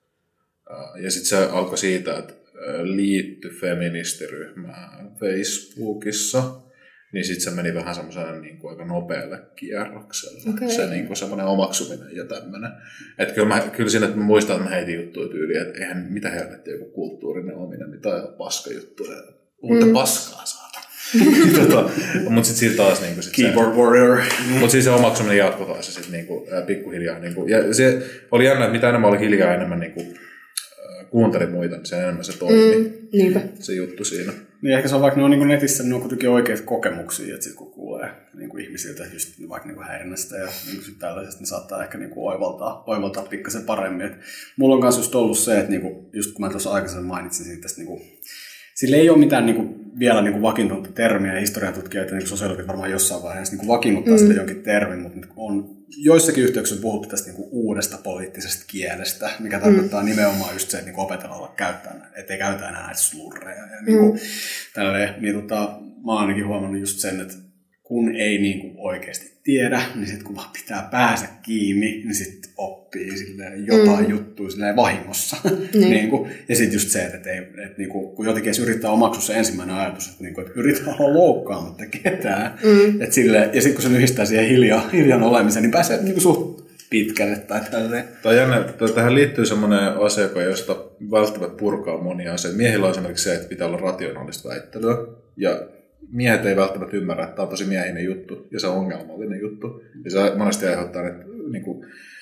Ja sitten se alkoi siitä, että liittyi feministiryhmään Facebookissa, niin sitten se meni vähän semmoiselle niin kuin aika nopealle kierrokselle. Okay. Se niin kuin semmoinen omaksuminen ja tämmöinen. Että kyllä, mä, kyllä siinä, että mä muistan, että mä heitin juttuja tyyliin, että eihän mitä helvettiä joku kulttuurinen ominen, mitä on paskajuttuja. Puhutte mm. paskaa saata. tota, mutta sitten siitä taas niinku sit keyboard se, warrior. Mutta siis se omaksuminen jatkoi taas sit niinku, äh, pikkuhiljaa. Niinku, ja se oli jännä, että mitä enemmän oli hiljaa, enemmän niinku, äh, kuuntelin muita, niin sen enemmän se toimi. Mm, niinpä. Se juttu siinä. Niin ehkä se on vaikka ne on niin netissä, ne on kuitenkin oikeita kokemuksia, että sitten kun kuulee niin ihmisiltä just vaikka niin häirinnästä ja niin tällaisesta, niin saattaa ehkä niin oivaltaa, oivaltaa pikkasen paremmin. Et mulla on myös just ollut se, että niin just kun mä tuossa aikaisemmin mainitsin siitä, että niin sillä ei ole mitään niin kuin, vielä niin vakiintunutta termiä, ja historiatutkijoita ja niin sosiologit varmaan jossain vaiheessa niin vakiinnuttaa mm. sitä jonkin termin, mutta on joissakin yhteyksissä puhuttu tästä niin kuin uudesta poliittisesta kielestä, mikä tarkoittaa mm. nimenomaan just se, että niin opetellaan käyttää, ettei käytä enää näitä slurreja. Ja niin kuin, mm. tälleen, niin tota, mä oon ainakin huomannut just sen, että kun ei niin kuin oikeasti tiedä, niin sitten kun vaan pitää päästä kiinni, niin sitten oppii silleen jotain mm. juttua silleen vahingossa. Niin. niin kuin, ja sitten just se, että, ei, että niin kuin, kun jotenkin yrittää omaksua se ensimmäinen ajatus, että, niin kuin, että yritetään olla loukkaamatta ketään. Mm. Että silleen, ja sitten kun se yhdistää siihen hiljaa, hiljan olemisen, niin pääsee niin kuin suht pitkälle tai tälleen. Tämä on jännä, että tähän liittyy semmoinen asia, josta välttämättä purkaa monia asioita. Miehillä on esimerkiksi se, että pitää olla rationaalista väittelyä. Ja miehet ei välttämättä ymmärrä, että tämä on tosi miehinen juttu ja se on ongelmallinen juttu. Ja se monesti aiheuttaa niin kuin,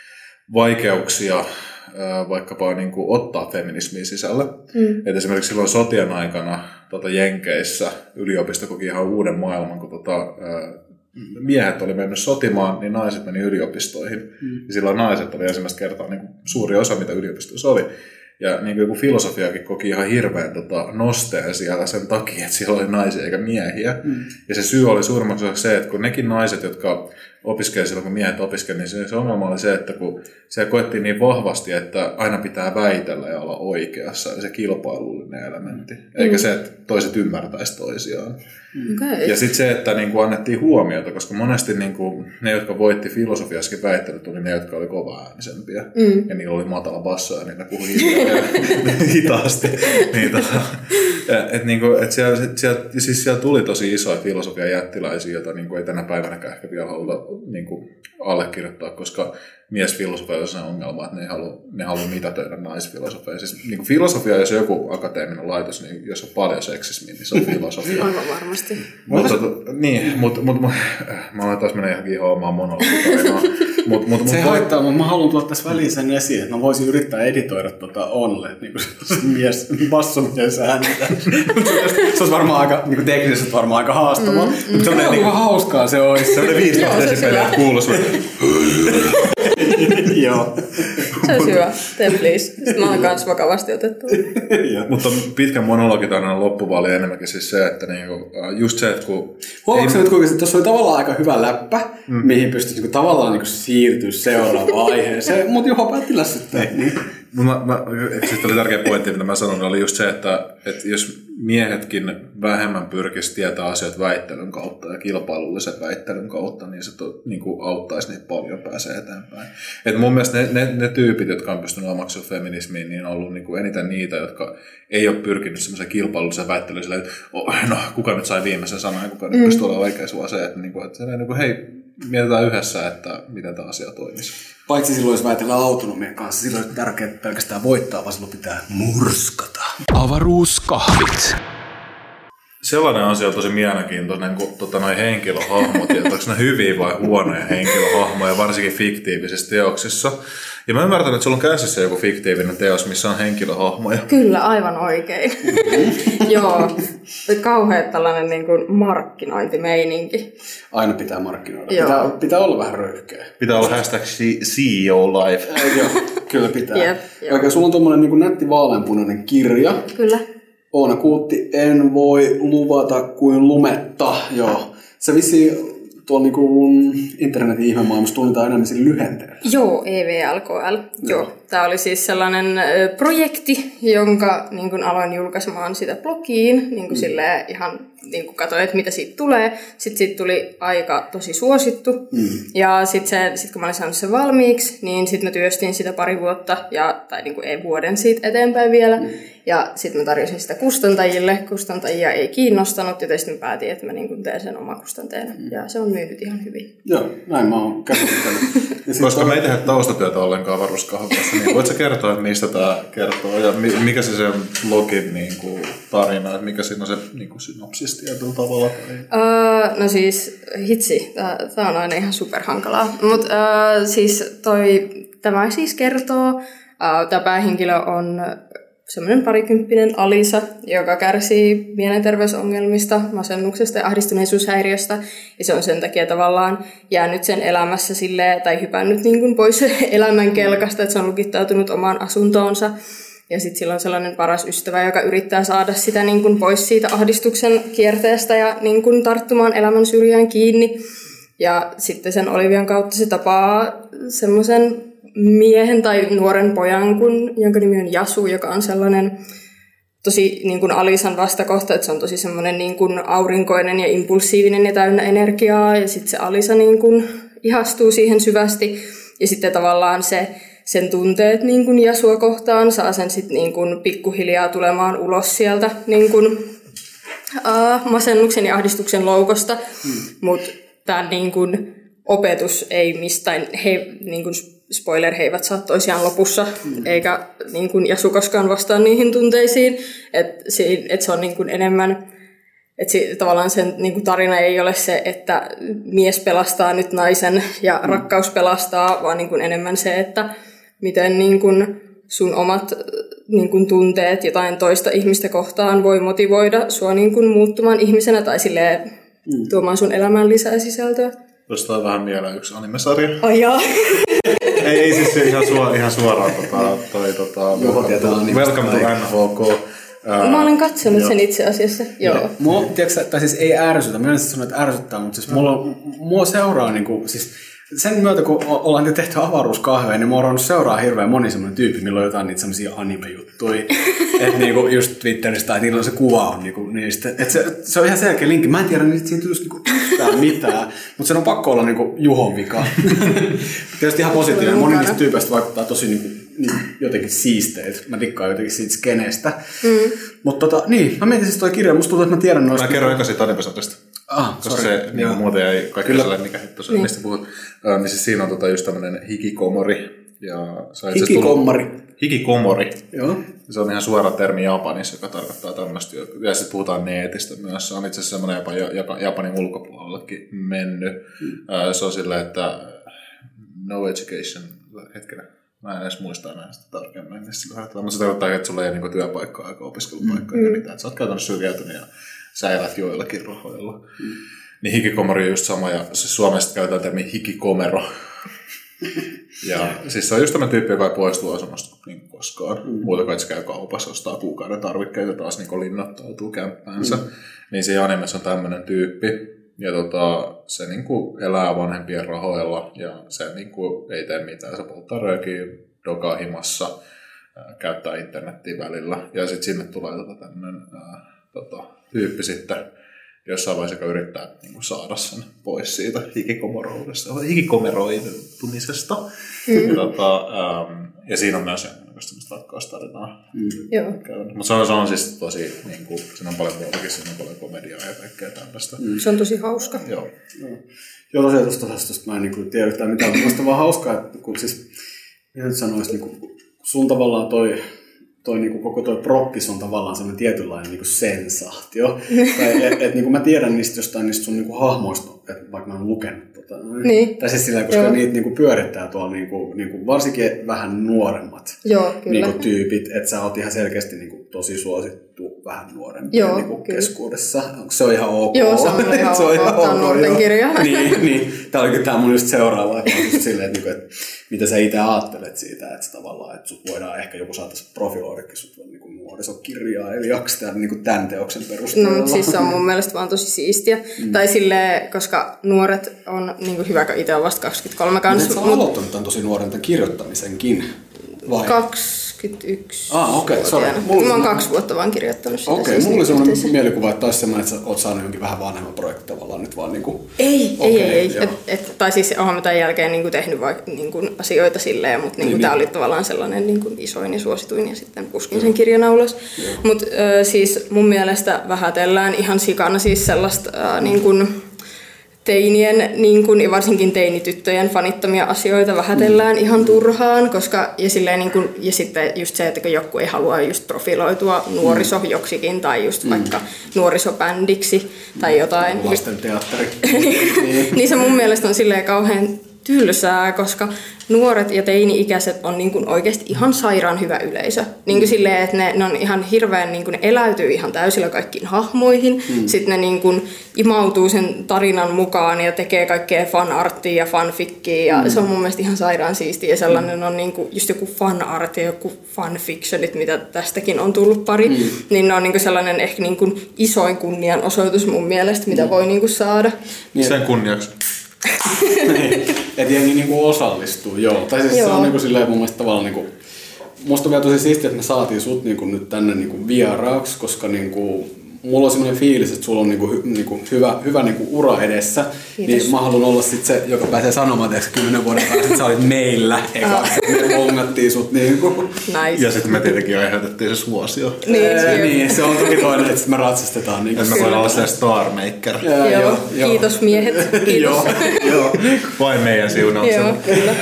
vaikeuksia vaikkapa niin kuin, ottaa feminismiä sisälle. Mm. Et esimerkiksi silloin sotien aikana tota, Jenkeissä yliopisto koki ihan uuden maailman, kun tota, miehet oli mennyt sotimaan, niin naiset meni yliopistoihin. Mm. Ja silloin naiset oli ensimmäistä kertaa niin kuin, suuri osa, mitä yliopistoissa oli. Ja niin kuin joku filosofiakin koki ihan hirveän tota, nosteen siellä sen takia, että siellä oli naisia eikä miehiä. Mm. Ja se syy oli suurimmaksi osaksi se, että kun nekin naiset, jotka opiskelivat silloin, kun miehet opiskelivat, niin se ongelma oli se, että kun siellä koettiin niin vahvasti, että aina pitää väitellä ja olla oikeassa, ja se kilpailullinen elementti. Eikä mm. se, että toiset ymmärtäisi toisiaan. Okay. Ja sitten se, että niin kuin annettiin huomiota, koska monesti niin kuin ne, jotka voitti filosofiassakin väittelyt, oli ne, jotka oli kova-äänisempiä. Mm. Ja niillä oli matala basso ja niillä puhui hitaasti. niin, tota, et, niin kuin, et siellä, siellä, siis siellä tuli tosi isoja filosofian jättiläisiä, joita niin kuin ei tänä päivänäkään ehkä vielä haluta niin kuin allekirjoittaa, koska miesfilosofia on se ongelma, että ne ei halua, ne halua mitätöidä naisfilosofia. Siis, niin kuin filosofia, jos on joku akateeminen laitos, niin jos on paljon seksismiä, niin se on filosofia. Aivan varmasti. Mutta, niin, mutta mut, mut, mä olen taas mennä johonkin ihan omaan monologitarinaan. Mut, mut, se mut, haittaa, mutta mä haluan tuoda tässä väliin sen esiin, että mä voisin yrittää editoida tuota Onle, niin kuin mies, bassomies ääntä. Se olisi varmaan aika, niin kuin teknisesti varmaan aika haastavaa. Mm, mutta mm, se on niin hauskaa se olisi. Se on viisitoista desibeliä, että kuulus. Joo. Se olisi hyvä. Tee please. Sitten mä oon kans vakavasti otettu. Mutta pitkän monologitarinan loppuva oli enemmänkin siis se, että niinku, just se, että kun... Huomaatko nyt, kuinka tuossa oli tavallaan aika hyvä läppä, mm. mihin pystyisi niinku tavallaan niinku siirtyä seuraavaan aiheeseen, mutta Juho päätti lässyttää. Niin. Mä, mä, sitten oli tärkeä pointti, mitä mä sanoin, oli just se, että, että jos miehetkin vähemmän pyrkisi tietää asioita väittelyn kautta ja kilpailullisen väittelyn kautta, niin se to, niin kuin auttaisi niitä paljon pääsee eteenpäin. Et mun mielestä ne, ne, ne tyypit, jotka on pystynyt omaksumaan feminismiin, niin on ollut niin kuin eniten niitä, jotka ei ole pyrkinyt semmoisen kilpailullisen väittelyyn, että oh, no, kuka nyt sai viimeisen sanan ja kuka nyt mm. pystyy olemaan oikeassa, vaan se, että, niin kuin, että, niin kuin, hei, mietitään yhdessä, että miten tämä asia toimisi. Paitsi silloin, jos väitellään autonomian kanssa, silloin on tärkeää pelkästään voittaa, vaan silloin pitää murskata. Avaruuskahvit. Sellainen asia on tosi mielenkiintoinen kuin tota, noi henkilöhahmot, ja onko ne hyviä vai huonoja henkilöhahmoja, varsinkin fiktiivisissä teoksissa. Ja mä ymmärtän, että sulla on käsissä joku fiktiivinen teos, missä on henkilöhahmoja. Kyllä, aivan oikein. Joo, kauhean tällainen niin kuin markkinointimeininki. Aina pitää markkinoida. Pitää, pitää olla vähän röyhkeä. Pitää olla hashtag C E O live. Joo, kyllä pitää. Jep, Oikein, sulla on tommonen niin kuin nätti vaaleanpunainen kirja. Kyllä. Oona Kuutti, en voi luvata kuin lumetta. Joo. Se vissiin tuolla niinku internetin ihmemaailmassa tunnetaan enemmän sillä lyhenteellä. Joo, E V L K L. Joo. Tämä oli siis sellainen ö, projekti, jonka niin kun aloin julkaisemaan sitä blogiin. Niin kun mm. silleen ihan niin kun katsoin, että mitä siitä tulee. Sitten siitä tuli aika tosi suosittu. Mm. Ja sitten sit kun mä olin saanut sen valmiiksi, niin sitten mä työstin sitä pari vuotta. Ja, tai niin kuin ei vuoden siitä eteenpäin vielä. Mm. Ja sitten mä tarjosin sitä kustantajille. Kustantajia ei kiinnostanut, joten sitten mä päätin, että mä niin kun teen sen omakustanteena. Mm. Ja se on myynyt ihan hyvin. Joo, näin mä oon käsittänyt. Koska on... me ei tehdä taustatyötä ollenkaan avaruuskahvassa, niin voitko kertoa, että mistä tämä kertoo ja mikä se se blogin niin kuin, tarina, että mikä siinä on se niin kuin synopsis tietyllä tavalla? Uh, no siis, hitsi, tämä on aina ihan superhankalaa. Mutta uh, siis toi, tämä siis kertoo, uh, tämä päähenkilö on semmoinen parikymppinen Alisa, joka kärsii mielenterveysongelmista, masennuksesta ja ahdistuneisuushäiriöstä. Ja se on sen takia tavallaan jäänyt sen elämässä silleen, tai hypännyt niin kuin pois elämän kelkasta, että se on lukittautunut omaan asuntoonsa. Ja sitten sillä on sellainen paras ystävä, joka yrittää saada sitä niin kuin pois siitä ahdistuksen kierteestä ja niin kuin tarttumaan elämän syrjään kiinni. Ja sitten sen Olivian kautta se tapaa semmoisen miehen tai nuoren pojan, kun, jonka nimi on Jasu, joka on sellainen tosi niin kuin Alisan vastakohta, että se on tosi semmoinen niin kuin aurinkoinen ja impulsiivinen ja täynnä energiaa. Ja sitten se Alisa niin kuin ihastuu siihen syvästi. Ja sitten tavallaan se, sen tunteet niin kuin Jasua kohtaan saa sen sitten niin kuin pikkuhiljaa tulemaan ulos sieltä niin kuin, uh, masennuksen ja ahdistuksen loukosta. Mm. Mutta tämä niin kuin opetus ei mistään, he, niin kuin spoiler, he eivät saa toisiaan lopussa, mm. eikä niin kuin Jasu koskaan vastaa niihin tunteisiin. Että et se on niin kuin enemmän, että tavallaan sen niin kuin tarina ei ole se, että mies pelastaa nyt naisen ja mm. rakkaus pelastaa, vaan niin kuin enemmän se, että miten niin kuin sun omat niin kuin tunteet jotain toista ihmistä kohtaan voi motivoida sua niin kuin muuttumaan ihmisenä tai silleen mm. tuomaan sun elämään lisää sisältöä. Tuosta on vähän mieleen yksi animesarja. Ai jaa. ei, ei siis ihan, suora, ihan suoraan tota, toi, tota, Welcome to, welcome to N H K. Uh, Mä olen katsonut joo. sen itse asiassa, joo. joo. Mua, tiedätkö, tai siis ei ärsytä, mä en siis sano, että ärsyttää, mutta siis mulla, mua seuraa niinku, siis sen myötä, kun ollaan tehty avaruuskahveja, niin mua on seuraa hirveän moni semmoinen tyyppi, millä on jotain niitä semmoisia anime-juttuja. Että niinku just Twitteristä, että niillä on se kuva on niinku niistä. Että se, se on ihan selkeä linkki. Mä en tiedä, että siitä tulisi niinku yhtään mitään, mutta sen on pakko olla niinku Juhon vika. Tietysti ihan positiivinen. Moni niistä tyypeistä vaikuttaa tosi niinku, niinku jotenkin siisteiltä. Mä dikkaan jotenkin siitä skeneestä. Mm. Mutta tota, niin, mä mietin siis toi kirja. Musta tuntuu, että mä tiedän noista. Mä kerron eka siitä anime-sarjasta. Ah, koska sorry. Se niin muuten ei kaikkea sellainen, mikä hitto niin. Mistä puhut. Uh, niin siis siinä on tota just tämmönen hikikomori. Ja hikikomori. Tullut... Hikikomori. Joo. Se on ihan suora termi Japanissa, joka tarkoittaa tämmöistä. Ja sitten puhutaan neetistä myös. Se on itse asiassa semmoinen jopa Japanin ulkopuolellekin mennyt. Hmm. Uh, se on silleen, että no education, hetkenä. Mä en edes muista enää sitä tarkemmin. Mutta se tarkoittaa, että sulla ei ole niinku työpaikkaa eikä opiskelupaikkaa mm. eikä mitään. Sä oot käytännössä syrjäytynyt ja sä elät joillakin rahoilla. Mm. Niin hikikomori on just sama, ja siis Suomesta käytetään termi hikikomero. ja siis se on just tämmöinen tyyppi, joka ei poistu asunnosta niin koskaan. Mm. Muuta kuin, että se käy kaupassa, ostaa kuukauden tarvikkeita ja taas niin linnoittautuu kämppäänsä. Mm. Niin se animessa on tämmöinen tyyppi. Ja tota, se niin kuin elää vanhempien rahoilla ja se niin kuin ei tee mitään. Se polttaa röökiä, dokaa himassa, ää, käyttää internettiä välillä. Ja sitten sinne tulee tota tämmöinen ää, tota, tyyppi sitten jossain vaiheessa yrittää niin kuin saada sen pois siitä hikikomeroidesta, hikikomeroitumisesta. Mm. Ja, tota, ähm, ja siinä on myös tämmöistä semmoista rakkaustarinaa. Mm. Joo. Mutta se on, se on siis tosi, niin kuin, siinä on paljon muutakin, siinä on paljon komediaa ja kaikkea tämmöistä. Mm. Se on tosi hauska. Joo. Joo, Joo tosiaan tuosta osastosta mä en niin tiedä yhtään mitään. Mielestäni vaan hauskaa, että kun siis, mitä nyt sanoisi, niin kuin, sun tavallaan toi, toi niin kuin koko toi prokkis on tavallaan sellainen tietynlainen niin kuin sensaatio. tai et, et, niin kuin mä tiedän niistä jostain niistä sun niin kuin hahmoista, että vaikka mä oon lukenut tota, niin. tai siis sillä, koska Joo. niitä niin kuin pyörittää tuolla niin kuin, niin kuin varsinkin vähän nuoremmat Joo, niin kuin tyypit, että sä oot ihan selkeästi niin kuin tosi suosittu vähän nuorempien niin kuin keskuudessa. Onko se on ihan ok? Joo, se on ihan ok. Tämä on nuorten kirja. niin, niin. Tämä oli tämä mun just seuraava, että, just silleen, että, että mitä sä itse ajattelet siitä, että tavallaan, että sut voidaan ehkä joku saataisiin profiloidakin sut niin kuin nuorisokirjailijaksi tämän, niin kuin tämän teoksen perusteella. No, siis se on mun mielestä vaan tosi siistiä. Mm. Tai silleen, koska nuoret on niin kuin hyvä, kun itse on vasta kaksikymmentäkolme kanssa. Miten sä oot aloittanut tämän tosi nuoren tämän kirjoittamisenkin? Vai? kaksikymmentäyksi. Ah, okei, okay, sorry. Mulla... Mä oon kaksi vuotta vaan kirjoittanut sitä. Okei, okay, siis mulla oli sellainen yhteensä mielikuva, että olisi semmoinen, että sä oot saanut jonkin vähän vanhemman projekti tavallaan nyt vaan niinku... Ei, okay, ei, ei, ei. Et, et, tai siis oonhan mä tämän jälkeen niinku tehnyt vaikka niinku asioita silleen, mutta niinku niin, tää niin. oli tavallaan sellainen niinku isoin ja suosituin ja sitten puskin sen kirjana ulos. Mutta siis mun mielestä vähätellään ihan sikana siis sellaista äh, niinku... teinien, niin kun, ja varsinkin teinityttöjen fanittamia asioita vähätellään mm. ihan turhaan, koska, ja, silleen, niin kun, ja sitten just se, että kun joku ei halua just profiloitua nuorisojoksikin tai just mm. vaikka nuorisobändiksi tai jotain. Lasten teatteri. Niin se mun mielestä on silleen kauhean tylsää, koska nuoret ja teini-ikäiset on niin kuin oikeasti ihan sairaan hyvä yleisö. Niin kuin silleen, että ne, ne on ihan hirveän, niin kuin ne eläytyy ihan täysillä kaikkiin hahmoihin. Mm. Sitten ne niin kuin imautuu sen tarinan mukaan ja tekee kaikkea fanarttia ja fanfickia. Ja mm. se on mun mielestä ihan sairaan siistiä. Ja sellainen on niin kuin just joku fanart ja joku fanfictionit, mitä tästäkin on tullut pari. Mm. Niin ne on niin kuin sellainen ehkä niin kuin isoin kunnianosoitus mun mielestä, mitä mm. voi niin kuin saada. Sen kunniaksi. Että jengi niinku osallistuu, joo. Tai siis joo. se on niinku silleen mun mielestä tavallaan niinku... Musta on vielä tosi siistiä, että me saatiin sut niinku nyt tänne niinku vieraaksi, koska niinku... Mulla on semmoinen fiilis, että sulla on niinku, hy, niinku hyvä, hyvä niinku ura edessä. Kiitos. Niin mä haluan olla sit se, joka pääsee sanomaan, että kymmenen vuoden päästä, että sä olit meillä eka. Me bongattiin sut niinku. Nice. Ja sitten me tietenkin aiheutettiin se suosio. Niin, Ee, niin, se on toki toinen, että me ratsastetaan. Niin että me voidaan olla se star maker. Joo, joo, joo. Kiitos miehet. Kiitos. joo, joo. Vain meidän siunauksella. Joo, kyllä.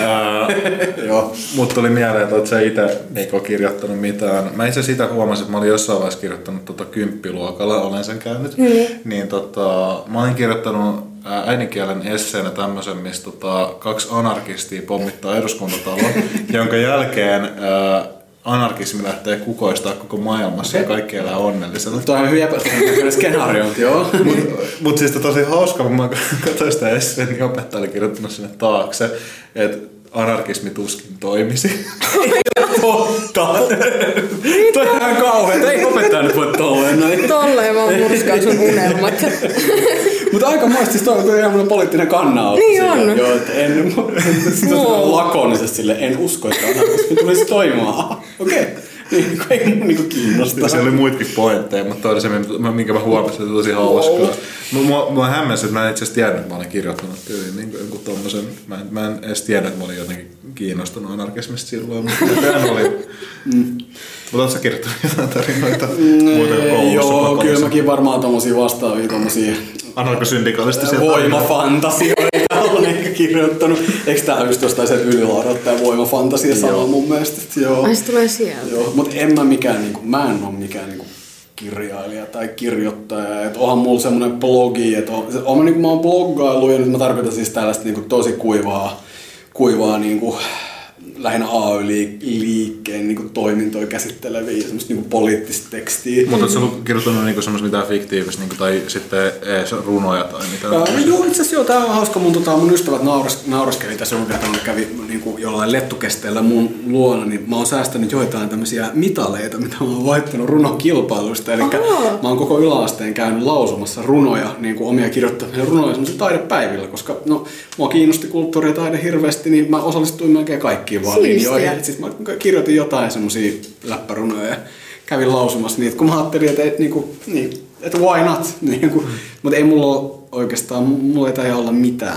Joo. Mut tuli mieleen, että oot sä ite Niko kirjoittanut mitään. Mä itse sitä huomasin, että mä olin jossain vaiheessa kirjoittanut tota kymppiluokalla. Olen sen käynyt, mm. niin tota, mä olin kirjoittanut äidinkielen esseenä tämmöisen, missä tota, kaksi anarkistia pommittaa eduskuntatalon, jonka jälkeen ää, anarkismi lähtee kukoistaa koko maailmassa okay. ja kaikki elää onnellisena. Tuo on hyvä epäskenaario, skenaariot, joo. Mutta mut siis tosi hauska, kun mä katsoin sitä esseen, niin opettaja oli kirjoittanut sinne taakse, että anarkismi tuskin toimisi. Totta. Toi on ihan kauheeta. Ei opettaja nyt voi tolleen noin. Tolleen vaan murskaa sun unelmat. Mutta aika maista, siis toi on ihan poliittinen kannanotto. Niin on. Joo, että en, no. lakonisesti sille, en usko, että anarkismi tulisi toimimaan. Okei. Okay. Niin, ei mun niinku kiinnostaa. Se oli muitakin pointteja, mutta toi oli se, minkä mä huomasin, että tosi hauskaa. Wow. Mua, mua hämmäsi, että mä en itse asiassa tiennyt, että mä olin kirjoittanut tyyliin niin jonkun tommosen. Mä en, mä en edes tiedä, että mä olin jotenkin kiinnostunut anarkismista silloin, mutta mä olin. Mm. Mutta ootko sä kirjoittanut jotain tarinoita muuta kuin koulussa? Joo, pakollisena? kyllä mäkin varmaan tommosia vastaavia tommosia anarkosyndikaalistisia voimafantasioita olen ehkä kirjoittanut. Eikö tää just jostain sen ylilaudat tää voimafantasia sama mun mielestä? Joo. Ai se tulee sieltä. Joo, mut en mä mikään niinku, mä en oo mikään niinku kirjailija tai kirjoittaja. Et onhan mulla semmonen blogi, että on, on, niinku, mä oon bloggaillut ja nyt mä tarkoitan siis tällaista niinku tosi kuivaa, kuivaa niinku lähinnä A Y-liikkeen niinku toimintoja käsitteleviä semmoista niinku poliittista tekstiä. Mutta ootko sä kirjoittanut niinku semmoista mitään fiktiivistä niinku, tai sitten ees runoja tai mitään? Ja, joo, itse asiassa joo, tää on hauska. Mun, tota, mun ystävät nauras, nauraskeli tässä jonkin kertaa, kävi niinku, jollain lettukesteellä mun luona, niin mä oon säästänyt joitain tämmösiä mitaleita, mitä mä oon voittanut runokilpailuista. Eli mä oon koko yläasteen käynyt lausumassa runoja, niinku omia kirjoittamia runoja semmoisilla taidepäivillä, koska no, mua kiinnosti kulttuuri ja taide hirveästi, niin mä osallistuin melkein kaikkiin vaan linjoihin. Sitten mä kirjoitin jotain semmosia läppärunoja ja kävin lausumassa niitä, kun mä ajattelin, että et, niinku, niin, et why not? Niinku, mm. Mutta ei mulla ole oikeastaan, mulla ei taida olla mitään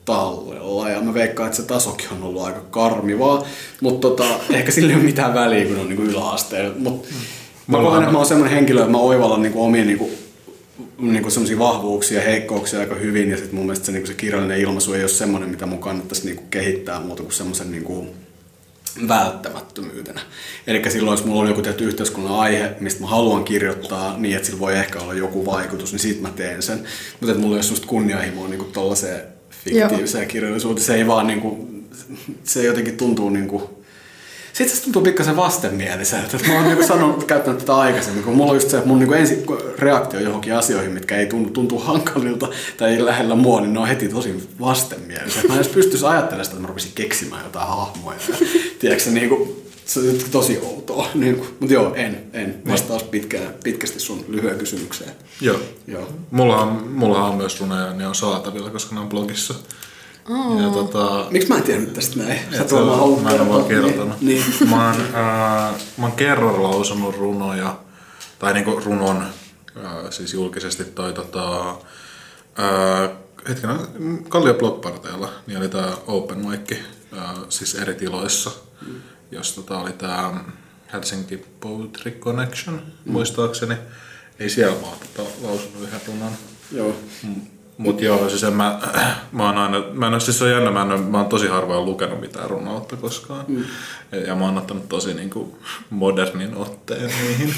tallella ja mä veikkaan, että se tasokin on ollut aika karmivaa, mutta tota, ehkä sillä ei ole mitään väliä, kun on niinku yläasteella. Mut mm. mä koen, että mä oon semmoinen henkilö, että mä oivallan niinku omia niinku, niinku semmosia vahvuuksia ja heikkouksia aika hyvin ja sit mun mielestä se, niinku se kirjallinen ilmaisu ei ole semmoinen, mitä mun kannattaisi niinku kehittää muuta kuin semmoisen niinku välttämättömyytenä. Eli silloin, jos mulla on joku tietty yhteiskunnan aihe, mistä mä haluan kirjoittaa niin, että sillä voi ehkä olla joku vaikutus, niin siitä mä teen sen. Mutta että mulla ei ole semmoista kunnianhimoa niin tollaiseen fiktiiviseen kirjallisuuteen. Se ei vaan niin kuin, se jotenkin tuntuu niin kuin, sitten se tuntuu pikkasen vastenmieliseltä. Mä oon niin sanonut, käyttänyt tätä aikaisemmin, kun mulla on just se, että mun niin ensi reaktio johonkin asioihin, mitkä ei tunnu, tuntuu hankalilta tai ei lähellä mua, niin ne on heti tosi vastenmielisiä. Mä en edes pystyisi ajattelemaan sitä, että mä rupesin keksimään jotain hahmoja. Tiedätkö, niin kuin, se on tosi outoa. Niin mutta joo, en, en vastaus pitkään, pitkästi sun lyhyen kysymykseen. Joo. joo. Mullahan, mullahan on myös runoja, ne on saatavilla, koska ne on blogissa. Oh. Ja tota, miksi mä en tiennyt tästä näin? Sä tuolla mä en ole vaan kertonut. Niin. Mä, oon, äh, mä oon kerran lausunut runoja, tai niinku runon, äh, siis julkisesti toi tota, äh, hetkenä Kallio Blogparteilla, niin oli tää open mic, äh, siis eri tiloissa, mm. jos tota oli tää Helsinki Poetry Connection, mm. muistaakseni. Ei siellä mä oon tota, lausunut yhden runon. Joo. Mm. Mut joo, siis en mä, mä oon aina, mä en, siis se on jännä, mä, en, mä oon tosi harvoin lukenut mitään runoutta koskaan. Mm. Ja mä oon ottanut tosi niinku modernin otteen niihin.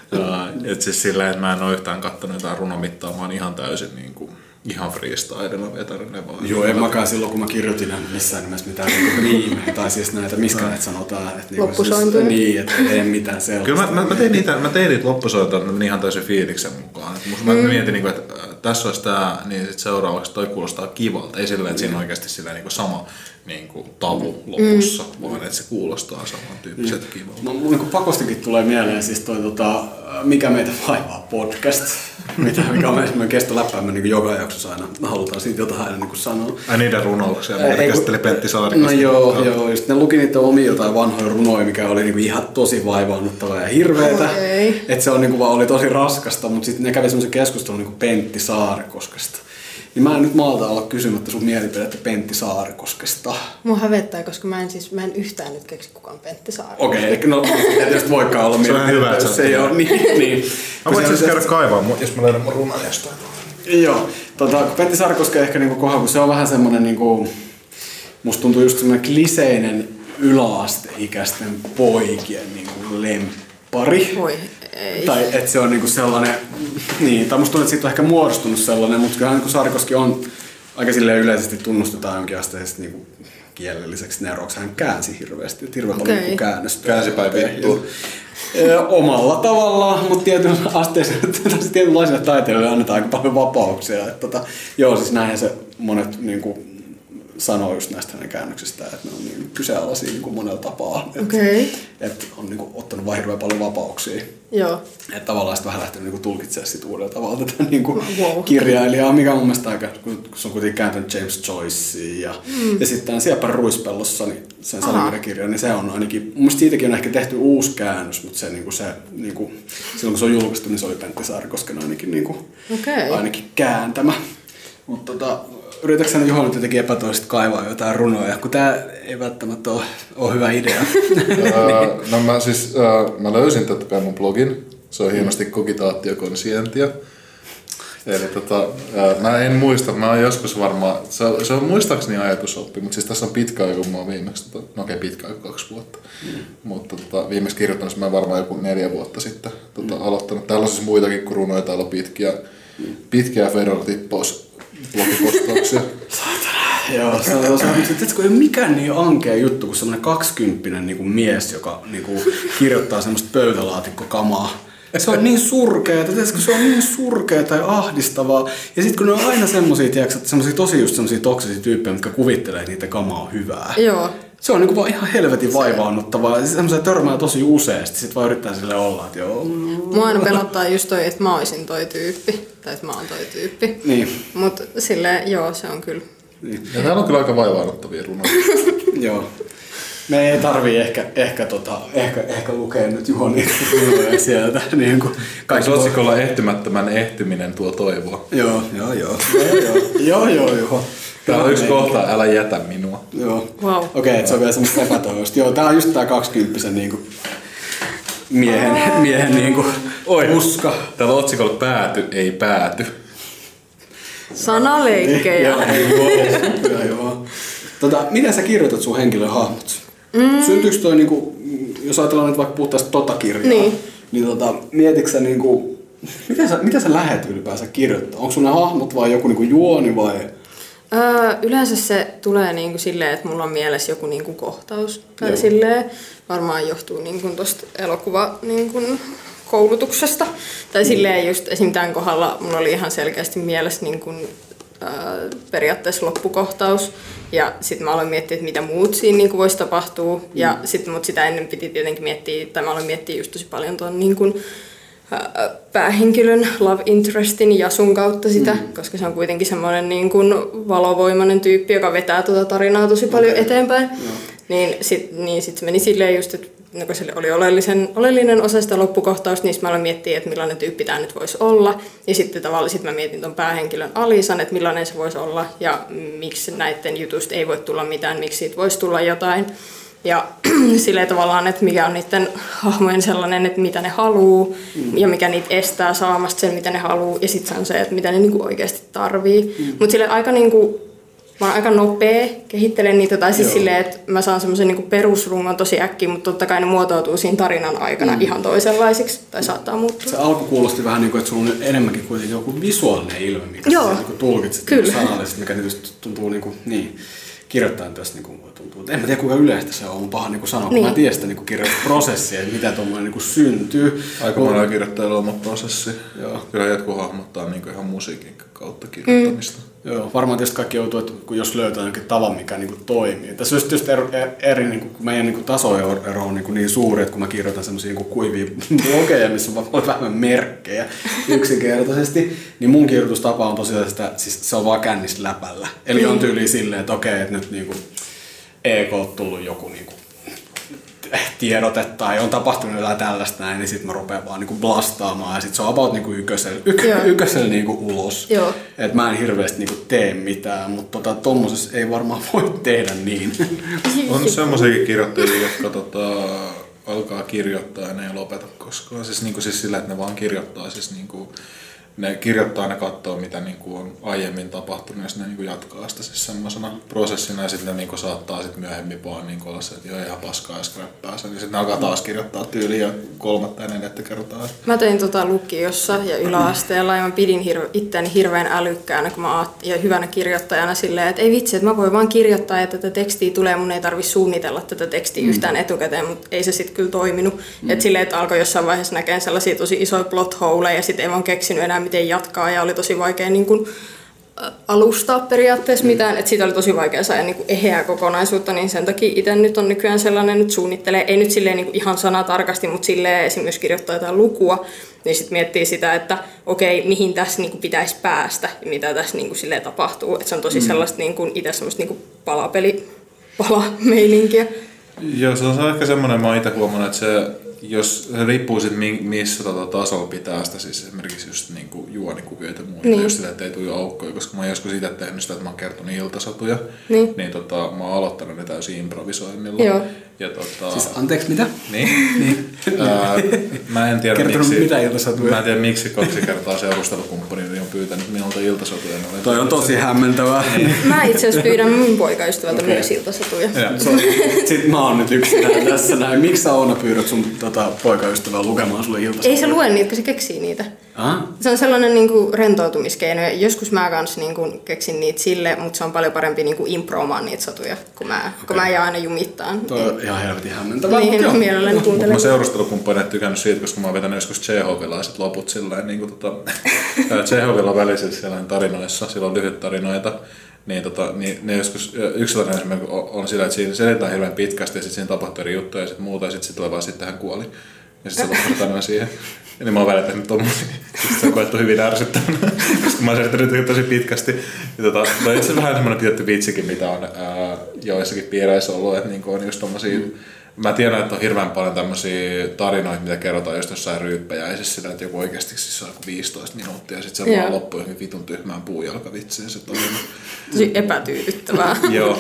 Et siis silleen, että mä en oo yhtään kattonut jotain runomittaa, mä oon ihan täysin niinku, ihan freestylella vetänyt ne vaan. Joo, en mäkään silloin, kun mä kirjoitin missään nimessä mitään niinku riimejä, tai siis näitä, miskä näitä sanotaan. Että loppusointuja. Siis, niin, että ei mitään sellaista. Kyllä mä, mä, mä tein niitä, mä tein niitä loppusointuja ihan täysin fiiliksen mukaan. Et mä mm. mietin, niinku, että tässä olisi tää, niin sit seuraavaksi toi kuulostaa kivalta. Ei silleen, että siinä on oikeasti silleen, niinku sama niinku, tavu lopussa, mm. vaan että se kuulostaa samantyyppiseltä mm. kivalta. No, mun niinku pakostikin tulee mieleen siis toi, tota, Mikä meitä vaivaa podcast, mitä, mikä on meidän kestoläppäämme niin joka jaksossa aina. Me halutaan siitä jotain aina niin sanoa. Ai niiden runouksia, mitä käsitteli Pentti Saarikosta. No joo, joo, just ne luki niitä omia jotain vanhoja runoja, mikä oli niin ihan tosi vaivaannuttavaa ja hirveetä. Okay. Että se on, niin vaan oli tosi raskasta, mutta sitten ne kävi semmoisen keskustelun niin Pentti Saarikoskesta. Niin mä en nyt malta olla kysymättä sun mielipidettä Pentti Saarikoskesta. Mua hävettää, koska mä en, siis, mä en yhtään nyt keksi kukaan Pentti Saarikoskesta. Okei, okay, no ei tietysti voikaan olla mielipidettä. Se on hyvä, että se ei ole. Niin, niin. Mä voin siis käydä kaivaa, jos mä löydän mun runan jostain. Joo, tota, Pentti Saarikoski ehkä niinku kohdalla, kun se on vähän semmonen, niinku, musta tuntuu just semmonen kliseinen yläasteikäisten poikien niinku lemppari. Voi ei. Tai että se on niinku sellainen, niin, tai musta tuntuu, että siitä on ehkä muodostunut sellainen, mutta kyllähän niinku Saarikoski on aika silleen yleisesti tunnustetaan jonkinasteisesti niinku kielelliseksi neroksi. Hän käänsi hirveästi, että hirveän okay. paljon käännöstä. Käänsipäin vittu. Omalla tavallaan, mutta tietynlaisille taiteilijoille annetaan aika paljon vapauksia. Että tota, joo, siis näinhän se monet niinku sanoo just näistä hänen käännöksistään, että ne on niin kyseenalaisia niin monella tapaa. Okay. Että et on niin kuin, ottanut vaan hirveän paljon vapauksia. Joo. Että tavallaan sitten vähän lähtenyt niin tulkitsemaan sit uudella tavalla tätä niin kuin wow. kirjailijaa, mikä on mun mielestä aika, kun se on kuitenkin kääntänyt James Joycea. Ja, mm. ja sitten Sieppän Ruispellossa, niin sen salikirjakirja, niin se on ainakin, mun mielestä siitäkin on ehkä tehty uusi käännös, mutta se, niin kuin se niin kuin, silloin kun se on julkaistu, niin se oli Pentti Saarikosken ainakin, niin kuin, okay. ainakin kääntämä. Mutta tota, yritätkö sä Juho nyt jotenkin epätoisesti kaivaa jotain runoja, kun tää ei välttämättä ole, ole hyvä idea. uh, no mä siis, uh, mä löysin totta kai mun blogin. Se on hienosti Cogitaatio Conscientia. Eli tota, uh, mä en muista, mä oon joskus varmaan, se, se on muistaakseni ajatusoppi, mutta siis tässä on pitkä aika, kun mä oon viimeksi, tota, no okei okay, pitkä aika, kaksi vuotta. Mm. Mutta tota, viimeksi kirjoittanut mä varmaan joku neljä vuotta sitten tota, mm. aloittanut. Täällä on siis muitakin kuin runoja, täällä on pitkiä, mm. pitkiä Fedor-tippaus. Blogipostauksia. Saatana. Joo, se on tiedätkö, ei ole mikään niin ankea juttu kuin semmoinen kaksikymppinen niin kuin mies, joka niin kuin, kirjoittaa semmoista pöytälaatikkokamaa. Se on niin surkea, tiedätkö, se on niin surkea tai ahdistavaa. Ja sitten kun ne on aina semmosia, tiedätkö, semmosia tosi just semmosia toksisia tyyppejä, jotka kuvittelee, että niitä kamaa on hyvää. Joo. Se on niinku vaan ihan helvetin vaivaannuttavaa. Ja semmoisia törmää tosi useasti, sit vaan yrittää sille olla, että joo. Mua aina pelottaa just toi, että mä oisin toi tyyppi. Tai että mä oon toi tyyppi. Niin. Mut silleen, joo, se on kyllä. Niin. Ja täällä on kyllä aika vaivaannuttavia runoja. Joo. Me ei tarvii ehkä, ehkä, tota, ehkä, ehkä lukea nyt Juho niitä runoja sieltä. Niin kuin kaikki otsikolla ehtymättömän ehtyminen tuo toivoa. Joo, joo, joo. joo, joo, joo, joo Juho. Tää on yksi kohta, älä jätä minua. Joo. Wow. Okei, okay, se on vielä semmoista epätoivoista. Joo, tää on just tää kaksikymppisen niinku miehen, miehen niinku Oi. uska. Täällä otsikolla pääty, ei pääty. Sanaleikkejä. Joo, joo, joo. Tota, miten sä kirjoitat sun henkilön hahmot? Mm. Syntyykö toi, niinku, jos ajatellaan nyt vaikka puhtaasti tota kirjaa, Niin. niin tota, mietitkö sä, niinku, miten sä, miten sä lähet ylipäänsä kirjoittaa? Onko sun ne hahmot vai joku niinku juoni vai? Öö, yleensä se tulee niinku silleen, että mulla on mielessä joku niinku kohtaus. Tai Joo. silleen, varmaan johtuu niinku tosta elokuva niinku koulutuksesta. Tai silleen just esim. Tämän kohdalla mulla oli ihan selkeästi mielessä niinku, öö, periaatteessa loppukohtaus. Ja sitten mä aloin miettiä, että mitä muut siinä niinku voisi tapahtua. Mm. Ja sit, mut sitä ennen piti tietenkin miettiä, tai mä aloin miettiä just tosi paljon ton niinku, päähenkilön love interestin Jasun kautta sitä, mm. koska se on kuitenkin semmoinen niin kuin valovoimainen tyyppi, joka vetää tuota tarinaa tosi paljon okay. eteenpäin. No. Niin sitten niin sit se meni silleen just, että no, se oli oleellisen, oleellinen osa sitä loppukohtausta, niin mä aloin miettiä, että millainen tyyppi tämä nyt voisi olla. Ja sitten tavallaan sit mä mietin ton päähenkilön Alisan, että millainen se voisi olla ja miksi näiden jutusta ei voi tulla mitään, miksi siitä voisi tulla jotain. Ja silleen tavallaan, että mikä on niiden hahmojen sellainen, että mitä ne haluu mm. ja mikä niitä estää saamasta sen, mitä ne haluu. Ja sitten se on se, että mitä ne niinku oikeasti tarvii. Mm. Mutta silleen aika, niinku, mä oon aika nopea kehittelen niitä. Tai siis silleen, että mä saan semmoisen niinku perusrungon tosi äkkiä, mutta totta kai ne muotoutuu siinä tarinan aikana mm. ihan toisenlaisiksi. Tai saattaa muuttua. Se alku kuulosti vähän niin kuin, että sulla on enemmänkin kuitenkin joku visuaalinen ilme, mikä sä niinku tulkitset niinku sanallisesti, mikä nyt tuntuu niinku, niin. Kirjoittajan tästä niin tuntuu, että en mä tiedä kuinka yleistä se on, on paha niin sanoa, niin. Kun mä tiedän sitä niin kirjoitusprosessia, että mitä tuommoinen niin syntyy. Aika monella kirjoittajalla on oma prosessi. Joo. Kyllä jotkut hahmottaa niin ihan musiikin kautta kirjoittamista. Mm. Joo, varmaan tietysti kaikki joutuu, että kun jos löytää jonkin tavan, mikä niin toimii. Tässä on tietysti eri, eri niin kuin, kun meidän niin tasoero on niin, niin suuri, että kun mä kirjoitan semmoisia niin kuivia blogeja, missä on vähän merkkejä yksinkertaisesti, niin mun kirjoitustapa on tosiaan sitä, siis se on vaan kännis läpällä. Eli mm. on tyyliin silleen, että okei, että nyt niin kuin E K on tullut joku niin kuin tiedote tai on tapahtunut jotain tällaista näin, niin sitten mä rupean vaan niinku blastaamaan ja sitten se on about niinku ykkösellä, yk, ykkösellä niinku ulos. Että mä en hirveästi niinku tee mitään, mutta tota, tommosessa ei varmaan voi tehdä niin. On semmoisiakin kirjoittajia, jotka tota, alkaa kirjoittaa ja ne ei lopeta koskaan. Siis, niinku, siis sillä, että ne vaan kirjoittaa. Siis, niinku, ne kirjoittaa ja ne katsoo, mitä niinku on aiemmin tapahtunut ja sitten ne niinku jatkaa sitä siis semmoisena prosessina ja sitten ne niinku saattaa sit myöhemmin vaan niinku olla se, että joo ihan paskaa ja skräppää sen. Ja sitten ne alkaa taas kirjoittaa tyyliin ja kolmatta ja neljättä kertaa. Mä tein tota lukiossa ja yläasteella ja mä pidin hirve, itseäni hirveän älykkäänä kun mä aat, ja hyvänä kirjoittajana silleen, että ei vitsi, että mä voin vaan kirjoittaa ja tätä tekstiä tulee, mun ei tarvitse suunnitella tätä tekstiä mm. yhtään etukäteen, mutta ei se sitten kyllä toiminut. Mm. Että silleen, että alkoi jossain vaiheessa näkemään sellaisia tosi isoja plot holeja ja sitten ei vaan keksinyt enää miten jatkaa ja oli tosi vaikea niin kuin, alustaa periaatteessa mitään, että siitä oli tosi vaikea saada niin kuin eheää kokonaisuutta, niin sen takia itse nyt on nykyään sellainen, että suunnittelee, ei nyt silleen niin kuin ihan sanatarkasti, mutta silleen esimerkiksi kirjoittaa jotain lukua, niin sitten miettii sitä, että okei, mihin tässä niin kuin pitäisi päästä ja mitä tässä niin kuin silleen tapahtuu, että se on tosi mm. sellaista niin kuin itse semmoista niin kuin palapeli, palameininkiä. Joo, se on ehkä semmoinen, mä oon itse huomannut, että se jos se riippuu sitten missä tota, tasolla pitää sitä, siis esimerkiksi just niinku juonikuvioita ja muita, niin. Just sitä, että ei tule aukkoja, koska mä oon joskus itse tehnyt sitä, että mä oon kertonut iltasatuja, niin, niin tota, mä oon aloittanut ne täysin improvisoinnilla. Joo. Ja, tota... Siis anteeksi, mitä? Niin. niin. Ää, mä en tiedä kertonut miksi, mitä iltasatuja? Mä en tiedä miksi kaksi kertaa seurustelukumppani on pyytänyt minulta iltasatuja. Toi on tosi hämmentävää. Niin. Mä itse asiassa pyydän mun poikaystävältä okay. myös iltasatuja. Sitten mä oon nyt yksinään tässä näin. Miksi sä Oona pyydät sun tota, poikaystävää lukemaan sulle iltasatuja? Ei se lue niitä, kun se keksii niitä. Aha. Se on sellainen niin kuin rentoutumiskeino. Joskus mä kanssa niin kuin keksin niitä sille, mutta se on paljon parempi niin kuin improomaan niitä satuja, kun mä, okay. kun mä jään aina jumittaan. Toi on ihan helvetin hämmentävää. Niin, on mielelläni kuuntelen. Mä seurustelukumppaneet tykännyt siitä, koska mä oon vetänyt joskus Tšehovilaiset loput silleen, niin kuin tota, Tšehovilla välisessä siellä tarinoissa, siellä on lyhyt tarinoita. Niin, tota, niin ne joskus, yksi tarina esimerkiksi on sillä, että siinä selitään hirveän pitkästi ja sitten siinä tapahtui eri juttuja ja sitten muuta ja sitten sit tulee vaan sitten hän kuoli. Ja sitten se loppui tarina siihen. Ja niin mä oon välillä tehnyt tommosia. Sitten se on koettu hyvin ärsyttävänä, koska mä oon selittänyt tosi pitkästi. Ja tota, no itse vähän semmoinen tietty vitsikin, mitä on ää, joissakin piireissä ollut, että niinku on just tommosia mä tiedän, että on hirveän paljon tämmöisiä tarinoita, mitä kerrotaan just jossain ryyppäjäisissä sillä, että joku oikeasti siis saa viisitoista minuuttia ja sitten se yeah. vaan loppuu johonkin vitun tyhmään puujalkavitsiin se tarina. Tosi epätyydyttävää. Joo.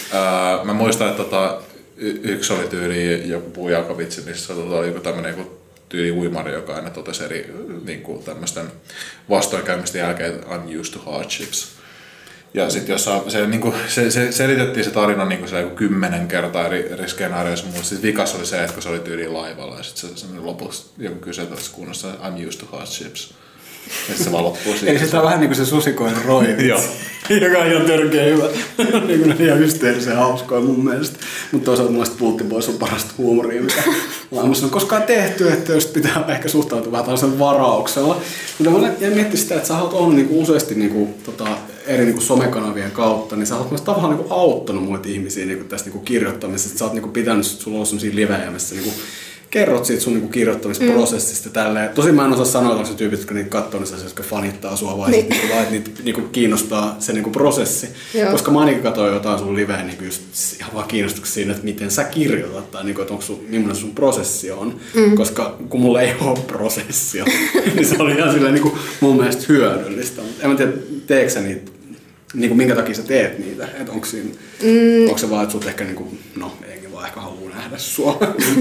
Mä muistan, että tota, y- yksi oli tyyli joku puujalkavitsi, missä tota, joku tämmönen joku tyyli uimari, joka aina totesi eri niin kuin tämmöisten vastoinkäymisten jälkeen, I'm used to hardships. Ja sitten jos se, niin kuin, se, se selitettiin se tarina niin kuin se joku kymmenen kertaa eri, eri skenaarioissa, mutta sitten vikas oli se, että kun se oli tyyliin laivalla ja sitten se lopuksi joku kysyi tuossa kunnossa, I'm used to hardships. Ja se vaan loppuu siihen. Eli se on vähän niin kuin se susikoinen roivi. Joo. Joka on ihan törkeä hyvä. Niin kuin ne ihan hysteerisen hauskoja mun mielestä. Mutta toisaalta mun mielestä Pultti Boys on parasta huumoria, mitä maailmassa on koskaan tehty, että jos pitää ehkä suhtautua vähän tällaisen varauksella. Mutta mä jäin miettimään sitä, että sä oot ollut niinku useasti niinku, tota, eri niinku somekanavien kautta, niin sä oot myös tavallaan niinku auttanut muita ihmisiä niinku tästä niinku kirjoittamisesta. Sä oot niinku pitänyt, sulla on ollut sellaisia livejä, missä niinku kerrot siitä sun niinku kirjoittamisprosessista mm. tälleen. Tosin mä en osaa sanoa, että se tyypit, jotka niitä katsoo, niin se jotka fanittaa sua vai niin. Niinku, vai niitä niinku kiinnostaa se niinku prosessi. Joo. Koska mä ainakin katsoin jotain sun liveä niin just ihan vaan kiinnostuksi siinä, että miten sä kirjoitat tai niinku, että onko sun, millainen sun prosessi on. Mm. Koska kun mulla ei ole prosessia, niin se oli ihan silleen niinku mun mielestä hyödyllistä. En mä tiedä, teekö sä niitä, niinku, minkä takia sä teet niitä? Et onko, siinä, mm. onko se vaan, että sut ehkä niinku, no eikin vaan ehkä haluu nähdä sua.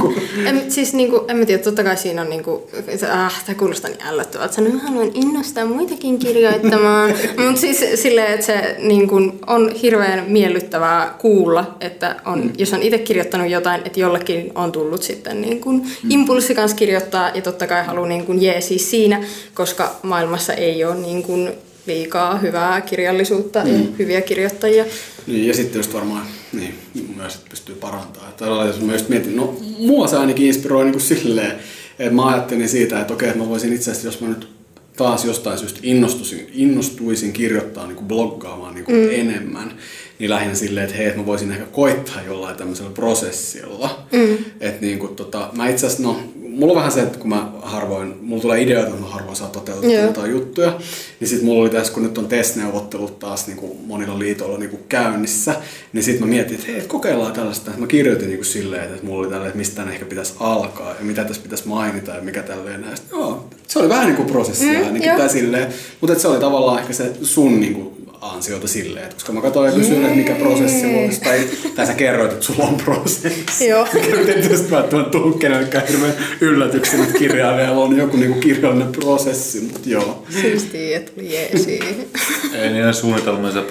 en, siis niinku, en mä tiedä, totta kai siinä on niinku, äh, tää kuulostaa niin ällöttävältä. Sanoin, että haluan innostaa muitakin kirjoittamaan. Mutta siis silleen, että se niinku, on hirveän miellyttävää kuulla, että on, mm. jos on itse kirjoittanut jotain, että jollekin on tullut sitten niinku, mm. impulssi kanssa kirjoittaa ja totta kai haluaa niinku, jeesiä siinä, koska maailmassa ei ole niinku, liikaa hyvää kirjallisuutta mm. ja hyviä kirjoittajia. Niin, ja sitten just varmaan niin, myös pystyy parantamaan. Tai jos mä just mietin, no mua se ainakin inspiroi niin kuin silleen, että mä ajattelin siitä, että okei, että mä voisin itse asiassa, jos mä nyt taas jostain syystä innostuisin, innostuisin kirjoittaa niin kuin bloggaamaan niin kuin mm. enemmän, niin lähinnä silleen, että hei, että mä voisin ehkä koittaa jollain tämmöisellä prosessilla. Mm. Että niin kuin tota, mä itse asiassa, no, mulla on vähän se, että kun mä harvoin, mulla tulee ideoita, että mä harvoin saa toteutettua yeah. jotain juttuja, niin sit mulla oli tässä, kun nyt on T E S-neuvottelut taas niin kuin monilla liitoilla niin kuin käynnissä, niin sit mä mietin, että hei, et kokeillaan tällaista. Mä kirjoitin niin kuin silleen, että mulla oli tällainen, että mistä tänne ehkä pitäisi alkaa ja mitä tässä pitäisi mainita ja mikä tälleen näistä. Joo, se oli vähän niin kuin prosessia, mm, niin kuin silleen, mutta se oli tavallaan ehkä se sun niin kuin ansiota silleen, että koska mä katsoin ja kysyin, että mikä prosessi olisi, tai, tai sä kerroit, että sulla on prosessi. Joo. Mikä tietysti välttämättä tullut kenellekään hirveän yllätyksen, että kirjailijalla on joku niinku kirjallinen prosessi, mutta joo. Siistiä, että tuli jeesiin. Ei niin suunnitelmallisen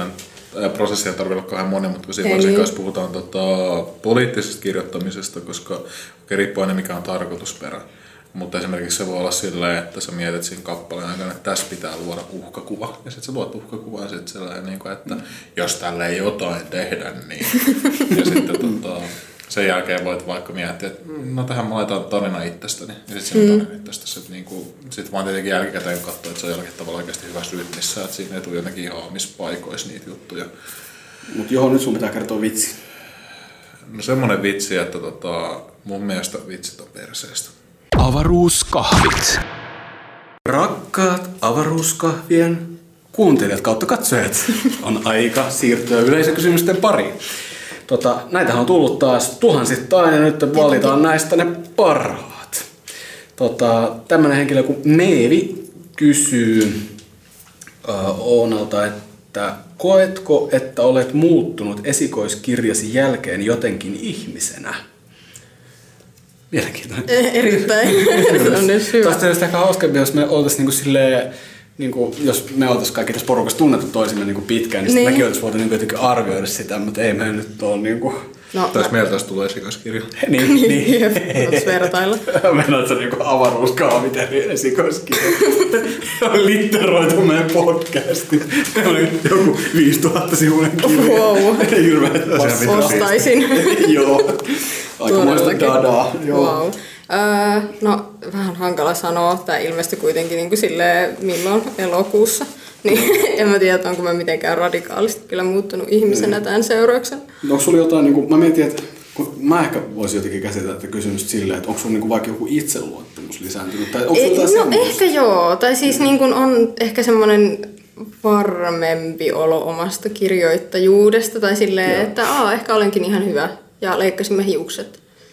prosessia tarvitse olla kauhean monimutkaisia, varsinkaan jos puhutaan tota, poliittisesta kirjoittamisesta, koska riippuu aina mikä on tarkoitusperä. Mutta esimerkiksi se voi olla silleen, että sä mietit siinä kappaleen aikana, että tässä pitää luoda uhkakuva. Ja sitten sä luot uhkakuvaa ja sitten sellainen, että mm. jos tälle ei jotain tehdä, niin... ja sitten tota, sen jälkeen voit vaikka miettiä, että no tähän mä laitan tarina itsestäni. Ja sitten siinä on tarina itsestäsi. Sitten niinku, sit vaan tietenkin jälkikäteen katsoa, että se on jollakin tavalla oikeasti hyvässä rytmissä. Että siinä ei tule jotenkin ihan omissa paikoissa niitä juttuja. Mutta johon nyt sun pitää kertoa vitsi. No semmonen vitsi, että tota, mun mielestä vitsit on perseestä. Avaruuskahvit. Rakkaat avaruuskahvien kuuntelijat kautta katsojat, on aika siirtyä yleisökysymysten pariin. Tota, näitähän on tullut taas tuhansittain ja nyt valitaan näistä ne parhaat. Tota, tämmönen henkilö kuin Meevi kysyy äh, Oonalta, että koetko, että olet muuttunut esikoiskirjasi jälkeen jotenkin ihmisenä? Mielenkiintoinen. Erittäin. Se on nyt hyvä. Tästä olisi ehkä hauskempi, jos me oltaisiin niinku silleen, niinku, jos me oltaisiin kaikki tässä porukassa tunnettu toisimme niinku pitkään, niin, niin. mekin oltaisiin voitu niinku jotenkin arvioida sitä, mutta ei me nyt ole niinku... No, Taisi mä... meiltä olisi tullut esikoiskirja. niin, niin. niin. Voisi vertailla. Mennään se niinku avaruuskaavit eri esikoiskirja. Litteroitu meidän podcasti. Se oli joku viisituhatta sivuinen kirja. Wow. Hirveet ostaisin. Joo. Aikamoista dadaa. Wow. Öö, no, vähän hankala sanoa. Tämä ilmestyi kuitenkin niin kuin silleen, milloin elokuussa. Niin en mä tiedä, onko mä mitenkään radikaalisti kyllä muuttunut ihmisenä mm. tämän seurauksena. No, onko sulla jotain, niin kuin, mä mietin, että mä ehkä voisin jotenkin käsitellä tätä kysymystä silleen, että onko sulla niin kuin vaikka joku itseluottamus lisääntynyt? Tai onko Ei, no semmoista? Ehkä joo. Tai siis mm. niin kuin on ehkä semmoinen varmempi olo omasta kirjoittajuudesta. Tai silleen, joo. että aa, ehkä olenkin ihan hyvä. Ja leikkasimme hiukset.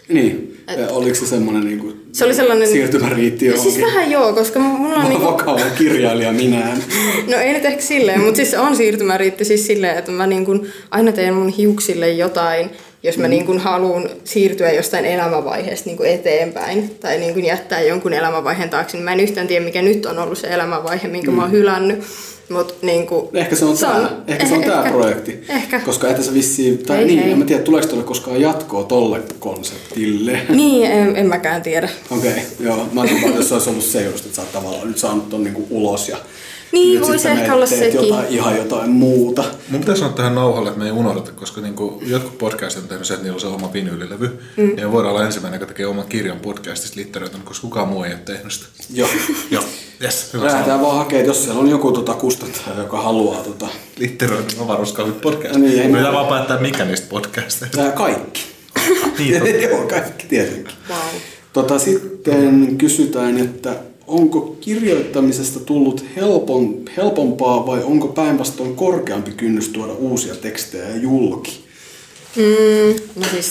Niin. Et, oliko se semmoinen niinku se oli sellainen siirtymäriitti johonkin? Siis vähän joo, koska mulla on niinku vakava kirjailija minään. No ei nyt ehkä silleen, mutta siis on siirtymäriitti siis silleen, että mä niinku aina teen mun hiuksille jotain, jos mä mm. niin haluan siirtyä jostain elämänvaiheesta niin eteenpäin tai niin jättää jonkun elämänvaiheen taakse, niin mä en yhtään tiedä, mikä nyt on ollut se elämänvaihe, minkä mm. mä oon hylännyt. Mut, niin kuin, ehkä se on, se on, tää, ehkä se on eh, tää ehkä, projekti. Ehkä. Koska et sä vissiin, tai ei, niin, ei. En mä tiedä, tuleeko tuolle koskaan jatkoa tolle konseptille. Niin, en, en mäkään tiedä. Okei, okay, joo. Mä ajattelin, että se olisi ollut se just, että sä oot tavallaan nyt saanut ton niinku ulos ja niin, voisi ehkä olla sekin. Jotain, ihan jotain muuta. Mun pitäisi sanoa tähän nauhalle, että me ei unohdeta, koska niinku jotkut podcastit on tehnyt se, että niillä on se oma vinyylilevy. Mm. Ja voidaan olla ensimmäinen, joka tekee oman kirjan podcastista litteroitan, koska kukaan muu ei ole tehnyt sitä. Joo. Joo. Yes, lähdetään vaan hakemaan, jos siellä on joku tota kustantaja, joka haluaa tota litteroitan avaruuskahvit podcast. Niin, ei pitää vaan päättää mikä niistä podcasteista. Tää kaikki. Niin, joo, kaikki tietenkin. Wow. Tota, sitten kysytään, että onko kirjoittamisesta tullut helpon, helpompaa vai onko päinvastoin korkeampi kynnys tuoda uusia tekstejä julki? Mm, no siis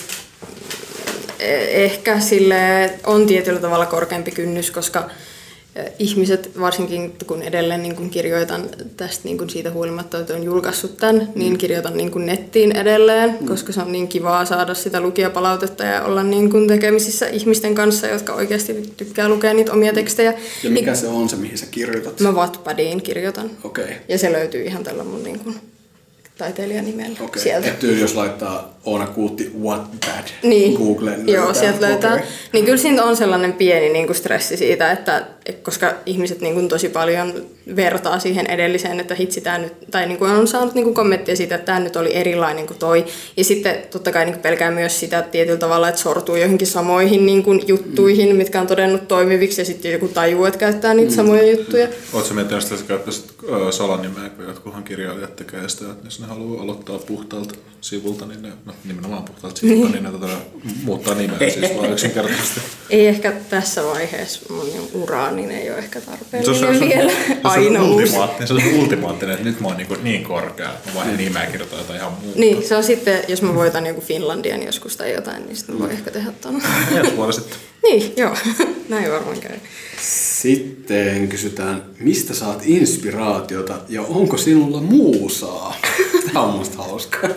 ehkä sille on tietyllä tavalla korkeampi kynnys, koska ihmiset, varsinkin kun edelleen niin kun kirjoitan tästä niin kun siitä huolimatta, että olen julkaissut tämän, niin kirjoitan niin kun nettiin edelleen, mm. koska se on niin kivaa saada sitä lukijapalautetta ja olla niin kun tekemisissä ihmisten kanssa, jotka oikeasti tykkää lukea niitä omia tekstejä. Ja mikä niin, se on se, mihin sä kirjoitat? Mä Wattpadiin kirjoitan. Okei. Okay. Ja se löytyy ihan tällä mun niin kun taiteilijanimellä okay. sieltä. Että jos laittaa Oona Kuutti Wattpad niin. Googleen. Joo, sieltä löytää. Okay. Niin kyllä siinä on sellainen pieni niin kuin stressi siitä, että koska ihmiset niin kuin tosi paljon vertaa siihen edelliseen, että hitsi tämä nyt, tai niin kuin on saanut niin kuin kommenttia siitä, että tämä nyt oli erilainen kuin toi. Ja sitten totta kai niin kuin pelkää myös sitä tietyllä tavalla, että sortuu johonkin samoihin niin kuin juttuihin, mm. mitkä on todennut toimiviksi, ja sitten joku tajuu, että käyttää niitä mm. samoja juttuja. Oletko miettinyt sitä, että sä käyttäisit salanimeä, kun jotkuhan kirjailijat tekee sitä, että jos ne haluaa aloittaa puhtaalta sivulta, niin ne, no nimenomaan puhtaalta sivulta, niin, niin ne tota, muuttaa nimeä siis vaan yksinkertaisesti. Ei ehkä tässä vaiheessa mun uraa, niin ei ole ehkä tarpeellinen vielä aina uusi. Se on ultimaattinen, että nyt mä oon niin, niin korkea, että mä vaihdan nimeä kirjoittaa jotain ihan muuta. Niin, se on sitten, jos mä voitan joku Finlandian joskus tai jotain, niin sitten mä voin ehkä tehdä ton. Ensi vuonna sitten. Niin, joo. Näin varmaan käy. Sitten kysytään, mistä saat inspiraatiota ja onko sinulla muusaa? Tämä on musta hauskaa.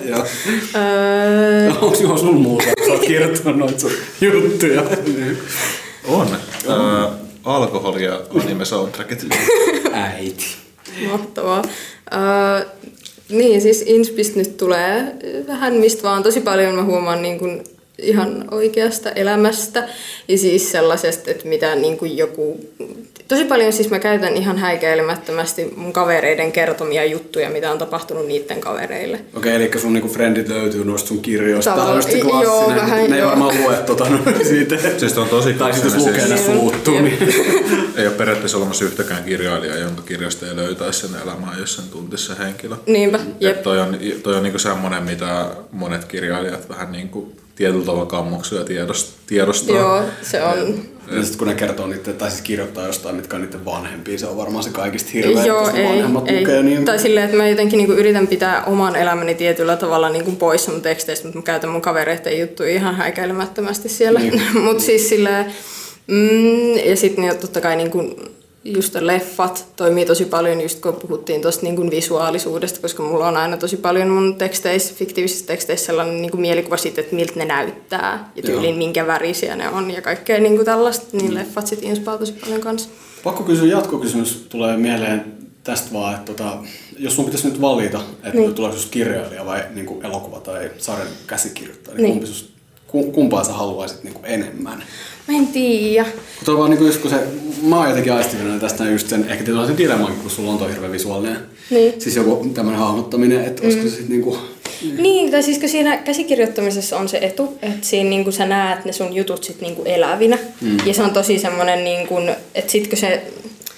Öö... Onko sinulla sun muusaa, kun sä oot kirjoittanut noita sun juttuja? On. Öö, alkoholi ja anime soundtrackit. Äiti. Mahtavaa. Öö, niin, siis inspistä nyt tulee vähän mistä vaan. Tosi paljon mä huomaan niin kun ihan oikeasta elämästä ja siis sellaisesta, että mitä niin kuin joku... Tosi paljon siis mä käytän ihan häikäilemättömästi mun kavereiden kertomia juttuja, mitä on tapahtunut niiden kavereille. Okei, eli sun niinku frendit löytyy noista sun kirjoista. Tää on just se klassinen. Joo, vähän, ne ei varmaan lue tota siitä. Siis on tosi tai sitten jos lukee ne suuttuu. Niin. Ei ole periaatteessa olemassa yhtäkään kirjailijaa, jonka kirjasta ei löytäisi sen elämää, jos sen tuntisi se henkilö. Niinpä, jep. Toi on, toi on niinku semmoinen, mitä monet kirjailijat vähän niinku tietyllä tavalla kammoksuja tiedostaa. Joo, se on. Ja sitten kun ne kertoo niitä, tai siis kirjoittaa jostain, mitkä on niiden vanhempia, se on varmaan se kaikista hirveä, joo, että ei, vanhemmat ei. lukee. Niin... Tai silleen, että mä jotenkin niinku yritän pitää oman elämäni tietyllä tavalla niinku pois mun teksteistä, mutta mä käytän mun kavereiden juttuja ihan häikäilemättömästi siellä. Niin. Mutta siis silleen, mm, ja sitten niin totta kai niinku, just leffat toimii tosi paljon, just kun puhuttiin tuosta niin visuaalisuudesta, koska mulla on aina tosi paljon mun teksteissä, fiktiivisissä teksteissä sellainen niin kuin mielikuva siitä, että miltä ne näyttää ja tyyliin minkä värisiä ne on ja kaikkea niin kuin tällaista, niin leffat sitten inspaa tosi paljon kanssa. Pakko kysyä, jatkokysymys tulee mieleen tästä vaan, että tota, jos sun pitäisi nyt valita, että niin. tuleeko just kirjailija vai niin kuin elokuva tai sarjan käsikirjoittaja, niin, niin. Kumpi, kumpaa sä haluaisit niin kuin enemmän? Mä en tiedä. Tuo vaan niinku just kun se, mä oon jotenkin aistivinen tästä just sen, ehkä tietysti sen dilemmankin, kun sulla on toi hirveän visuaalinen. Niin. Siis joku tämmönen hahmottaminen, että mm. olisiko se sit niinku... Niin, tai siis kun siinä käsikirjoittamisessa on se etu, että siinä niinku sä näet ne sun jutut sit niinku elävinä. Mm. Ja se on tosi semmonen niinku, että sit kun se...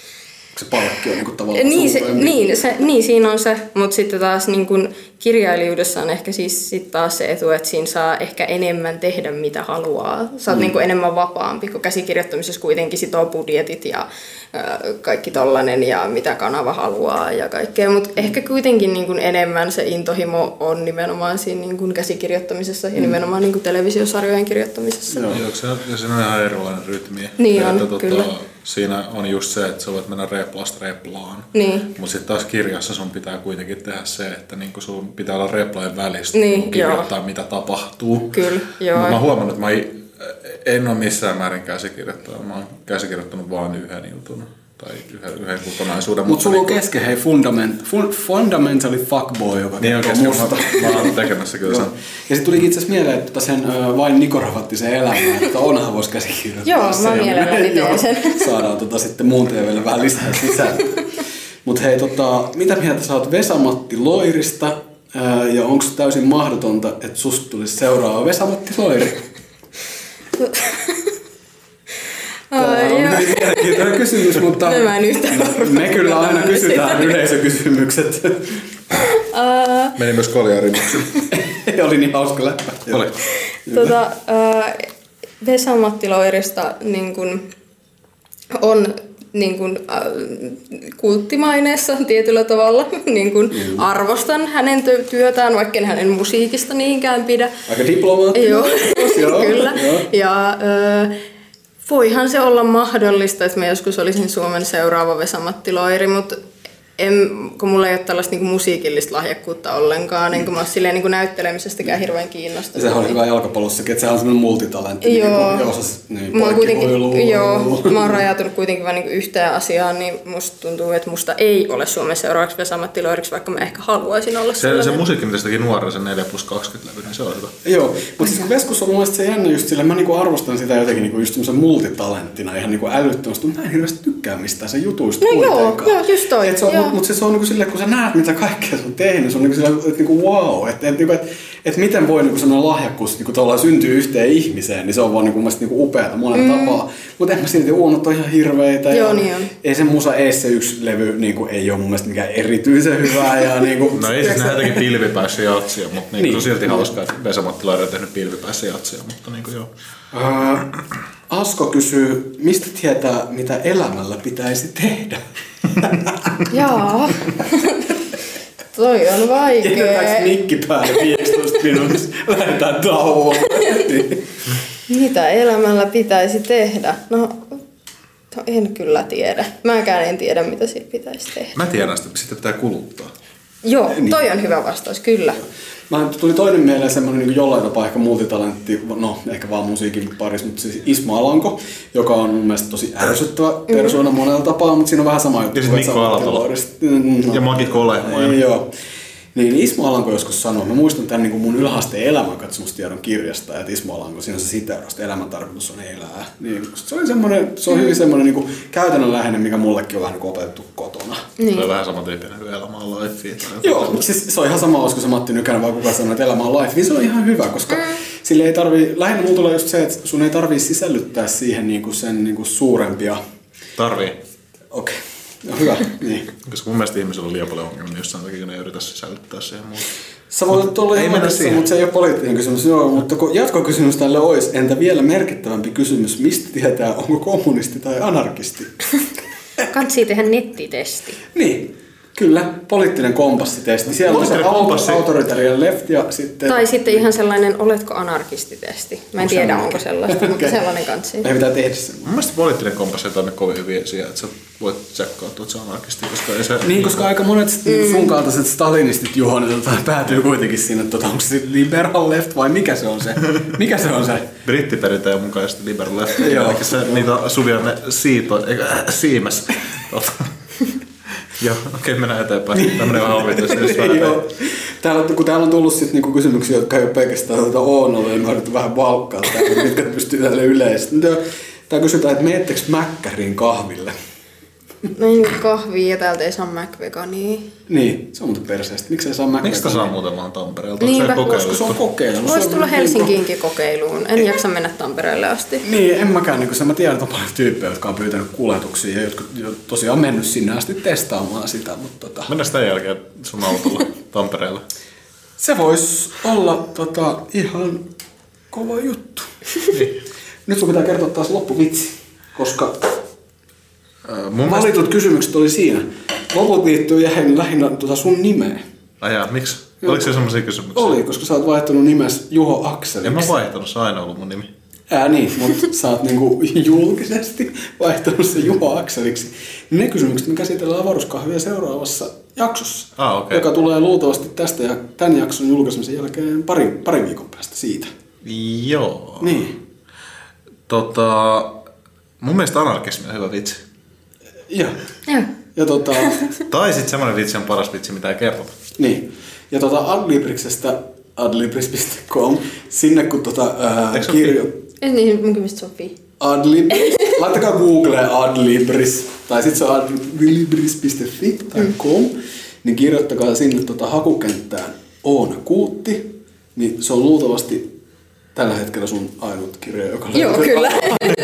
se palkki on niinku tavallaan niin, se, suurempi. niin, se, niin, siinä on se, mutta sitten taas niin kun kirjailijuudessa on ehkä siis sit taas se etu, että siinä saa ehkä enemmän tehdä mitä haluaa. Sä oot mm. niin kun enemmän vapaampi, kun käsikirjoittamisessa kuitenkin sitoo budjetit ja äh, kaikki tollanen ja mitä kanava haluaa ja kaikkea. Mutta ehkä kuitenkin niin kun enemmän se intohimo on nimenomaan siinä niin kun käsikirjoittamisessa ja mm. nimenomaan niin kun televisiosarjojen kirjoittamisessa. Joo, joo se, ja siinä on ihan erilainen rytmi. Niin on, että, kyllä. Tota, siinä on just se, että sä voit mennä replasta replaan. Niin. Mutta sitten taas kirjassa sun pitää kuitenkin tehdä se, että niinku sun pitää olla replain välistä, niin, kun kirjoittaa joo. mitä tapahtuu. Kyllä, joo. Mut mä oon huomannut, että mä en ole missään määrin käsikirjoittanut. Mä oon käsikirjoittanut vaan yhden jutun tai yhden, yhden kokonaisuuden. Mut sulla on niinku... kesken hei fundament, fun, fundamentally fuckboy, joka niin on kesken, musta. Mä, mä oon tekemässä kyllä sen. Ja sit tuli itse asiassa mieleen, että sen uh, vain Niko Ravattisen elämä, että onhan vois käsikirjoittaa. Joo, mä mielelläni teen sen. Saadaan tota sitten muun T V:lle vähän lisää sisältöä. Mut hei, tota, mitä mieltä sä oot Vesa-Matti Loirista? Ää, ja onko täysin mahdotonta, että susta tulisi seuraava Vesa-Matti Loiri? Tämä on hyvin mielenkiintoinen kysymys, mutta mä en yhtään me kyllä aina kysytään yleisökysymykset. Uh, Meni myös koljaarimaksi. Oli niin hauska läppä. Oli. Tota, uh, Vesa-Matti Loirista niin kun, on niin kun, uh, kulttimaineessa tietyllä tavalla. Niin kun, mm. Arvostan hänen työtään, vaikka en hänen musiikista niinkään pidä. Aika diplomaattinen. Joo, joo, kyllä. Joo. Ja, uh, voihan se olla mahdollista, että mä joskus olisin Suomen seuraava Vesa-Matti Loiri, mutta en, kun mulla ei ole tällaista niin musiikillista lahjakkuutta ollenkaan, niin kun mä oon silleen niin näyttelemisestäkään hirveän kiinnostunut. Sehän on hyvä jalkapallossakin, että sehän on semmoinen multitalentti. Joo. Niin osas, niin, mä, oon joo, mä oon rajatunut kuitenkin vain niin yhteen asiaan, niin musta tuntuu, että musta ei ole Suomen seuraavaksi Vesa-Matti Loiriksi, vaikka mä ehkä haluaisin olla se, sellainen. se musiikki, mitä sitäkin nuorena, se neljä plus kaksikymmentä levy, niin se on hyvä. Joo, mutta siis Veskus on mun mielestä se jännä just sillä, mä niinku arvostan sitä jotenkin niinku just semmoisen multitalenttina ihan niinku älyttömästi, mutta mä en hirveästi tykkää mistään sen jutuista no kuitenkaan. Joo, joo, just toi. Mutta mut se, se on niinku silleen, kun sä näet mitä kaikkea sä on tehnyt, se on niinku silleen, että niinku wow, että et, niinku, et, et miten voi niinku semmoinen lahjakkuus niinku tavallaan syntyä yhteen ihmiseen, niin se on vaan niinku mun mielestä niinku upeata monella mm. tapaa. Mutta en mä silti uunot on ihan hirveitä. Joo, niin on. Ei se musa ees se yksi levy niinku, ei ole mun mielestä mikään erityisen hyvää. Ja, niinku, no ei siis nähdä jotenkin pilvipäissä jatsia, mutta niinku, niin. se on silti hauskaa, että Vesa-Matti Loiri on tehnyt pilvipäissä jatsia, mutta niinku joo. Uh, Asko kysyy, mistä tietää, mitä elämällä pitäisi tehdä? Jaa. Toi on vaikea. Jätetäänkö mikki päälle viisitoista minuutissa? Lähdetään tauolle. Mitä elämällä pitäisi tehdä? No, en kyllä tiedä. Mäkään en tiedä, mitä siitä pitäisi tehdä. Mä tiedän sitä, sitä pitää kuluttaa. Joo, niin. Toi on hyvä vastaus, kyllä. Mä tuli toinen mieleen semmoinen niin jollain tapaa ehkä multitalentti, no ehkä vaan musiikin parissa, mutta siis Ismo Alanko, joka on mun mielestä tosi ärsyttävä mm. persoona monella tapaa, mutta siinä on vähän sama juttu. Ja sitten Mikko Alatalo. No, ja Maki Kolemoja. Joo. Niin Ismo Alanko joskus sanoi, mä muistan tämän niin kuin mun yläasteen elämänkatsomustiedon kirjasta, että Ismo Alanko, siinä on se siteeraus, että elämän tarkoitus on elää. Niin, se, oli semmoinen, se on hyvin semmoinen niin kuin käytännönläheinen, mikä mullekin on vähän niin kuin opetettu kotona. Niin. Se on vähän sama tyyppinen kuin elämä on life. Joo, siis se on ihan sama, olisiko se Matti Nykänen vai kuka sanoo, että elämä on life, niin se on ihan hyvä, koska mm. sille ei tarvii, lähinnä mun tulee just se, että sun ei tarvii sisällyttää siihen niin kuin sen niin kuin suurempia. Tarvii. Okei. Okay. No hyvä, niin. Koska mun mielestä ihmisillä on liian paljon ongelmia, jos sen takia, kun ne yritä sisällyttää siihen muuta. Sä voit olla ihan tässä, mutta se ei ole poliittinen kysymys. Joo, mutta jatkokysymys tälle olisi, entä vielä merkittävämpi kysymys, mistä tietää, onko kommunisti tai anarkisti? Kansi tehdä nettitesti. Niin. Kyllä, poliittinen kompassitesti. Siellä on se autoritarien left ja sitten... Tai sitten ihan sellainen, oletko anarkistitesti. Mä en tiedä, sellainen. Onko sellaista, okay. Mutta sellainen kanssa. Meidän pitää tehdä sen. Mun mielestä poliittinen kompassi ei toimi kovin hyvin siihen, että sä voit tsekkaa, että se on anarkisti, koska ei se... Niin, koska aika monet mm. sun kaltaiset stalinistit, Juho, niin päätyy kuitenkin siinä, että onko se liberal left vai mikä se on se? Mikä se on se? Brittiperinteen mukaisesti liberal left. Joo. Se, niitä suvia ne siito, eikä äh, siimes. Joo, okei, okay, mennään eteenpäin. Tämmöinen vähän ovitus. Täällä, kun täällä on tullut sit niinku kysymyksiä, jotka ei ole pelkästään tuota Oonolle, niin mä yritän vähän valkkaa täällä, mitkä pystyy tälle yleisesti. Tää kysytään, että meettekö Mäkkäriin kahville? No ei niinku kahvia ja täältä ei saa McVegania. Niin, se on muuten perseestä. Miksi ei saa McVegania? Miksi sitä saa muuten vaan Tampereelta? Niin, Onko se Koska se on kokeilu. Voisi tulla Helsinkiinkin kokeiluun. En jaksa mennä Tampereelle asti. Niin, en mäkään. Niin sen mä tiedän, että on paljon tyyppejä, jotka on pyytänyt kuljetuksia ja jotka on tosiaan mennyt sinne asti testaamaan sitä. Mutta tota... Mennään sitä jälkeen sun autolla Tampereelle. Se voisi olla tota, ihan kova juttu. Niin. Nyt sun pitää kertoa taas loppuvitsi, koska äh, mun valitut mielestä... kysymykset oli siinä. Loput liittyy jähän lähinnä tuota sun nimeen. Ajaa, miksi? Oliko se sellaisia kysymyksiä? Oli, koska sä oot vaihtanut nimes Juho Akseliksi. En mä vaihtanut, se on aina ollut mun nimi. Ää niin, mutta sä oot niinku julkisesti vaihtanut se Juho Akseliksi. Ne kysymykset me käsitellään avaruuskahvia seuraavassa jaksossa, ah, okay. joka tulee luultavasti tästä ja tämän jakson julkaisemisen jälkeen pari, pari viikon päästä siitä. Joo. Niin. Tota, mun mielestä anarkismi on hyvä vitsi. Joo. Joo. Ja tota... tai sit semmonen vitsi on paras vitsi, mitä ei kerrota. Niin. Ja tota Adlibriksestä adlibris piste com, sinne kun tota ää, kirjo... Ei niin, mun mielestä Sofi. Adlibris. Laittakaa Googleen Adlibris, tai sit se on adlibris piste fi tai mm. com, niin kirjoittakaa sinne tota hakukenttään Oona Kuutti, niin se on luultavasti tällä hetkellä sun ainut kirja, joka löytyy. Joo, kyllä.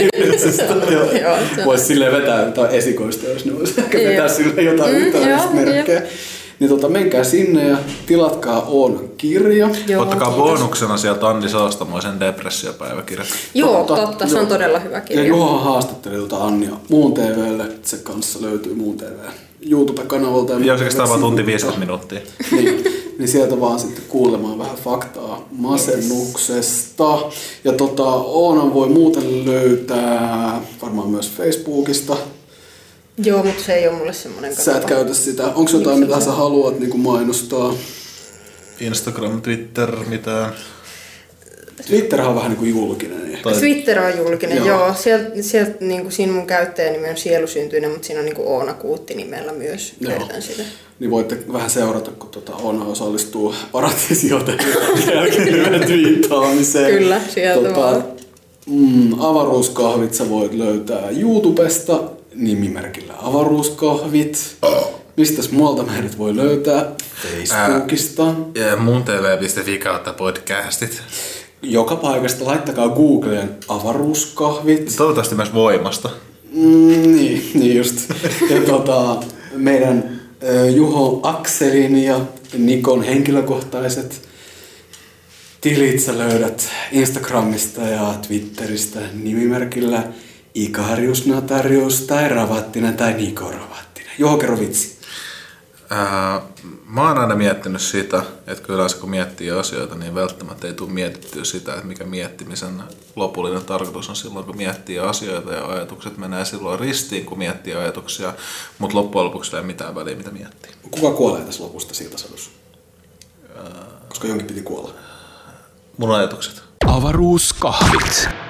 Voisi silleen vetää jotain esikoista, jos ne voisi ehkä vetää sille jotain mm, yhteydellistä merkkejä. Niin tota, menkää sinne ja tilatkaa Oonan kirja. Joo, ottakaa kiitos. Bonuksena sieltä Anni Saastamoisen depressiopäiväkirja. Joo, totta, totta se on todella hyvä kirja. Ja Juho haastatteli tuota Annia Muun T V:lle, se kanssa löytyy Muun T V YouTube-kanavalta. Joo, se kestää vaan tunti viisikymmentä minuuttia. Niin, niin sieltä vaan sitten kuulemaan vähän faktaa masennuksesta. Ja tota, Oonan voi muuten löytää varmaan myös Facebookista. Joo, mutta se ei ole mulle semmoinen kanava. Sä et käytä sitä. Onko jotain, mitä sä haluat niin kuin mainostaa? Instagram, Twitter, mitään? Twitterhän on vähän niin kuin julkinen. Tai... Twitter on julkinen, joo. joo. Sieltä, sieltä niin kuin siinä mun käyttäjänimi on Sielusyntyinen, mutta siinä on niin kuin Oona Kuutti nimellä myös. Käytän sitä. Niin voitte vähän seurata, kun tuota Oona osallistuu Paratiisihotelin jälkeen twiittaamiseen. Kyllä, sieltä tota, vaan. Mm, avaruuskahvit sä voit löytää YouTubesta nimimerkillä avaruuskahvit. Mistäs muualta meidät voi löytää? Facebookista. Ää, muun t v piste fi kautta podcastit. Joka paikasta laittakaa Googleen avaruuskahvit. Toivottavasti myös Voimasta. Mm, niin, niin just. Ja tota, meidän äh, Juho Akselin ja Nikon henkilökohtaiset tilit sä löydät Instagramista ja Twitteristä nimimerkillä Ikarius Natarius tai Ravattinen tai Niko Ravattinen. Juho, kerro vitsi. Ää, mä oon aina miettinyt sitä, että kyllä kun miettii asioita, niin välttämättä ei tule mietittyä sitä, että mikä miettimisen lopullinen tarkoitus on silloin, kun miettii asioita ja ajatukset menee silloin ristiin, kun miettii ajatuksia, mutta loppujen lopuksi ei ole mitään väliä, mitä miettii. Kuka kuolee tässä lopusta siltä sadussa? Koska jonkin piti kuolla. Mun ajatukset. Avaruuskahvit.